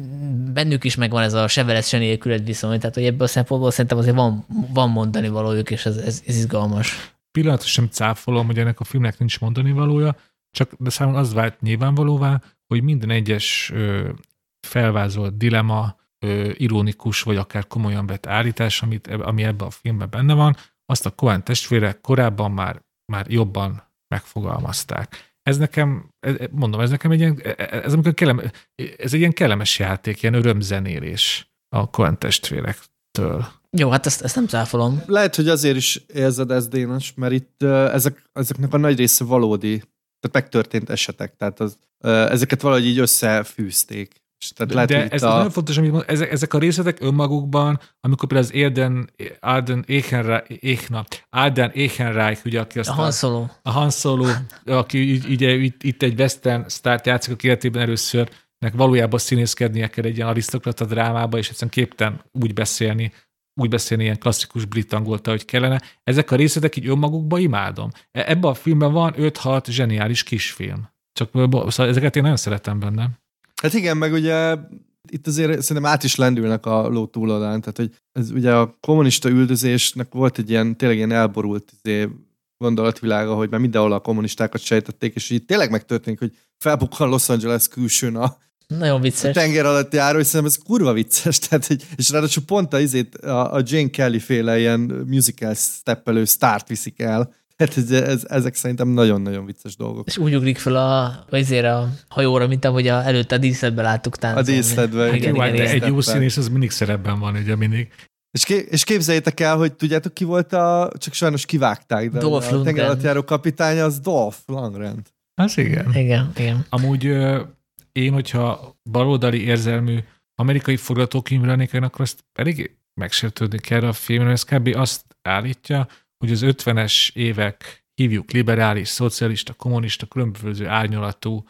bennük is megvan ez a se veled, se nélküled viszony, tehát, hogy ebből a szempontból szerintem azért van, van mondani valójuk, és ez, ez, ez izgalmas. Pillanatot sem cáfolom, hogy ennek a filmnek nincs mondani valója, csak de számomra az vált nyilvánvalóvá, hogy minden egyes ö, felvázolt dilema, ö, ironikus, vagy akár komolyan vett állítás, amit, ami ebben a filmben benne van, azt a Coen testvérek korábban már, már jobban megfogalmazták. Ez nekem, mondom, ez nekem egy ilyen, ez, amikor kellem, ez egy ilyen kellemes játék, ilyen örömzenélés a Coen testvérektől. Jó, hát ezt, ezt nem cáfolom. Lehet, hogy azért is érzed ezt, Dénes, mert itt uh, ezek, ezeknek a nagy része valódi, tehát megtörtént esetek, tehát az, uh, ezeket valahogy így összefűzték. És tehát lehet, de ez a... nagyon fontos, amit mond, ezek, ezek a részletek önmagukban, amikor például az Érden, Arden Ehrenreich, Arden Ehrenreich, ugye, aki azt a Han Solo, a Han Solo, aki ugye itt, itt egy western sztárt játszik, a életében először, nek valójában színészkednie kell egy ilyen arisztokrata drámába, és egyszerűen képtelen úgy beszélni, úgy beszélni ilyen klasszikus brit angolt, ahogy kellene. Ezek a részletek így önmagukban imádom. Ebben a filmben van öt-hat zseniális kisfilm. Csak szóval ezeket én nagyon szeretem benne. Hát igen, meg ugye itt azért szerintem át is lendülnek a ló túloldalán, tehát hogy ez ugye a kommunista üldözésnek volt egy ilyen tényleg ilyen elborult izé, gondolatvilága, hogy már mindenhol a kommunistákat sejtették, és így tényleg megtörténik, hogy felbukkan Los Angeles külsőn a nagyon vicces. A tenger alatt járó, és szerintem ez kurva vicces, tehát, hogy, és ráadásul pont a, izét, a, a Jane Kelly féle ilyen musical steppelő sztárt viszik el. Tehát ez, ez, ezek szerintem nagyon-nagyon vicces dolgok. És úgy ugrik fel a, a hajóra, mint ahogy a, előtte a díszletben láttuk táncolni. A díszletben. Igen, igen, igen, egy jó színész, az mindig szerepben van, ugye mindig. És, ké, és képzeljétek el, hogy tudjátok ki volt a, csak sajnos kivágták, de Dolph a tenger alatt járó kapitánya az Dolph Lundgren. Az igen. Igen, igen. Amúgy én, hogyha baloldali érzelmű amerikai forgatókönyvre lennék, akkor azt elég megsértődnék erre a filmre. Ez kb. Azt állítja, hogy az ötvenes évek, hívjuk liberális, szocialista, kommunista, különböző árnyalatú,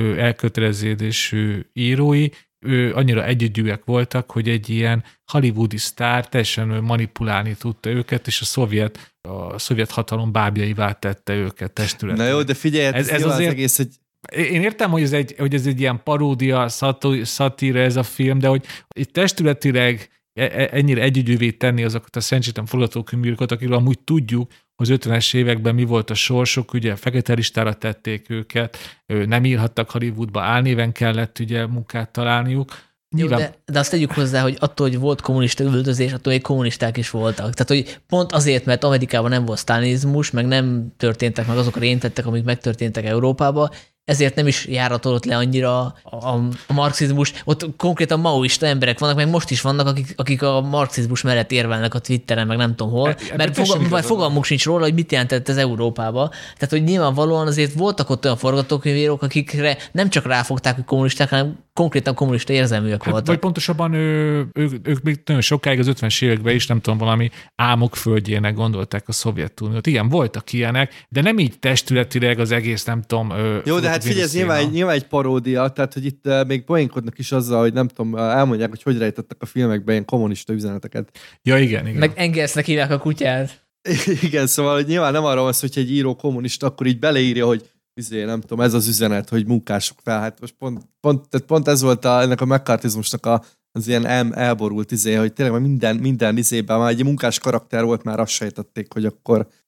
elköteleződésű írói, ő annyira együttgyűek voltak, hogy egy ilyen hollywoodi sztár teljesen manipulálni tudta őket, és a szovjet, a szovjet hatalom bábjaivá tette őket testületre. Na jó, de figyelj, ez, ez azért... az egész, hogy én értem, hogy ez egy, hogy ez egy ilyen paródia, szatíra ez a film, de hogy itt testületileg ennyire együgyűvé tenni azokat a szentsétlen forgatókönyvírókat, akikről amúgy tudjuk, az ötvenes években mi volt a sorsok, ugye fekete listára tették őket, nem írhattak Hollywoodba, álnéven kellett ugye munkát találniuk. Nyilván... Jó, de, de azt tegyük hozzá, hogy attól, hogy volt kommunista üldözés, attól, hogy kommunisták is voltak. Tehát, hogy pont azért, mert Amerikában nem volt sztálinizmus, meg nem történtek meg azok a rémtettek, amik megtörténtek Európában, ezért nem is járatolott le annyira a, a marxizmus. Ott konkrétan maoista emberek vannak, meg most is vannak, akik, akik a marxizmus mellett érvelnek a Twitteren, meg nem tudom hol, e, mert fogal, fogalmuk sincs róla, hogy mit jelentett ez Európába. Tehát, hogy nyilvánvalóan azért voltak ott olyan forgatókönyvírók, akikre nem csak ráfogták, hogy kommunisták, hanem konkrétan kommunista érzelműek voltak. Vagy pontosabban ő, ők, ők még nagyon sokáig az ötvenes években is, nem tudom, valami álmok földjének gondolták a Szovjetuniót. Igen, voltak ilyenek, de nem így testületileg az egész, nem tudom. Jó, de hát figyelj, ez nyilván egy, nyilván egy paródia, tehát hogy itt uh, még poénkodnak is azzal, hogy nem tudom, elmondják, hogy hogy rejtettek a filmekben ilyen kommunista üzeneteket. Ja, igen, igen. Meg Engelsnek hívják a kutyát. Igen, szóval hogy nyilván nem arra van szó, hogy egy író kommunista, akkor így beleírja, hogy izé, nem tudom, ez az üzenet, hogy munkások fel. Hát most pont, pont, tehát pont ez volt a, ennek a megkartizmusnak a, az ilyen el, elborult izé, hogy tényleg minden, minden izében már egy munkás karakter volt, már azt sejtették, hogy akkor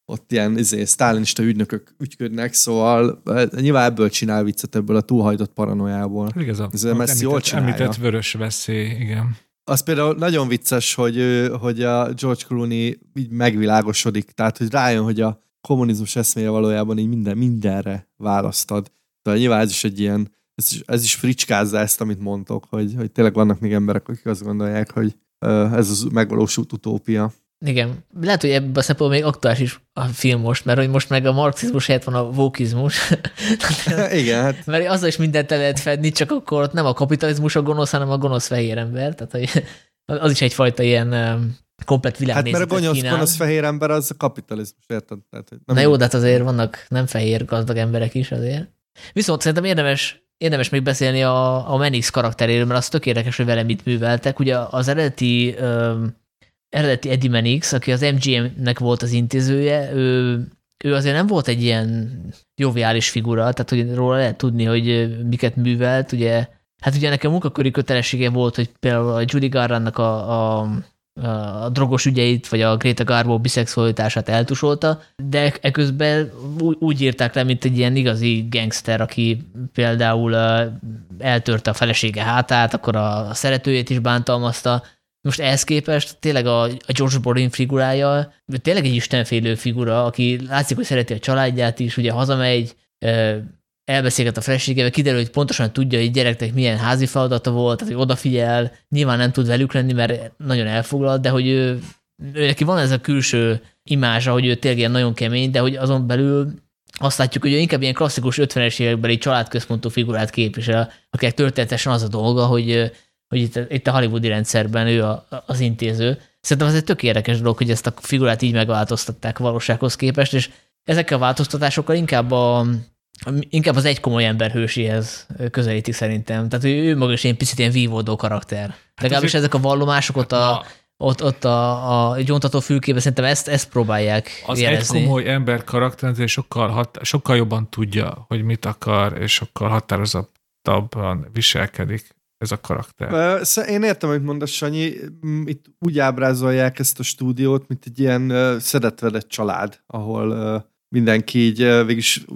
ott ilyen izé, sztálinista ügynökök ügyködnek, szóval nyilván ebből csinál viccet, ebből a túlhajtott paranoiából. Ez a, ez a Messi jól csinálja. Említett vörös veszély, igen. Az például nagyon vicces, hogy, hogy a George Clooney így megvilágosodik, tehát hogy rájön, hogy a kommunizmus eszméje valójában így minden, mindenre választad. Tehát nyilván ez is egy ilyen, ez is, ez is fricskázza ezt, amit mondtok, hogy, hogy tényleg vannak még emberek, akik azt gondolják, hogy ez az megvalósult utópia. Igen. Lehet, hogy ebben a szempontból még aktuális is a film most, mert hogy most meg a marxizmus helyett van a vókizmus. Igen. Hát. Mert azzal is mindent el lehet fedni, csak akkor ott nem a kapitalizmus a gonosz, hanem a gonosz fehér ember. Tehát hogy az is egyfajta ilyen komplett világnézetet hát mert a gonosz, kínál. gonosz fehér ember az a kapitalizmus, érted? Tehát, Na jó, de hát azért vannak nem fehér gazdag emberek is azért. Viszont szerintem érdemes, érdemes még beszélni a, a Mannix karakteréről, mert az tök érdekes, hogy vele mit műveltek. Ugye az eredeti, ö, eredeti Eddie Mannix, aki az em gé em-nek volt az intézője, ő, ő azért nem volt egy ilyen joviális figura, tehát hogy róla lehet tudni, hogy miket művelt. Ugye, hát ugye nekem munkaköri kötelessége volt, hogy például a Judy Garlandnak a, a a drogos ügyeit, vagy a Greta Garbo biszexualitását eltusolta, de eközben úgy írták le, mint egy ilyen igazi gangster, aki például eltörte a felesége hátát, akkor a szeretőjét is bántalmazta. Most ehhez képest tényleg a George Brolin figurája, tényleg egy istenfélő figura, aki látszik, hogy szereti a családját is, ugye hazamegy, elbeszélget a feleségével, kiderül, hogy pontosan tudja, hogy gyereknek milyen házi feladata volt, tehát hogy odafigyel, nyilván nem tud velük lenni, mert nagyon elfoglalt, de hogy ő, ő neki van ez a külső imázsa, hogy ő tényleg ilyen nagyon kemény, de hogy azon belül azt látjuk, hogy ő inkább ilyen klasszikus ötvenes évekbeli családközpontú figurát képvisel, akinek történetesen az a dolga, hogy, hogy itt, itt a hollywoodi rendszerben ő a, az intéző. Szerintem ez egy tök érdekes dolog, hogy ezt a figurát így megváltoztatták valósághoz képest, és ezekkel a változtatásokkal inkább a Inkább az egy komoly ember hőséhez közelítik szerintem. Tehát ő, ő maga is egy picit ilyen vívódó karakter. Hát legalábbis ezek a vallomások ott a, ott, ott a, a gyóntató fülkében szerintem ezt, ezt próbálják az jelezni. Egy komoly ember karakter sokkal, hat, sokkal jobban tudja, hogy mit akar, és sokkal határozottabban viselkedik ez a karakter. Én értem, amit mondasz, Sanyi. Itt úgy ábrázolják ezt a stúdiót, mint egy ilyen szedetvedett család, ahol mindenki így végülis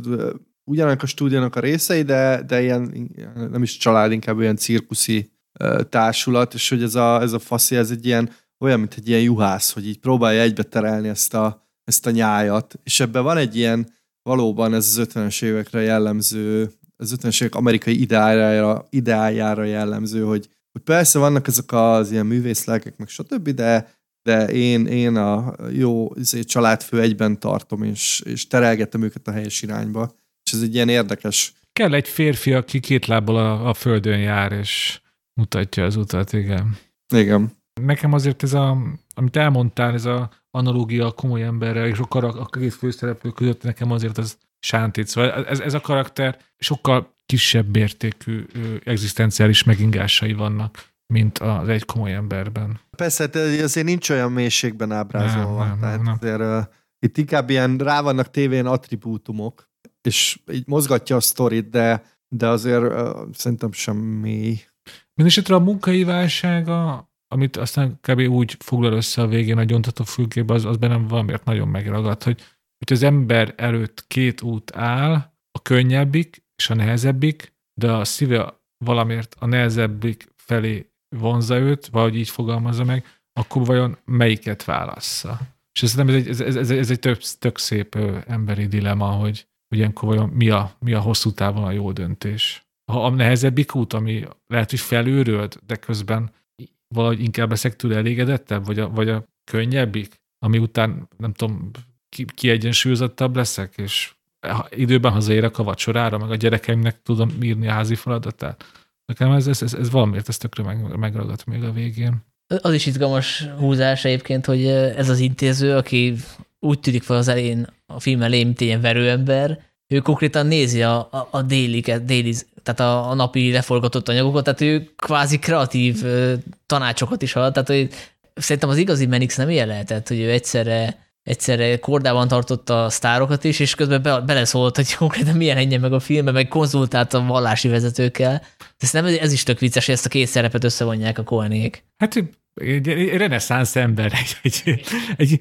ugyanak a stúdiónak a részei, de, de ilyen nem is család, inkább olyan cirkuszi társulat, és hogy ez a, ez a faszi, ez egy ilyen, olyan, mint egy ilyen juhász, hogy így próbálja egybeterelni ezt a, ezt a nyájat, és ebben van egy ilyen, valóban ez az ötvenes évekre jellemző, az ötvenes évek amerikai ideájára, ideájára jellemző, hogy, hogy persze vannak ezek az ilyen művészlelkek, meg stb., de de én, én a jó családfő egyben tartom, és, és terelgetem őket a helyes irányba. És ez egy ilyen érdekes. Kell egy férfi, aki két lábbal a, a földön jár, és mutatja az utat, igen. Igen. Nekem azért ez a, amit elmondtál, ez a analógia a komoly emberrel, és a, a két főszereplő között nekem azért az sántít. Szóval ez, ez a karakter sokkal kisebb értékű egzisztenciális megingásai vannak, mint az egy komoly emberben. Persze, azért nincs olyan mélységben ábrázolva. Nem, nem, Tehát nem. Azért, uh, itt inkább ilyen rá vannak tévén attribútumok, és így mozgatja a sztorit, de, de azért uh, szerintem sem mély. Mindenesetre a munkai válsága, amit aztán kb. Úgy foglal össze a végén a gyóntató fülkébe, az, az bennem valamiért nagyon megragad, hogy, hogy az ember előtt két út áll, a könnyebbik és a nehezebbik, de a szíve valamiért a nehezebbik felé vonza őt, vagy így fogalmazza meg, akkor vajon melyiket válassza? És szerintem ez egy, ez, ez, ez egy tök, tök szép emberi dilemma, hogy, hogy ilyenkor vajon mi a, mi a hosszú távon a jó döntés. Ha a nehezebbik út, ami lehet, hogy felőröld, de közben valahogy inkább leszek tőle elégedettebb, vagy a, vagy a könnyebbik, ami után, nem tudom, ki, kiegyensúlyozottabb leszek, és időben hazaérek a vacsorára, meg a gyerekeimnek tudom írni a házi feladatát. Nekem ez, ez, ez, ez valamiért ez tökre meg, megragadt még a végén. Az is izgalmas húzás egyébként, hogy ez az intéző, aki úgy tűnik fel az elején, a film elején, mint ilyen verőember, ő konkrétan nézi a, a, a déliket, déli, tehát a, a napi leforgatott anyagokat, tehát ő kvázi kreatív tanácsokat is ad, tehát hogy szerintem az igazi Mannix nem ilyen lehetett, hogy ő egyszerre egyszerre kordában tartotta a sztárokat is, és közben be, beleszólt, hogy konkrétan milyen ennyi meg a filmbe, meg konzultált a vallási vezetőkkel. Ez, nem, ez is tök vicces, hogy ezt a két szerepet összevonják a Coenék. Hát egy, egy reneszánsz ember, egy, egy, egy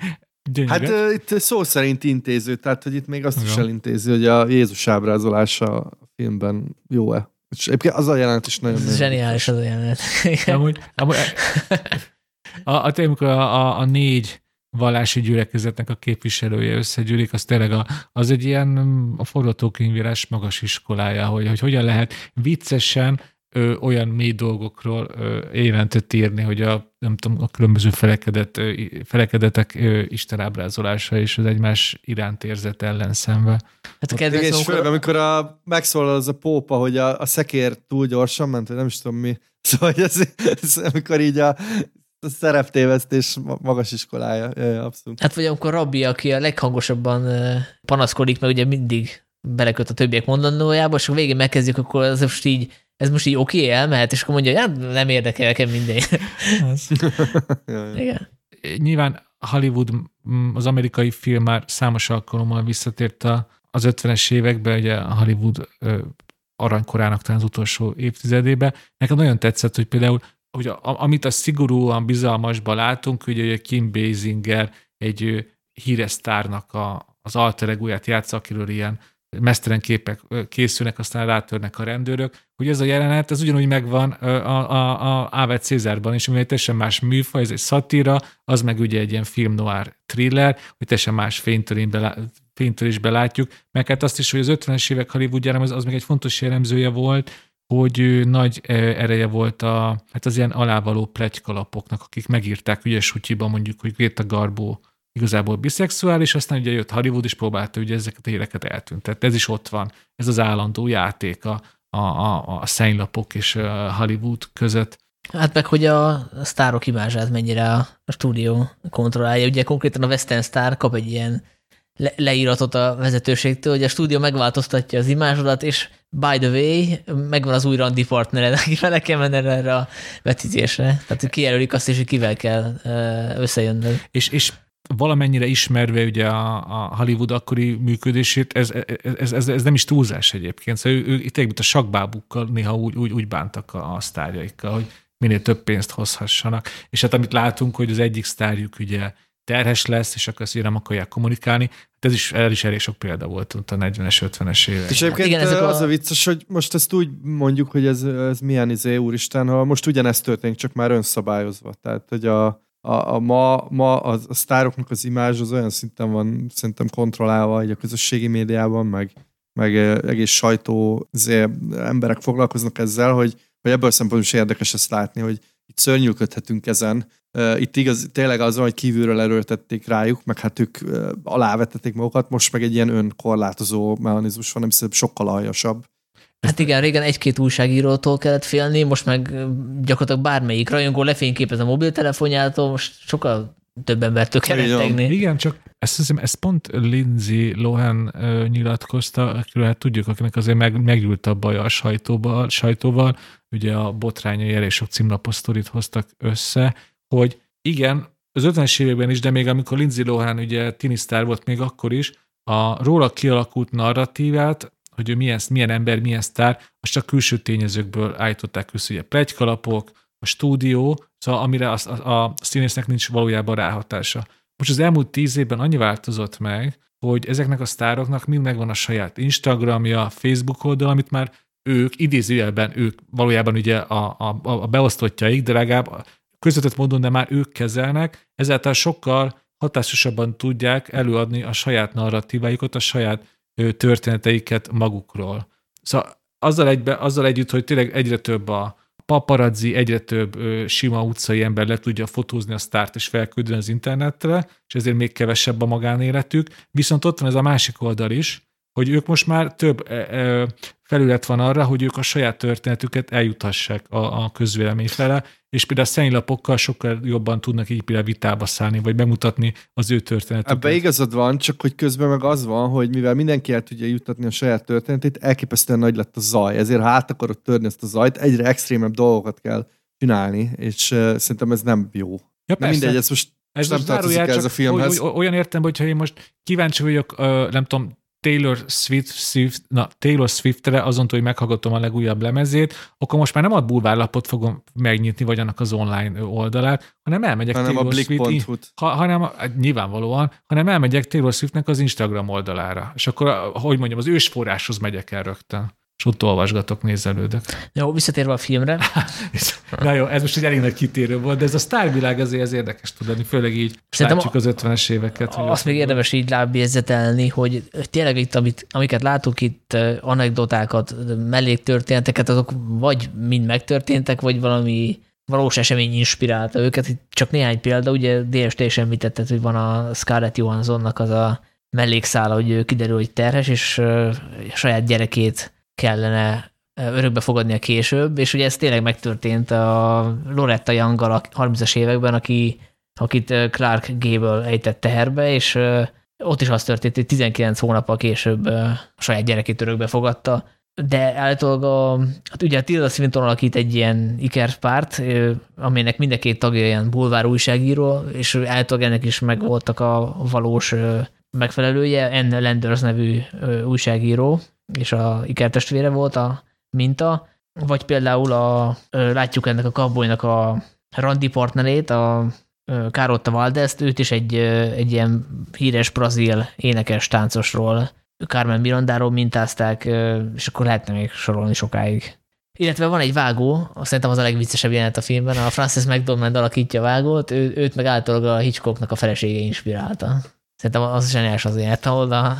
Gyönyörűek. Hát uh, itt szó szerint intéző, tehát hogy itt még azt ja. is elintézi, hogy a Jézus ábrázolása a filmben jó-e. És egyébként az a jelenet is nagyon... Ez zseniális az a jelenet. amúgy, amúgy, a, a, amikor a, a, a négy vallási gyülekezetnek a képviselője összegyűlik, az tényleg a, az egy ilyen a forgatókönyvírás magas iskolája, hogy, hogy hogyan lehet viccesen ö, olyan mély dolgokról ö, jelentet írni, hogy a, nem tudom, a különböző felekedet, ö, felekedetek ö, Isten ábrázolása és az egymás iránt érzett ellenszenve. Hát a kedvenc és főleg, amikor a, megszólal az a pópa, hogy a, a szekér túl gyorsan ment, vagy nem is tudom mi. Szóval ez, ez, amikor így a a szereptévesztés magas iskolája, abszolút. Hát vagy amikor Rabbi, aki a leghangosabban panaszkodik, mert ugye mindig beleköt a többiek mondandójába, és akkor végén megkezdjük, akkor ez most így, ez most így oké, elmehet, és akkor mondja, hogy nem érdekel nekem minden. Igen. Nyilván Hollywood, az amerikai film már számos alkalommal visszatért az ötvenes években, ugye a Hollywood aranykorának talán az utolsó évtizedében. Nekem nagyon tetszett, hogy például hogy a, amit a szigorúan bizalmasban látunk, ugye Kim Basinger egy híres sztárnak a, az alter egóját játsza, akiről ilyen mesztelen képek készülnek, aztán rátörnek a rendőrök, hogy ez a jelenet, ez ugyanúgy megvan a, a, a Ave Cézárban is, ami egy teljesen más műfaj, ez egy szatíra, az meg ugye egy ilyen film noir thriller, hogy teljesen más fénytől, belá, fénytől is belátjuk, meg hát azt is, hogy az ötvenes évek Hollywoodjára az, az meg egy fontos jellemzője volt, hogy nagy ereje volt a, hát az ilyen alávaló pletykalapoknak, akik megírták ügyes Sutyiban mondjuk, hogy Greta Garbo igazából biszexuális, aztán ugye jött Hollywood és próbálta ugye ezeket a híreket eltüntetni. Ez is ott van. Ez az állandó játék a, a, a, a szennylapok és a Hollywood között. Hát meg, hogy a sztárok imázsát mennyire a, a stúdió kontrollálja. Ugye konkrétan a Western Star kap egy ilyen le, leíratot a vezetőségtől, hogy a stúdió megváltoztatja az imázsodat, és by the way, megvan az új randi partnered, aki vele kell menned erre a vetítésre. Tehát kijelölik azt is, hogy kivel kell összejönnöd. És, és valamennyire ismerve ugye a, a Hollywood akkori működését, ez, ez, ez, ez nem is túlzás egyébként. Szóval ő, ő itt a sakbábukkal néha úgy, úgy, úgy bántak a, a sztárjaikkal, hogy minél több pénzt hozhassanak. És hát amit látunk, hogy az egyik sztárjuk ugye terhes lesz, és akkor ezt ugye nem akarják kommunikálni. Ez is, ez is elég sok példa volt ott a negyvenes, ötvenes évek. És egyébként hát igen, az a... a vicces, hogy most ezt úgy mondjuk, hogy ez, ez milyen izé, úristen, ha most ugyanezt történik, csak már önszabályozva. Tehát, hogy a, a, a ma, ma a, a sztároknak az imázs az olyan szinten van szerintem kontrollálva így a közösségi médiában, meg, meg egész sajtó izé, emberek foglalkoznak ezzel, hogy, hogy ebből szempontból is érdekes ezt látni, hogy itt szörnyűködhetünk ezen. Itt igaz, tényleg az van, hogy kívülről erőltették rájuk, meg hát ők alávetették magukat, most meg egy ilyen önkorlátozó mechanizmus van, ami szerintem sokkal aljasabb. Hát igen, régen egy-két újságírótól kellett félni, most meg gyakorlatilag bármelyik rajongó lefényképez a mobiltelefonjától, most sokkal több embertől kell rettegni. Igen, csak ezt hiszem, ezt pont Lindsay Lohan uh, nyilatkozta, akiről hát tudjuk, akinek azért meg, meggyűlt a baj a sajtóval, sajtóval, ugye a botrányai elég sok címlapos sztorit hoztak össze, hogy igen, az ötvenes években is, de még amikor Lindsay Lohan ugye tinisztár volt még akkor is, a róla kialakult narratívát, hogy ő milyen, milyen ember, milyen sztár, az csak külső tényezőkből állították össze, ugye pletykalapok, a stúdió, szóval amire a, a, a színésznek nincs valójában ráhatása. Most az elmúlt tíz évben annyi változott meg, hogy ezeknek a sztároknak mind megvan a saját Instagramja, Facebook oldal, amit már ők, idézőjelben ők valójában ugye a, a, a beosztottjaik, de legalább közvetett módon, de már ők kezelnek, ezáltal sokkal hatásosabban tudják előadni a saját narratívájukat, a saját történeteiket magukról. Szóval azzal, egybe, azzal együtt, hogy tényleg egyre több a paparazzi, egyre több ö, sima utcai ember le tudja fotózni a sztárt és felküldeni az internetre, és ezért még kevesebb a magánéletük. Viszont ott van ez a másik oldal is, hogy ők most már több e, e, felület van arra, hogy ők a saját történetüket eljuthassák a, a közvélemény fele, és például a szennyilapokkal sokkal jobban tudnak így például vitába szállni, vagy bemutatni az ő történetüket. Ebben igazad van, csak hogy közben meg az van, hogy mivel mindenki el tudja juttatni a saját történetét, elképesztően nagy lett a zaj. Ezért ha át akarod törni ezt a zajt, egyre extrémebb dolgokat kell csinálni, és uh, szerintem ez nem jó. Ja, de mindegy, ez most ez nem tartozik ez a filmhez. Olyan értem, hogyha én most kíváncsi vagyok, uh, nem tudom, Taylor Swift, Swift na, Taylor Swiftre azon, hogy meghallgatom a legújabb lemezét, akkor most már nem a bulvárlapot fogom megnyitni, vagy annak az online oldalát, hanem elmegyek hanem Taylor a Swift, ha, hanem nyilvánvalóan, hanem elmegyek Taylor Swiftnek az Instagram oldalára. És akkor, hogy mondjam, az ősforráshoz megyek el rögtön. És ott olvasgatok, nézelődök. Jó, visszatérve a filmre. Na jó, ez most egy elég nagy kitérő volt, de ez a sztárvilág azért ez érdekes tudni, főleg így Szerintem látjuk az ötvenes éveket. Azt még érdemes így lábjegyzetelni, hogy tényleg itt, amit, amiket látunk itt, anekdotákat, melléktörténeteket, azok vagy mind megtörténtek, vagy valami valós esemény inspirálta őket. Itt csak néhány példa, ugye dé es té is említetted, hogy van a Scarlett Johanssonnak az a mellékszála, hogy ő kiderül, hogy terhes, és a saját gyerekét kellene örökbe fogadnia később, és ugye ez tényleg megtörtént a Loretta Young-gal a harmincas években, aki, akit Clark Gable ejtett teherbe, és ott is az történt, hogy tizenkilenc hónappal később a saját gyerekét örökbe fogadta. De állítólag a, hát ugye a Tilda Swinton alakít egy ilyen ikerpárt, aminek mind a két tagja ilyen bulvár újságíró, és állítólag ennek is megvoltak a valós megfelelője, Anne Landers nevű újságíró, és a ikertestvére volt a minta, vagy például a, látjuk ennek a cowboynak a randi partnerét, a Carlotta Valdez-t, őt is egy, egy ilyen híres brazil énekes táncosról, Carmen Mirandáról mintázták, és akkor lehetne még sorolni sokáig. Illetve van egy vágó, azt szerintem az a legviccesebb jelenet a filmben, a Frances McDormand alakítja a vágót, ő, őt meg általában a Hitchcocknak a felesége inspirálta. Szerintem az zseniás az élet, ahol a,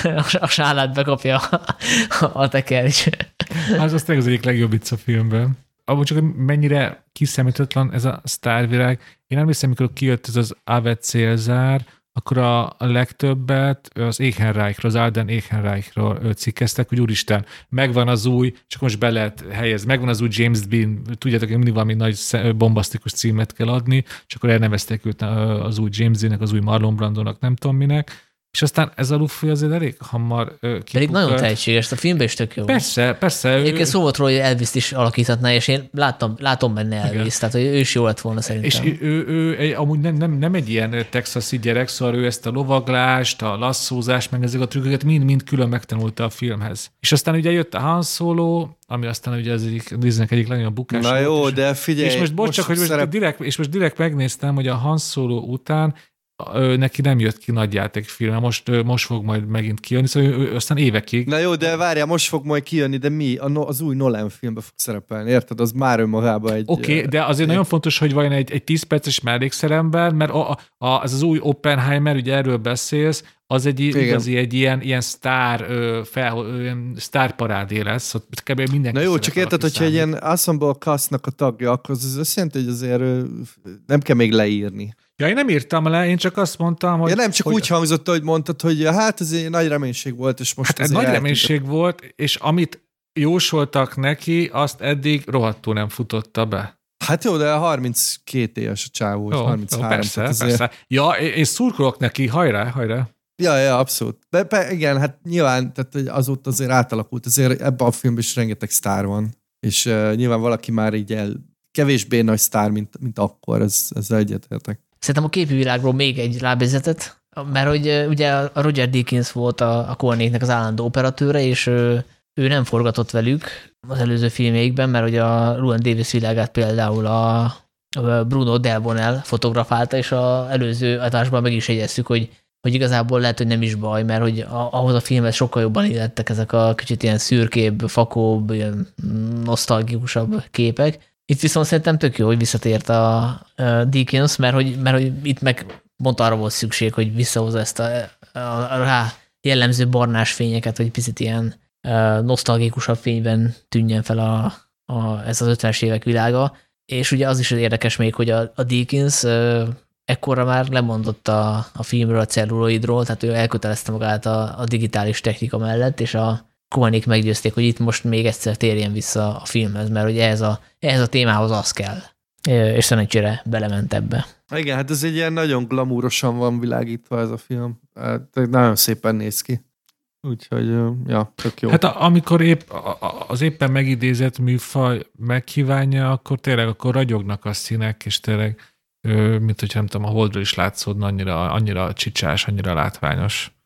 a sálát bekapja a, a teker is. Az az az egyik legjobb vicc a filmben. Abban csak mennyire kiszámíthatatlan ez a sztárvilág. Én emlékszem, amikor kijött ez az Ave Célzár, akkor a, a legtöbbet az Ehrenreichról, az Alden Ehrenreichról cikkeztek, hogy úristen, megvan az új, csak most be lehet helyezni, megvan az új James Bean, tudjátok, hogy mindig valami nagy bombasztikus címet kell adni, és akkor elnevezték őt az új James Beannek, az új Marlon Brandonak, nem tudom minek, és aztán ez a lufi azért elég hamar kipukart. Pedig nagyon tehetséges, a filmben is tök jó. Persze, persze. Egyébként szó volt róla, hogy Elvis-t is alakíthatná, és én láttam, látom benne Elvis, tehát hogy ő is jó lett volna szerintem. És ő, ő, ő amúgy nem, nem, nem egy ilyen texasi gyerek, szóval ő ezt a lovaglást, a lasszózást, meg ezek a trükköket mind-mind külön megtanulta a filmhez. És aztán ugye jött a Han Solo, ami aztán ugye az egyik Disneynek egyik legnagyobb bukás. Na jó, és, de figyelj. És most, bocs, csak, hogy most direkt, és most direkt megnéztem, hogy a Han Solo után ő, neki nem jött ki nagy játékfilm, most, most fog majd megint kijönni, szóval ő, ő, aztán évekig. Na jó, de várjál, most fog majd kijönni, de mi? Az új Nolan filmbe fog szerepelni, érted? Az már önmagában egy... Oké, okay, de azért egy... nagyon fontos, hogy vajon egy, egy tíz perces mellékszerember, mert a, a, ez az új Oppenheimer, ugye erről beszélsz, az egy igazi, egy ilyen, ilyen sztár, fel, ilyen sztárparádé lesz, ott kb. Mindenki. Na jó, csak érted, hogyha egy ilyen ensemble castnak a tagja, akkor az azt jelenti, hogy azért nem kell még leírni. Ja, én nem írtam le, én csak azt mondtam, hogy... Ja, nem, csak hogy... úgy hangzott, hogy mondtad, hogy hát ez egy nagy reménység volt, és most hát nagy reménység volt, és amit jósoltak neki, azt eddig rohadtul nem futotta be. Hát jó, de harminckét éves a csávó, jó, harminchárom. Jó, persze, persze. Ja, én szurkolok neki, hajrá, hajrá. Ja, ja, abszolút. De, de igen, hát nyilván tehát azóta azért átalakult, azért ebben a filmben is rengeteg sztár van, és uh, nyilván valaki már így el kevésbé nagy sztár, mint, mint akkor, ez, ezzel egyetértek. Szerintem a képi világról még egy lábjegyzetet, mert hogy ugye a Roger Deakins volt a, a Coenéknek az állandó operatőre, és ő, ő nem forgatott velük az előző filmjeikben, mert hogy a Llewyn Davis világát például a, a Bruno Delbonnel fotografálta, és az előző adásban meg is jegyeztük, hogy, hogy igazából lehet, hogy nem is baj, mert hogy ahhoz a filmhez sokkal jobban illettek ezek a kicsit ilyen szürkébb, fakóbb, ilyen nosztalgikusabb képek. Itt viszont szerintem tök jó, hogy visszatért a, a Deakins, mert hogy, mert hogy itt meg pont arra volt szükség, hogy visszahozza ezt a, a, a rá jellemző barnás fényeket, hogy picit ilyen a, nosztalgikusabb fényben tűnjen fel a, a, ez az ötvenes évek világa. És ugye az is érdekes még, hogy a, a Deakins a, ekkorra már lemondott a, a filmről, a celluloidról, tehát ő elkötelezte magát a, a digitális technika mellett, és a Coenék meggyőzték, hogy itt most még egyszer térjen vissza a filmhez, mert hogy ehhez a, ehhez a témához az kell. És szerencsére belement ebbe. Igen, hát ez egy ilyen nagyon glamúrosan van világítva ez a film. Hát, nagyon szépen néz ki. Úgyhogy, ja, tök jó. Hát a, amikor épp, az éppen megidézett műfaj megkívánja, akkor tényleg akkor ragyognak a színek, és tényleg, mint hogyha nem tudom, a Holdról is látszódna, annyira, annyira csicsás, annyira látványos.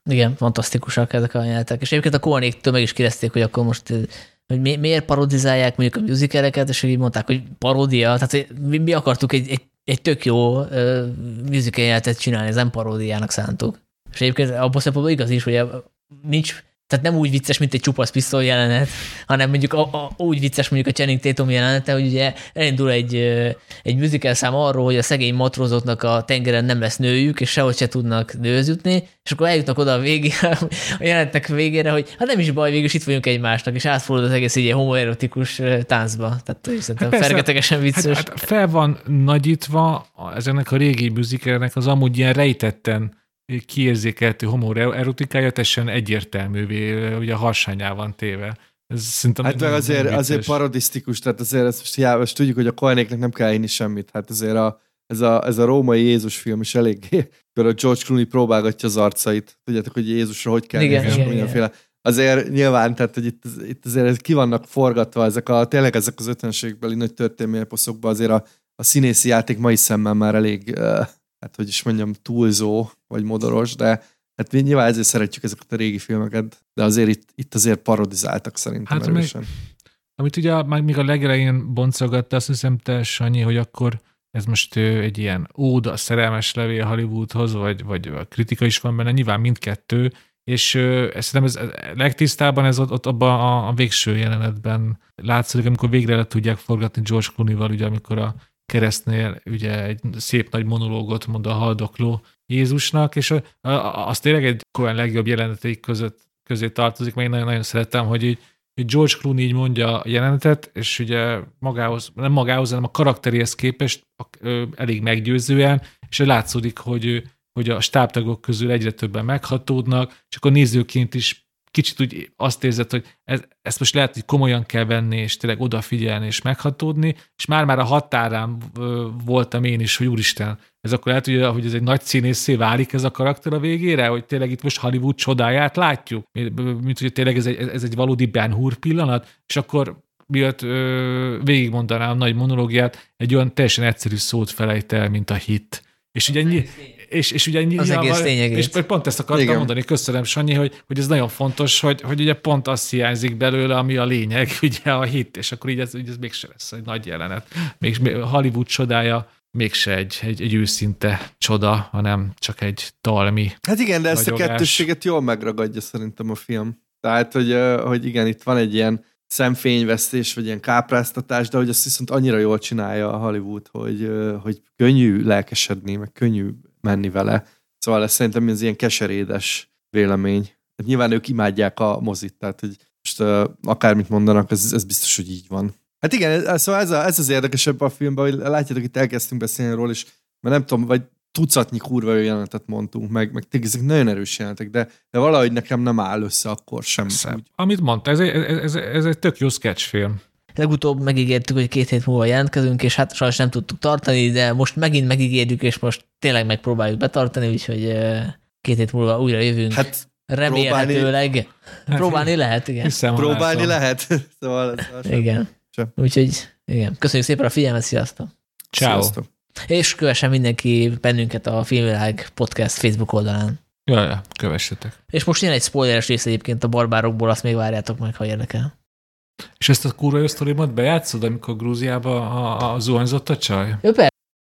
Igen, fantasztikusak ezek a jelenetek. És egyébként a Koenéktől meg is kérdezték, hogy akkor most hogy mi, miért parodizálják mondjuk a musicaleket, és így mondták, hogy paródia, tehát hogy mi, mi akartuk egy, egy, egy tök jó uh, musical jelenetet csinálni, ez nem paródiának szántuk. És egyébként abban szempontból igaz is, hogy nincs, tehát nem úgy vicces, mint egy csupasz pisztoly jelenet, hanem mondjuk a, a, úgy vicces mondjuk a Channing Tatum jelenete, hogy ugye elindul egy, egy musical szám arról, hogy a szegény matrózoknak a tengeren nem lesz nőjük, és sehogy se tudnak nőhöz jutni, és akkor eljutnak oda a végére, a jelenetnek végére, hogy hát nem is baj, végül is itt vagyunk egymásnak, és átfordul az egész egy ilyen homoerotikus táncba. Tehát szerintem hát fergetegesen vicces. Hát, hát fel van nagyítva ezenek a régi musicalnek az amúgy ilyen rejtetten kiérzékeltő homoerotikája teljesen egyértelművé, ugye a harsányá van téve. Ez szerintem hát meg azért, azért parodisztikus, tehát azért ezt most, hiába, most tudjuk, hogy a Coenéknek nem kell hinni semmit. Hát azért a, ez, a, ez a római Jézus film is eléggé. Például George Clooney próbálgatja az arcait. Tudjátok, hogy Jézusra hogy kell igen, nézni, igen, mindenféle. Igen. Azért nyilván, tehát hogy itt, itt azért ki vannak forgatva ezek a, tényleg ezek az ötvenségbeli nagy történelmi eposzokban azért a, a színészi játék mai szemmel már elég hát hogy is mondjam, túlzó, vagy modoros, de hát mi nyilván ezért szeretjük ezeket a régi filmeket, de azért itt, itt azért parodizáltak szerintem hát erősen. Meg, amit ugye még a legelején boncolgatta, azt hiszem te, Sanyi, hogy akkor ez most egy ilyen óda, a szerelmes levél Hollywoodhoz, vagy, vagy a kritika is van benne, nyilván mindkettő, és ezt szerintem ez legtisztában ez ott, ott abban a, a végső jelenetben látszik, amikor végre le tudják forgatni George Clooney-val, ugye amikor a keresztnél ugye egy szép nagy monológot mond a haldokló Jézusnak, és az tényleg egy Coen legjobb jeleneteik között, közé tartozik, mert én nagyon-nagyon szerettem, hogy így, hogy George Clooney így mondja a jelenetet, és ugye magához, nem magához, hanem a karakteréhez képest elég meggyőzően, és látszódik, hogy, hogy a stábtagok közül egyre többen meghatódnak, és akkor nézőként is kicsit úgy azt érzed, hogy ez, ezt most lehet, hogy komolyan kell venni, és tényleg odafigyelni, és meghatódni, és már-már a határán voltam én is, hogy úristen, ez akkor lehet, hogy, hogy ez egy nagy színészé válik ez a karakter a végére, hogy tényleg itt most Hollywood csodáját látjuk, mint hogy tényleg ez egy, ez egy valódi Ben Hur pillanat, és akkor miatt végigmondanám a nagy monológiát, egy olyan teljesen egyszerű szót felejt el, mint a hit. És ugye, és, és ugye az egész lényegét. És pont ezt akartam Igen. mondani, köszönöm, Sanyi, hogy, hogy ez nagyon fontos, hogy, hogy ugye pont azt hiányzik belőle, ami a lényeg, ugye a hit, és akkor így ez, így ez mégse lesz egy nagy jelenet. Még Hollywood csodája mégse egy, egy, egy őszinte csoda, hanem csak egy talmi Hát igen, de ezt nagyogás. A kettősséget jól megragadja szerintem a film. Tehát, hogy, hogy igen, itt van egy ilyen szemfényvesztés, vagy ilyen kápráztatás, de hogy azt viszont annyira jól csinálja a Hollywood, hogy, hogy könnyű lelkesedni, meg könnyű menni vele. Szóval ez szerintem ez ilyen keserédes vélemény. Hát nyilván ők imádják a mozit, tehát hogy most uh, akármit mondanak, ez, ez biztos, hogy így van. Hát igen, ez, szóval ez, a, ez az érdekesebb a filmben, hogy látjátok, itt elkezdtünk beszélni róla, és mert nem tudom, vagy tucatnyi kurva jelenetet mondtunk, meg, meg ezek nagyon erős jelenetek, de, de valahogy nekem nem áll össze akkor sem. Úgy. Amit mondta, ez egy, ez, ez egy tök jó sketchfilm. Legutóbb megígértük, hogy két hét múlva jelentkezünk, és hát sajnos nem tudtuk tartani, de most megint megígérjük, és most tényleg megpróbáljuk betartani, úgyhogy két hét múlva újra jövünk. Hát remélhetőleg. Próbálni, próbálni lehet, igen. Hiszem, próbálni látom. Lehet. Szóval ez igen. Sem. Úgyhogy igen. Köszönjük szépen a figyelmet, sziasztok! Ciao. És kövessen mindenki bennünket a Filmvilág Podcast Facebook oldalán. Ja, ja, kövessetek. És most jön egy spoileres rész egyébként a Barbárokból, azt még várjátok meg, ha érdekel. És ezt a kurva jó sztorimat bejátszod, amikor Grúziában a, a zuhanyzott a csaj? Jó, persze.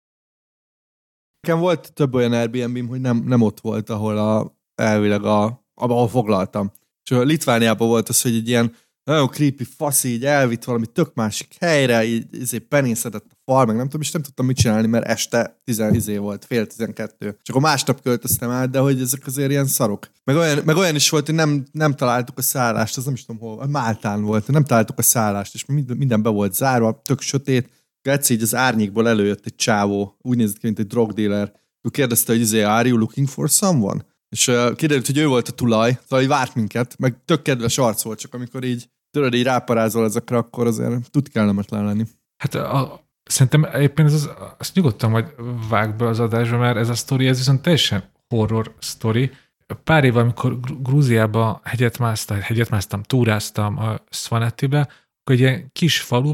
Nekem volt több olyan Airbnb-m, hogy nem, nem ott volt, ahol a, elvileg a, ahol foglaltam. És a Litvániában volt az, hogy egy ilyen nagyon creepy faszi így elvitt valami tök másik helyre, így, így penészedett a fal, meg nem tudom, és nem tudtam mit csinálni, mert este tizenizé volt, fél tizenkettő. És akkor másnap költöztem át, de hogy ezek azért ilyen szarok. Meg olyan, meg olyan is volt, hogy nem, nem találtuk a szállást, az nem is tudom hol, Máltán volt, nem találtuk a szállást, és minden, minden be volt zárva, tök sötét. Geci, így az árnyékból előjött egy csávó, úgy nézett ki, mint egy drogdealer. Ő kérdezte, hogy izé, are you looking for someone? És uh, kiderült, hogy ő volt a tulaj, szóval így várt minket, meg tök kedves arc volt, csak amikor így tudod, így ráparázol ezekre, akkor azért tud kellemetlen lenni. Hát a, szerintem éppen ez az, azt nyugodtan majd vág be az adásba, mert ez a sztori, ez viszont teljesen horror sztori. Pár év, amikor Grúziába hegyet másztam, hegyet másztam, túráztam a Svanetibe, akkor egy ilyen kis faluba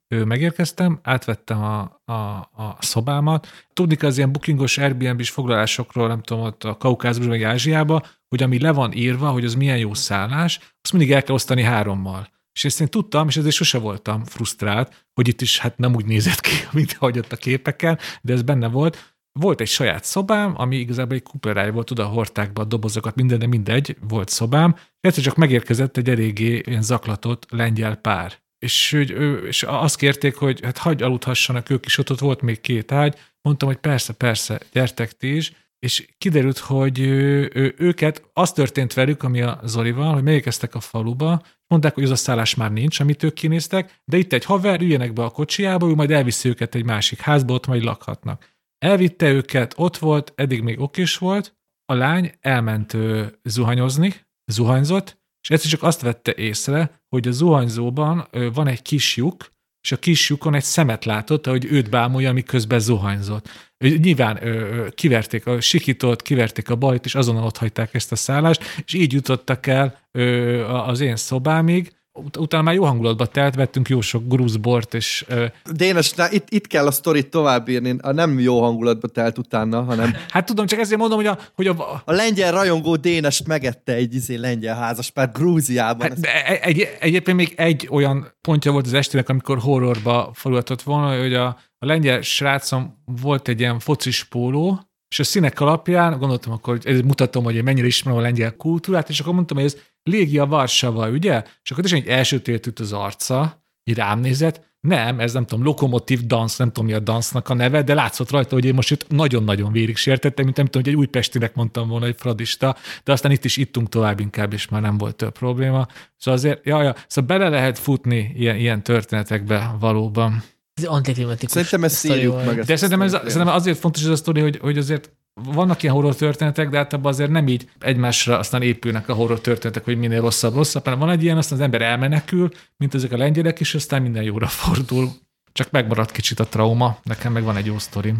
megérkeztem, átvettem a, a, a szobámat. Tudni az ilyen bookingos Airbnb-s foglalásokról, nem tudom, ott a Kaukázusban, vagy Ázsiában, hogy ami le van írva, hogy az milyen jó szállás, azt mindig el kell osztani hárommal. És ezt én tudtam, és ezért sose voltam frusztrált, hogy itt is hát nem úgy nézett ki, mint ahogy ott a képeken, de ez benne volt. Volt egy saját szobám, ami igazából egy kuperáj volt, oda hordták be a dobozokat, minden, de mindegy, volt szobám. Egyszer csak megérkezett egy eléggé ilyen zaklatott lengyel pár. És, és azt kérték, hogy hát hagyj aludhassanak ők is, ott, ott volt még két ágy. Mondtam, hogy persze, persze, gyertek ti is. És kiderült, hogy ő, őket, az történt velük, ami a Zolival, hogy megérkeztek a faluba, mondták, hogy az a szállás már nincs, amit ők kinéztek, de itt egy haver, üljenek be a kocsiába, ő majd elviszi őket egy másik házba, ott majd lakhatnak. Elvitte őket, ott volt, eddig még okés volt, a lány elment ő, zuhanyozni, zuhanyzott, és egyszer csak azt vette észre, hogy a zuhanyzóban ő, van egy kis lyuk, és a kis lyukon egy szemet látott, ahogy őt bámulja, miközben zuhanyzott. Nyilván ö, kiverték a sikítót, kiverték a bajt, és azonnal ott hagyták ezt a szállást, és így jutottak el ö, az én szobámig. Ut- utána már jó hangulatba telt, vettünk jó sok grúzbort, és... Ö... Dénes, na, itt, itt kell a sztorit továbbírni, a nem jó hangulatba telt utána, hanem... Hát tudom, csak ezért mondom, hogy a... Hogy a... a lengyel rajongó Dénest megette egy izé lengyel házaspár Grúziában. Hát, de egy, egyébként még egy olyan pontja volt az estének, amikor horrorba fordulhatott volna, hogy a, a lengyel srácom volt egy ilyen focis póló, és a színek alapján gondoltam akkor, hogy mutatom, hogy én mennyire ismerem a lengyel kultúrát, és akkor mondtam, hogy ez Légia Varsava, ugye? És akkor is egy elsötétült az arca, így rám nézett. Nem, ez nem tudom, lokomotív dansz, nem tudom mi a dansznak a neve, de látszott rajta, hogy én most itt nagyon-nagyon vérig sértettem, mint nem tudom, hogy egy újpestinek mondtam volna, egy fradista, de aztán itt is ittunk tovább inkább, és már nem volt több probléma. Szóval azért, ja, ja, szóval bele lehet futni ilyen, ilyen történetekbe valóban. Ez antiklimatikus. Szerintem ezt szívjuk meg. De szerintem, ez, szerintem azért fontos ez a sztori, hogy, hogy azért vannak ilyen horror történetek, de általában azért nem így egymásra aztán épülnek a horror történetek, hogy minél rosszabb, rosszabb, hanem van egy ilyen, aztán az ember elmenekül, mint ezek a lengyelek, és aztán minden jóra fordul. Csak megmarad kicsit a trauma, nekem meg van egy jó sztorim.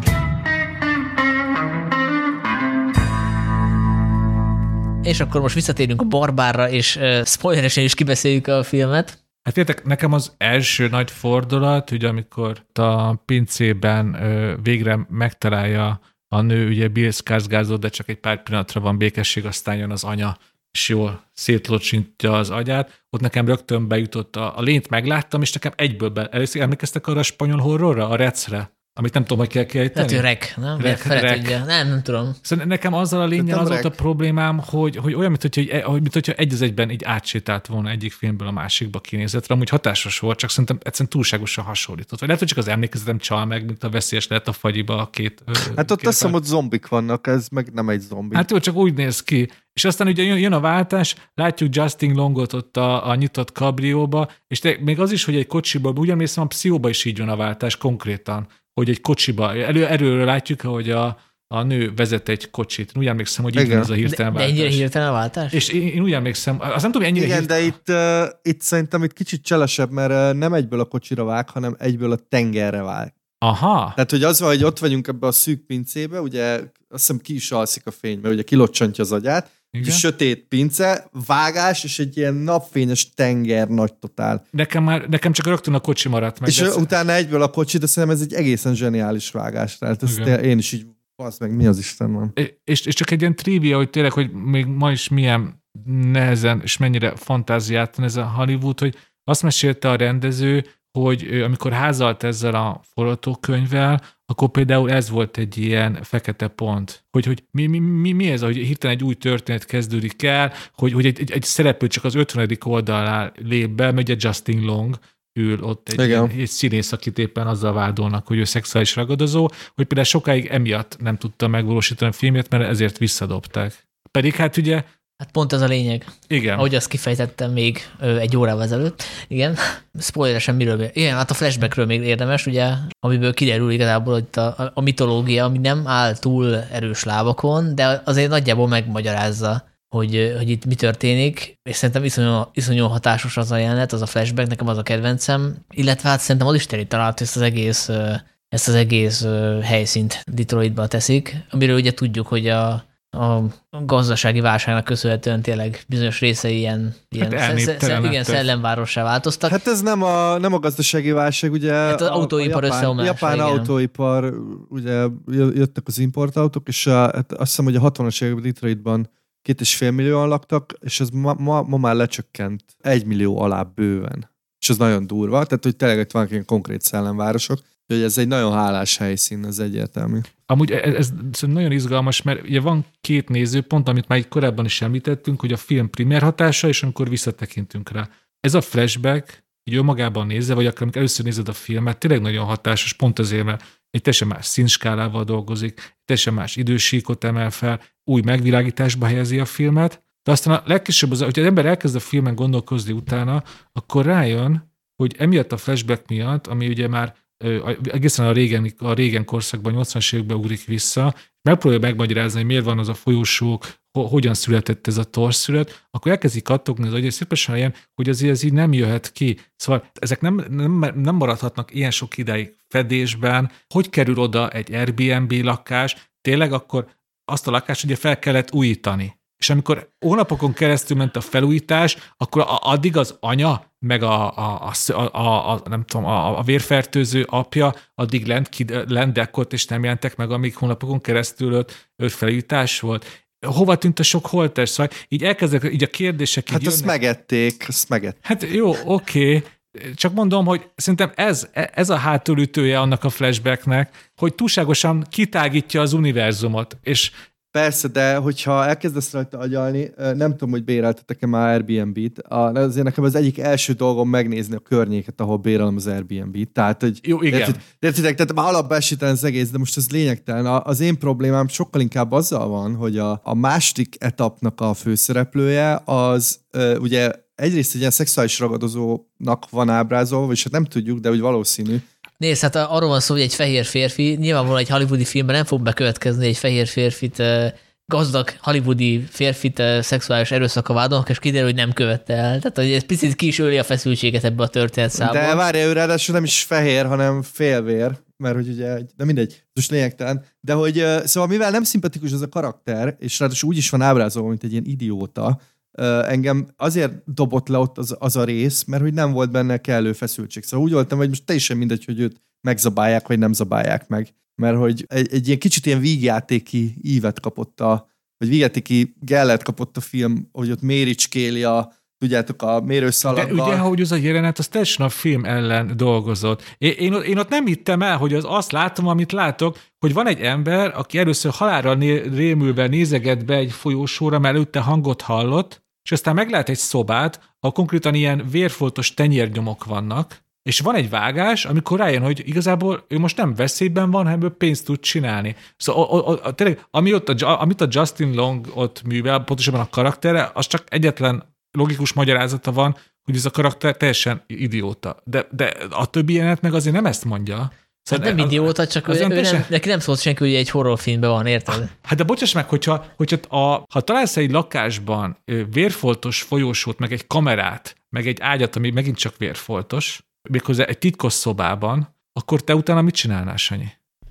És akkor most visszatérünk a Barbárra, és uh, spoileresen is kibeszéljük a filmet. Hát értek, nekem az első nagy fordulat, ugye amikor a pincében ö, végre megtalálja a nő, ugye Bill Skarsgårdot, de csak egy pár pillanatra van békesség, aztán jön az anya, és jól szétlocsintja az agyát. Ott nekem rögtön bejutott a, a lényt, megláttam, és nekem egyből be... Először emlékeztek arra a spanyol horrorra, a Recre? Amit nem tudom, hogy kell kiejteni. Hát, rek, nem? Rek, rek. Nem, nem tudom. Szóval nekem azzal a lényel az volt a problémám, hogy, hogy olyan, mint hogyha, hogy, mint hogyha egy az egyben így átsétált volna egyik filmből a másikba kinézetre, amúgy hatásos volt, csak szerintem egyszerűen túlságosan hasonlított. Vagy lehet, hogy csak az emlékezetem csal meg, mint a veszélyes lehet a fagyiba a két... Hát ott azt hiszem, hogy zombik vannak, ez meg nem egy zombi. Hát jó, csak úgy néz ki. És aztán ugye jön a váltás, látjuk Justin Longot ott a, a nyitott kabrióba, és te, még az is, hogy egy kocsiba, úgy emlékszem, a Pszichóba is így jön a váltás konkrétan, hogy egy kocsiba, elő, erőről látjuk, hogy a, a nő vezet egy kocsit. Úgy emlékszem, hogy így van ez a hirtelen de, váltás. De ennyire hirtelen a váltás? És én, én úgy emlékszem, azt nem tudom, ennyire igen, hirtelen... de itt, uh, itt szerintem itt kicsit cselesebb, mert uh, nem egyből a kocsira vág, hanem egyből a tengerre vág. Aha. Tehát, hogy az van, hogy ott vagyunk ebbe a szűk pincébe, ugye azt hiszem ki is alszik a fény, mert ugye kilocsantja az agyát, igen? És sötét pince, vágás, és egy ilyen napfényes tenger nagy totál. Nekem, már, nekem csak rögtön a kocsi maradt meg. És ez... utána egyből a kocsi, de szerintem ez egy egészen zseniális vágás. Tehát ezt én is így, az meg mi az Isten van. És, és csak egy ilyen trivia, hogy tényleg, hogy még ma is milyen nehezen, és mennyire fantáziátlan ez a Hollywood, hogy azt mesélte a rendező, hogy amikor házalt ezzel a forgatókönyvvel, akkor például ez volt egy ilyen fekete pont, hogy, hogy mi, mi, mi, mi ez, hogy hirtelen egy új történet kezdődik el, hogy, hogy egy, egy, egy szereplő csak az ötvenedik oldalán lép be, mert ugye Justin Long ül ott egy, ilyen, egy színész, akit éppen azzal vádolnak, hogy ő szexuális ragadozó, hogy például sokáig emiatt nem tudta megvalósítani a filmjét, mert ezért visszadobták. Pedig hát ugye Hát pont ez a lényeg. Igen. Ahogy azt kifejtettem még ö, egy órával ezelőtt. Igen. Spoileresen miről? Igen, hát a flashbackről még érdemes, ugye, amiből kiderül igazából, hogy a, a, a mitológia, ami nem áll túl erős lábakon, de azért nagyjából megmagyarázza, hogy, hogy itt mi történik, és szerintem iszonyú, iszonyú hatásos az a jelenet, az a flashback, nekem az a kedvencem, illetve hát szerintem az is talált ezt az egész, ezt az egész helyszínt Detroitba teszik, amiről ugye tudjuk, hogy a a gazdasági válságnak köszönhetően tényleg bizonyos részei ilyen, ilyen hát sze, sze, igen, szellemvárossá változtak. Hát ez nem a, nem a gazdasági válság, ugye hát az autóipar összeomlása. Japán igen. autóipar, ugye jöttek az importautók, és a, hát azt hiszem, hogy a hatvanas években Detroitban két és fél millióan laktak, és ez ma, ma, ma már lecsökkent egy millió alá bőven. És ez nagyon durva, tehát hogy tényleg itt vannak ilyen konkrét szellemvárosok, hogy ez egy nagyon hálás helyszín, ez egyértelmű. Amúgy ez, ez nagyon izgalmas, mert ugye van két nézőpont, amit már itt korábban is említettünk, hogy a film primér hatása, és amikor visszatekintünk rá. Ez a flashback, így önmagában nézve, vagy akkor amikor először nézed a filmet, tényleg nagyon hatásos, pont azért, mert egy teljesen más színskálával dolgozik, egy teljesen más idősíkot emel fel, új megvilágításba helyezi a filmet, de aztán a legkisebb az, hogyha az ember elkezd a filmen gondolkozni utána, akkor rájön, hogy emiatt a flashback miatt, ami ugye már egészen a régen, a régen korszakban, nyolcvanas években ugrik vissza, megpróbálja megmagyarázni, hogy miért van az a folyósó, hogyan született ez a torszület, akkor elkezdik kattogni az agy, és szépesen ilyen, hogy azért ez így nem jöhet ki. Szóval ezek nem, nem, nem maradhatnak ilyen sok ideig fedésben. Hogy kerül oda egy Airbnb lakás? Tényleg akkor azt a lakást ugye fel kellett újítani. És amikor hónapokon keresztül ment a felújítás, akkor addig az anya, meg a, a, a, a, a, nem tudom, a, a vérfertőző apja addig lent, ki, lent dekkolt, és nem jelentek meg, amíg hónapokon keresztül öt, öt felújítás volt. Hova tűnt a sok holtest? Szóval így elkezdek, így a kérdések Hát így azt jönnek. megették, azt megették. Hát jó, oké. Okay. Csak mondom, hogy szerintem ez, ez a hátulütője annak a flashbacknek, hogy túlságosan kitágítja az univerzumot, és persze, de hogyha elkezdesz rajta agyalni, nem tudom, hogy béreltetek-e már Airbnb-t, azért nekem az egyik első dolgom megnézni a környéket, ahol bérelem az Airbnb-t. Tehát, hogy jó, igen. Értitek, tehát már alapban esítelen az egész, de most ez lényegtelen. Az én problémám sokkal inkább azzal van, hogy a, a második etapnak a főszereplője az ugye egyrészt egy ilyen szexuális ragadozónak van ábrázolva, vagyis hát nem tudjuk, de úgy valószínű. Nézd, hát arról van szó, hogy egy fehér férfi, nyilvánvalóan egy hollywoodi filmben nem fog bekövetkezni, egy fehér férfit, gazdag hollywoodi férfit szexuális erőszaka vádolnak, és kiderül, hogy nem követte el. Tehát, hogy ez picit ki is öli a feszültséget ebbe a történetszámba. De várja, ő ráadásul nem is fehér, hanem félvér, mert hogy ugye, de mindegy, most lényegtelen. De hogy, szóval mivel nem szimpatikus ez a karakter, és ráadásul úgy is van ábrázolva, mint egy ilyen idióta, engem azért dobott le ott az, az a rész, mert hogy nem volt benne kellő feszültség. Szóval úgy voltam, hogy most teljesen mindegy, hogy őt megzabálják, vagy nem zabálják meg. Mert hogy egy, egy ilyen kicsit ilyen vígjátéki ívet kapott a, vagy vígjátéki gellet kapott a film, hogy ott méricskéli a, tudjátok, a mérőszalaggal. De ugye, hogy az a jelenet, az teljesen a film ellen dolgozott. Én, én, én ott nem hittem el, hogy az azt látom, amit látok, hogy van egy ember, aki először halálra né- rémülve nézeget be egy folyósóra, mert előtte hangot hallott, és aztán meglát egy szobát, ahol konkrétan ilyen vérfoltos tenyérnyomok vannak, és van egy vágás, amikor rájön, hogy igazából ő most nem veszélyben van, hanem ő pénzt tud csinálni. Szóval o, o, o, tényleg, ami ott a, amit a Justin Long ott művel, pontosabban a karaktere, az csak egyetlen logikus magyarázata van, hogy ez a karakter teljesen idióta. De, de a többi jelenet meg azért nem ezt mondja. Szóval nem idióta, csak ő, ő nem, neki nem szólt senki, hogy egy horrorfilmben van, érted? Hát de bocsáss meg, hogyha, hogyha a, ha találsz egy lakásban vérfoltos folyósót, meg egy kamerát, meg egy ágyat, ami megint csak vérfoltos, méghozzá egy titkos szobában, akkor te utána mit csinálnál, Sanyi?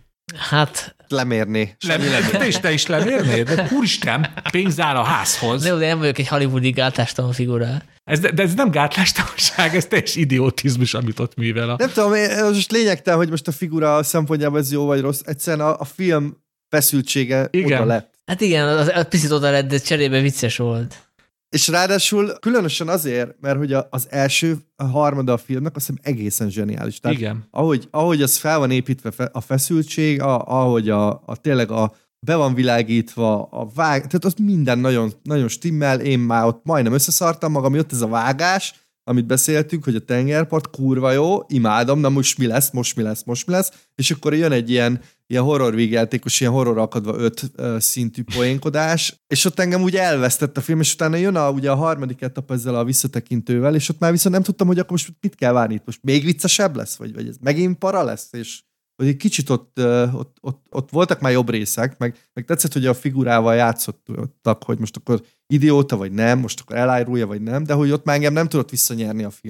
Hát... Lemérni. Lemérni. Te is, te is lemérnéd? De úristen, pénz áll a házhoz. De, de nem vagyok egy hollywoodi gátlástalan figura. Ez, de ez nem gátlástalanság, ez teljes idiotizmus, amit ott művel. A... Nem tudom, most lényegtelen, hogy most a figura szempontjában ez jó vagy rossz. Egyszerűen a, a film feszültsége igen. oda lett. Hát igen, az, az picit oda lett, de cserébe vicces volt. És ráadásul különösen azért, mert hogy az első a harmada a filmnek azt hiszem egészen zseniális. Tehát igen. Ahogy, ahogy az fel van építve a feszültség, a, ahogy a, a tényleg a be van világítva, a vág, tehát az minden nagyon, nagyon stimmel, én már ott majdnem összeszartam magam, jött ez a vágás, amit beszéltünk, hogy a tengerpart kurva jó, imádom, na most mi lesz, most mi lesz, most mi lesz, és akkor jön egy ilyen, ilyen horror vígjátékos, ilyen horror akadva öt uh, szintű poénkodás, és ott engem úgy elvesztett a film, és utána jön a, ugye a harmadik etap ezzel a visszatekintővel, és ott már viszont nem tudtam, hogy akkor most mit kell várni, itt most még viccesebb lesz, vagy, vagy ez megint para lesz, és hogy egy kicsit ott, ott, ott, ott voltak már jobb részek, meg, meg tetszett, hogy a figurával játszottak, hogy most akkor idióta vagy nem, most akkor elárulja vagy nem, de hogy ott már engem nem tudott visszanyerni a film.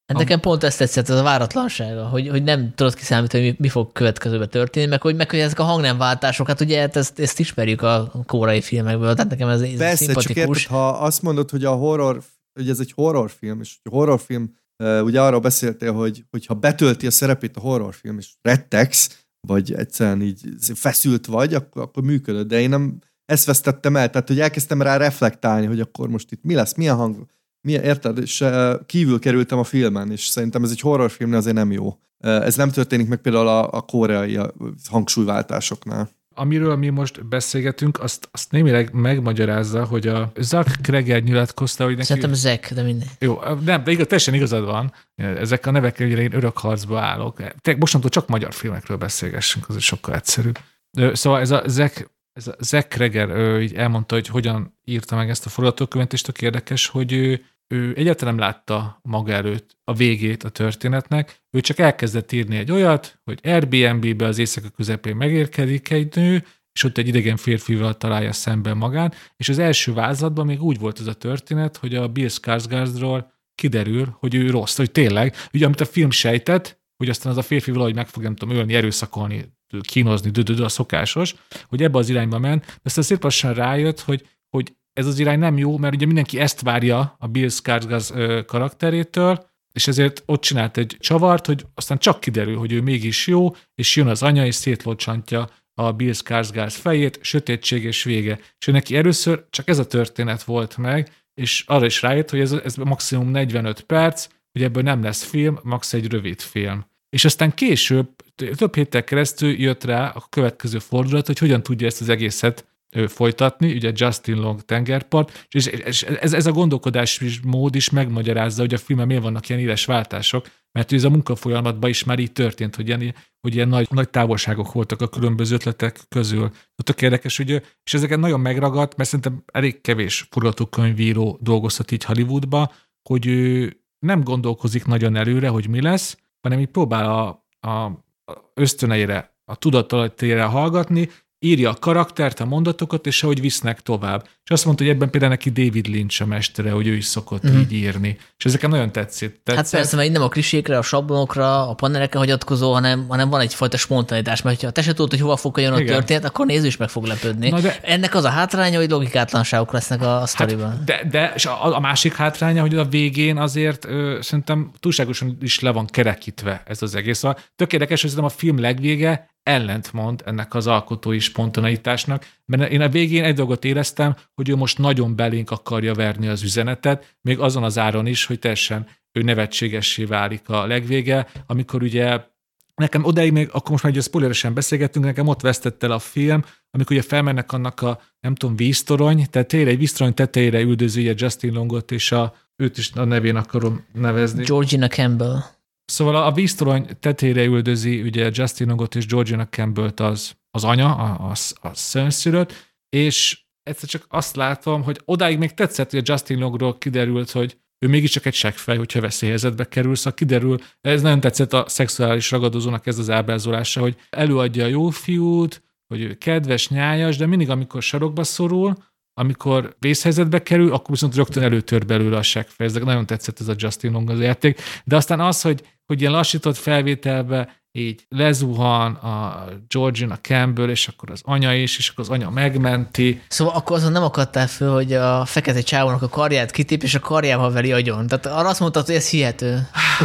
Nekem pont ezt tetszett, ez a váratlansága, hogy, hogy nem tudod kiszámítani, hogy mi, mi fog következőbe történni, meg hogy, meg hogy ezek a hangnemváltások, hát ugye ezt, ezt ismerjük a koreai filmekből, tehát nekem ez, ez Persze, szimpatikus. csak érted, ha azt mondod, hogy a horror, hogy ez egy horrorfilm, és a horrorfilm, ugye arról beszéltél, hogy, hogy ha betölti a szerepét a horrorfilm, és rettegsz, vagy egyszerűen így feszült vagy, akkor, akkor működött, de én nem ezt vesztettem el, tehát hogy elkezdtem rá reflektálni, hogy akkor most itt mi lesz, milyen hang, milyen, érted, és kívül kerültem a filmen, és szerintem ez egy horrorfilmnél azért nem jó. Ez nem történik meg például a, a koreai hangsúlyváltásoknál. Amiről mi most beszélgetünk, azt, azt némileg megmagyarázza, hogy a Zach Kreger nyilatkozta, hogy neki... Szerintem Zach, de minden. Jó, nem, de igaz, teljesen igazad van. Ezek a nevekkel ugye én örök harcba állok. Mostantól csak magyar filmekről beszélgessünk, az sokkal egyszerűbb. Szóval ez a Zach, ez a Zach Kreger ő így elmondta, hogy hogyan írta meg ezt a forgatókönyvet, és tök érdekes, hogy ő, ő egyáltalán nem látta maga előtt a végét a történetnek, ő csak elkezdett írni egy olyat, hogy Airbnb-be az éjszaka közepén megérkezik egy nő, és ott egy idegen férfival találja szemben magán, és az első vázlatban még úgy volt ez a történet, hogy a Bill Skarsgårdról kiderül, hogy ő rossz, hogy tényleg, ugye amit a film sejtett, hogy aztán az a férfi valahogy meg fog, nem tudom, ölni, erőszakolni, kínozni, dödödö, a szokásos, hogy ebbe az irányba ment, de aztán szép lassan rájött, hogy, hogy ez az irány nem jó, mert ugye mindenki ezt várja a Bill Skarsgård karakterétől, és ezért ott csinált egy csavart, hogy aztán csak kiderül, hogy ő mégis jó, és jön az anya, és szétlocsantja a Bill Skarsgård fejét, sötétség és vége. És neki először csak ez a történet volt meg, és arra is rájött, hogy ez, ez maximum negyvenöt perc, hogy ebből nem lesz film, max egy rövid film. És aztán később, több héttel keresztül jött rá a következő fordulat, hogy hogyan tudja ezt az egészet folytatni, ugye Justin Long tengerpart, és ez, ez a gondolkodás mód is megmagyarázza, hogy a filmben miért vannak ilyen éles váltások, mert ez a munkafolyamatban is már így történt, hogy ilyen, hogy ilyen nagy, nagy távolságok voltak a különböző ötletek közül. Tök érdekes, hogy, és ezeket nagyon megragadt, mert szerintem elég kevés forgatókönyvíró dolgozhat így Hollywoodba, hogy ő nem gondolkozik nagyon előre, hogy mi lesz, hanem így próbál a, a ösztöneire, a tudatalattére hallgatni, írja a karaktert, a mondatokat, és ahogy visznek tovább. És azt mondta, hogy ebben például neki David Lynch a mestere, hogy ő is szokott mm. így írni. És ezeken nagyon tetszett. tetszett. Hát persze, mert nem a klisékre, a sablonokra, a panelekre hagyatkozó, hanem, hanem van egyfajta spontanitás, mert ha te se tudod, hogy hova fog jönni a történet, akkor néző is meg fog lepődni. De, ennek az a hátránya, hogy logikátlanságok lesznek a, a sztoriban. Hát de, de és a, a másik hátránya, hogy a végén azért ö, szerintem túlságosan is le van kerekítve ez az egész. Szóval tök érdekes, hogy a film legvége ellentmond ennek az alkotói spontaneitásnak, mert én a végén egy dolgot éreztem, hogy ő most nagyon belénk akarja verni az üzenetet, még azon az áron is, hogy teljesen ő nevetségessé válik a legvége, amikor ugye nekem odáig még, akkor most már ugye spoileresen beszélgettünk, nekem ott vesztett el a film, amikor ugye felmennek annak a, nem tudom, víztorony, tehát tényleg egy víztorony tetejére üldözője Justin Longot, és a, őt is a nevén akarom nevezni. Georgina Campbell. Szóval a víztorony tetejére üldözi ugye Justin Longot és Georgina Campbellt az, az anya, a, a, a szőnszülött, és egyszer csak azt látom, hogy odáig még tetszett, hogy a Justin Longról kiderült, hogy ő mégiscsak egy seggfej, hogyha veszélyhelyzetbe kerül, szóval kiderül, ez nagyon tetszett a szexuális ragadozónak ez az ábrázolása, hogy előadja a jó fiút, hogy ő kedves, nyájas, de mindig, amikor sarokba szorul, amikor vészhelyzetbe kerül, akkor viszont rögtön előtör belőle a seggfej. Ez nagyon tetszett ez a Justin Long az játék. De aztán az, hogy, hogy ilyen lassított felvételbe így lezuhan a Georgina Campbell, és akkor az anya is, és akkor az anya megmenti. Szóval akkor azon nem akadtál föl, hogy a fekete csávónak a karját kitép, és a karjával veri agyon. Tehát arra azt mondtad, hogy ez hihető.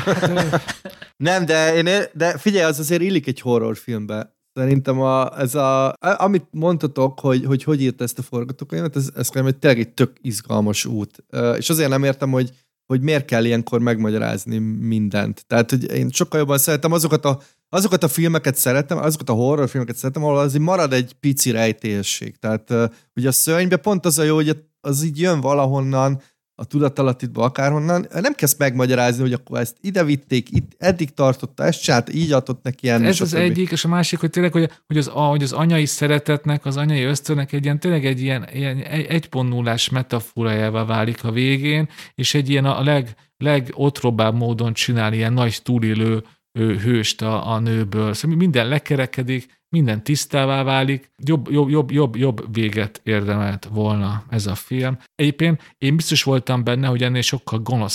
Nem, de, én, de figyelj, az azért illik egy horrorfilmbe. Szerintem a, ez a, amit mondtatok, hogy hogy, hogy írt ezt a forgatókönyvet, ez, ez egy tényleg egy tök izgalmas út. És azért nem értem, hogy, hogy miért kell ilyenkor megmagyarázni mindent. Tehát, hogy én sokkal jobban szeretem azokat a, azokat a filmeket szeretem, azokat a horrorfilmeket szeretem, ahol azért marad egy pici rejtélyesség. Tehát ugye a Szörnyben pont az a jó, hogy az így jön valahonnan, a tudatalatitba akárhonnan, nem kezd megmagyarázni, hogy akkor ezt ide vitték, itt eddig tartotta, ezt csinált, így adott neki ilyen. Ez az többi. Egyik, és a másik, hogy tényleg, hogy, hogy, az, hogy az anyai szeretetnek, az anyai ösztönnek egy ilyen, tényleg egy ilyen, ilyen egy pont nullás metaforájává válik a végén, és egy ilyen a leg, legotrobább módon csinál ilyen nagy túlélő hőst a, a nőből. Szóval minden lekerekedik, minden tisztává válik, jobb, jobb, jobb, jobb, jobb véget érdemelt volna ez a film. Egyébként én biztos voltam benne, hogy ennél sokkal gonoszabb.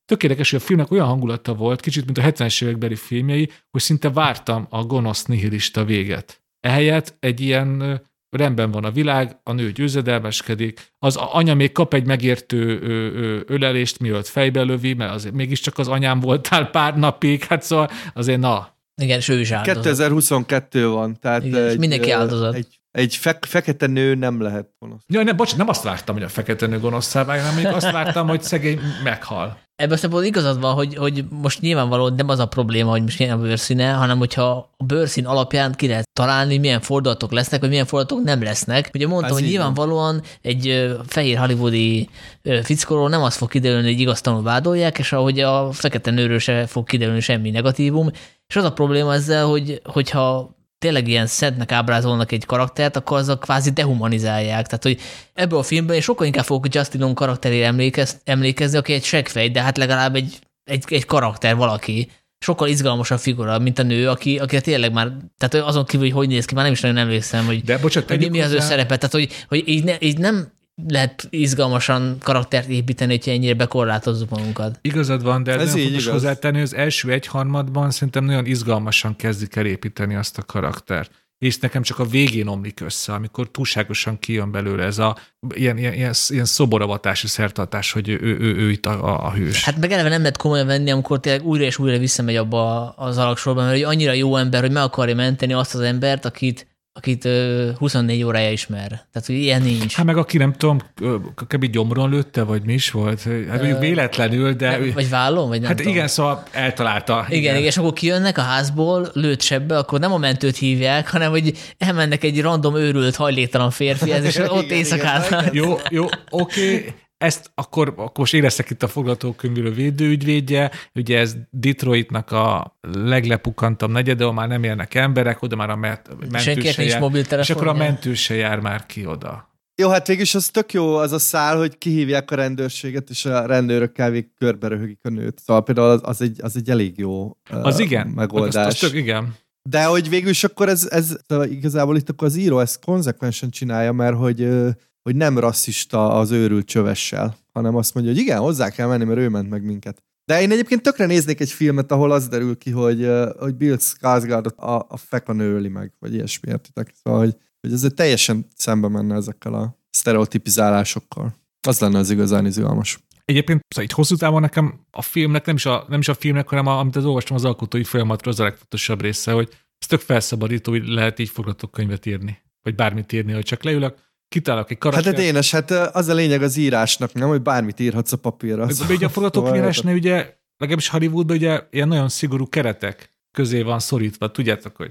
tök érdekes, hogy a filmnek olyan hangulata volt, kicsit, mint a hetvenes évekbeli filmjei, hogy szinte vártam a gonosz nihilista véget. Ehelyett egy ilyen rendben van a világ, a nő győzedelmeskedik, az anya még kap egy megértő ölelést, mielőtt fejbe lövi, mert azért mégiscsak az anyám voltál pár napig, hát szóval azért na. Igen, és ő is áldozat. kétezer-huszonkettő van, tehát igen, egy, mindenki áldozat. Egy, egy fe- fekete nő nem lehet gonosz. Ja, nem, bocs, nem azt vártam, hogy a fekete nő gonoszszá vág, hanem még azt vártam, hogy szegény meghal. Ebben a szempontból igazad van, hogy, hogy most nyilvánvalóan nem az a probléma, hogy most milyen a bőrszíne, hanem hogyha a bőrszín alapján ki lehet találni, milyen fordulatok lesznek, vagy milyen fordulatok nem lesznek. Ugye mondtam, ez hogy nyilvánvalóan egy fehér hollywoodi fickóról nem az fog kiderülni, hogy igaztalanul vádolják, és ahogy a fekete nőről se fog kiderülni semmi negatívum. És az a probléma ezzel, hogy, hogyha tényleg ilyen szentnek ábrázolnak egy karaktert, akkor azzal kvázi dehumanizálják. Tehát, hogy ebből a filmben én sokkal inkább fogok Justin Long karakterére emlékez, emlékezni, aki egy seggfej, de hát legalább egy, egy, egy karakter, valaki. Sokkal izgalmasabb figura, mint a nő, aki, aki tényleg már, tehát azon kívül, hogy hogy néz ki, már nem is nagyon emlékszem, hogy, de, bocsánat, hogy mi az ő szerepe. Tehát, hogy, hogy így, ne, így nem lehet izgalmasan karaktert építeni, hogyha ennyire bekorlátozzuk magunkat. Igazad van, de ez ez nagyon fontos igaz. hozzátenni, az első egyharmadban szerintem nagyon izgalmasan kezdik el építeni azt a karaktert. És nekem csak a végén omlik össze, amikor túlságosan kijön belőle ez a ilyen, ilyen, ilyen, ilyen szoboravatási szertartás, hogy ő, ő, ő, ő itt a, a, a hős. Hát meg eleve nem lehet komolyan venni, amikor tényleg újra és újra visszamegy abba az alaksorban, mert hogy annyira jó ember, hogy meg akarja menteni azt az embert, akit akit ö, huszonnégy órája ismer. Tehát, hogy ilyen nincs. Hát meg aki nem tudom, kb. Gyomron lőtte, vagy mi is volt? Hát mondjuk véletlenül, de... Vagy vállon, vagy nem Hát tudom. igen, szóval eltalálta. Igen, igen, és akkor kijönnek a házból, lőtt sebbe, akkor nem a mentőt hívják, hanem hogy elmennek egy random őrült, hajléktalan férfihez, és ott igen, éjszakálnak. Jó, jó, oké. Okay. Ezt akkor, akkor most éreztek itt a forgatókönyvről védőügyvédje, ugye ez Detroitnak a leglepukantabb negyede, ahol már nem érnek emberek, oda már a mentő se jár, és akkor a mentő se jár már ki oda. Jó, hát végülis az tök jó az a szál, hogy kihívják a rendőrséget, és a rendőrökkel végig körbe röhögik a nőt. Szóval például az, az, egy, az egy elég jó az uh, igen, megoldás. Az, az tök, igen. De hogy végülis akkor ez, ez igazából itt akkor az író ezt konzekvensen csinálja, mert hogy hogy nem rasszista az őrült csövessel, hanem azt mondja, hogy igen, hozzá kell menni, mert ő ment meg minket. De én egyébként tökre néznék egy filmet, ahol az derül ki, hogy, hogy Bill Skarsgårdot a, a fekanő öli meg, vagy ilyesmi, értitek? Szóval, hogy, hogy ez teljesen szembe menne ezekkel a sztereotipizálásokkal. Az lenne az igazán izgalmas. Egyébként szóval itt hosszú távon nekem a filmnek, nem is a, nem is a filmnek, hanem a, amit az olvastam az alkotói folyamatról, az a legfontosabb része, hogy ez tök felszabadító, hogy lehet így forgatókönyvet írni, vagy bármit írni, hogy csak leülök, kitálok egy karaktert. Hát Dénes, hát az a lényeg az írásnak, nem, hogy bármit írhatsz a papírra. De ugye a forgatókönyvesnél ugye, legalábbis Hollywoodban ugye ilyen nagyon szigorú keretek közé van szorítva, tudjátok, hogy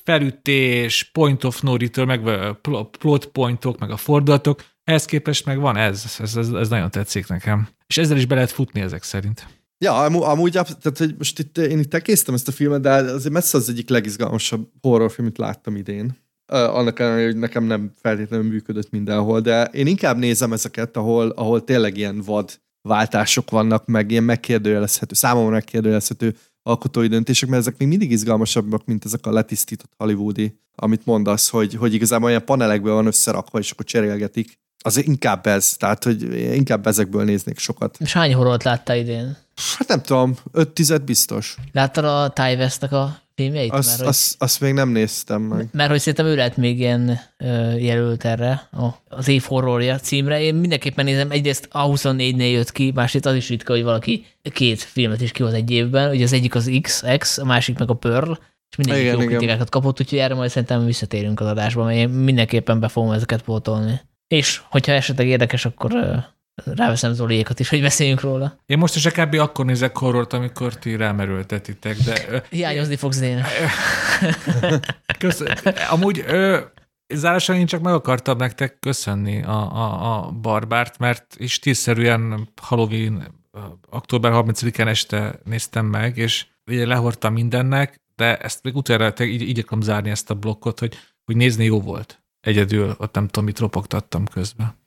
felütés, point of no return, meg plot pointok, meg a fordulatok, ehhez képest meg van ez, ez, ez, ez nagyon tetszik nekem. És ezzel is be lehet futni ezek szerint. Ja, amúgy, amúgy tehát, hogy most itt, én itt elkésztem ezt a filmet, de azért messze az egyik legizgalmasabb horrorfilm, amit láttam idén. Uh, annak ellenére, hogy nekem nem feltétlenül működött mindenhol, de én inkább nézem ezeket, ahol, ahol tényleg ilyen vad váltások vannak, meg ilyen megkérdőjelezhető, számomra megkérdőjelezhető alkotói döntések, mert ezek még mindig izgalmasabbak, mint ezek a letisztított hollywoodi, amit mondasz, hogy, hogy igazából olyan panelekből van összerakva, és akkor cserélgetik. Az inkább ez, tehát hogy inkább ezekből néznék sokat. És hány horrort láttál idén? Hát nem tudom, öt tized biztos. Láttad a Ty Westnek a filmjeit? Azt, mert, azt, hogy, azt még nem néztem meg. mert hogy szerintem ő lehet még ilyen ö, jelölt erre, az év horrorja címre. Én mindenképpen nézem, egyrészt A huszonnégynél jött ki, másrészt az is ritka, hogy valaki két filmet is kihoz egy évben. Ugye az egyik az X, X, a másik meg a Pearl, és mindegyik jó kritikákat kapott, úgyhogy erre majd szerintem visszatérünk az adásba, mert én mindenképpen be fogom ezeket pótolni. És hogyha esetleg érdekes, akkor ö, ráveszem Zoliékat is, hogy beszéljünk róla. Én most is kb. Akkor nézek horrort, amikor ti rámerültetitek, de... Hiányozni fogsz, Déne. Köszön... Amúgy ö, zárásan én csak meg akartam nektek köszönni a, a, a Barbárt, mert is tízszerűen Halloween október harmincadikán este néztem meg, és ugye lehordtam mindennek, de ezt még utána így, így akarom zárni ezt a blokkot, hogy, hogy nézni jó volt. Egyedül ott nem tudom, mit ropogtattam közben.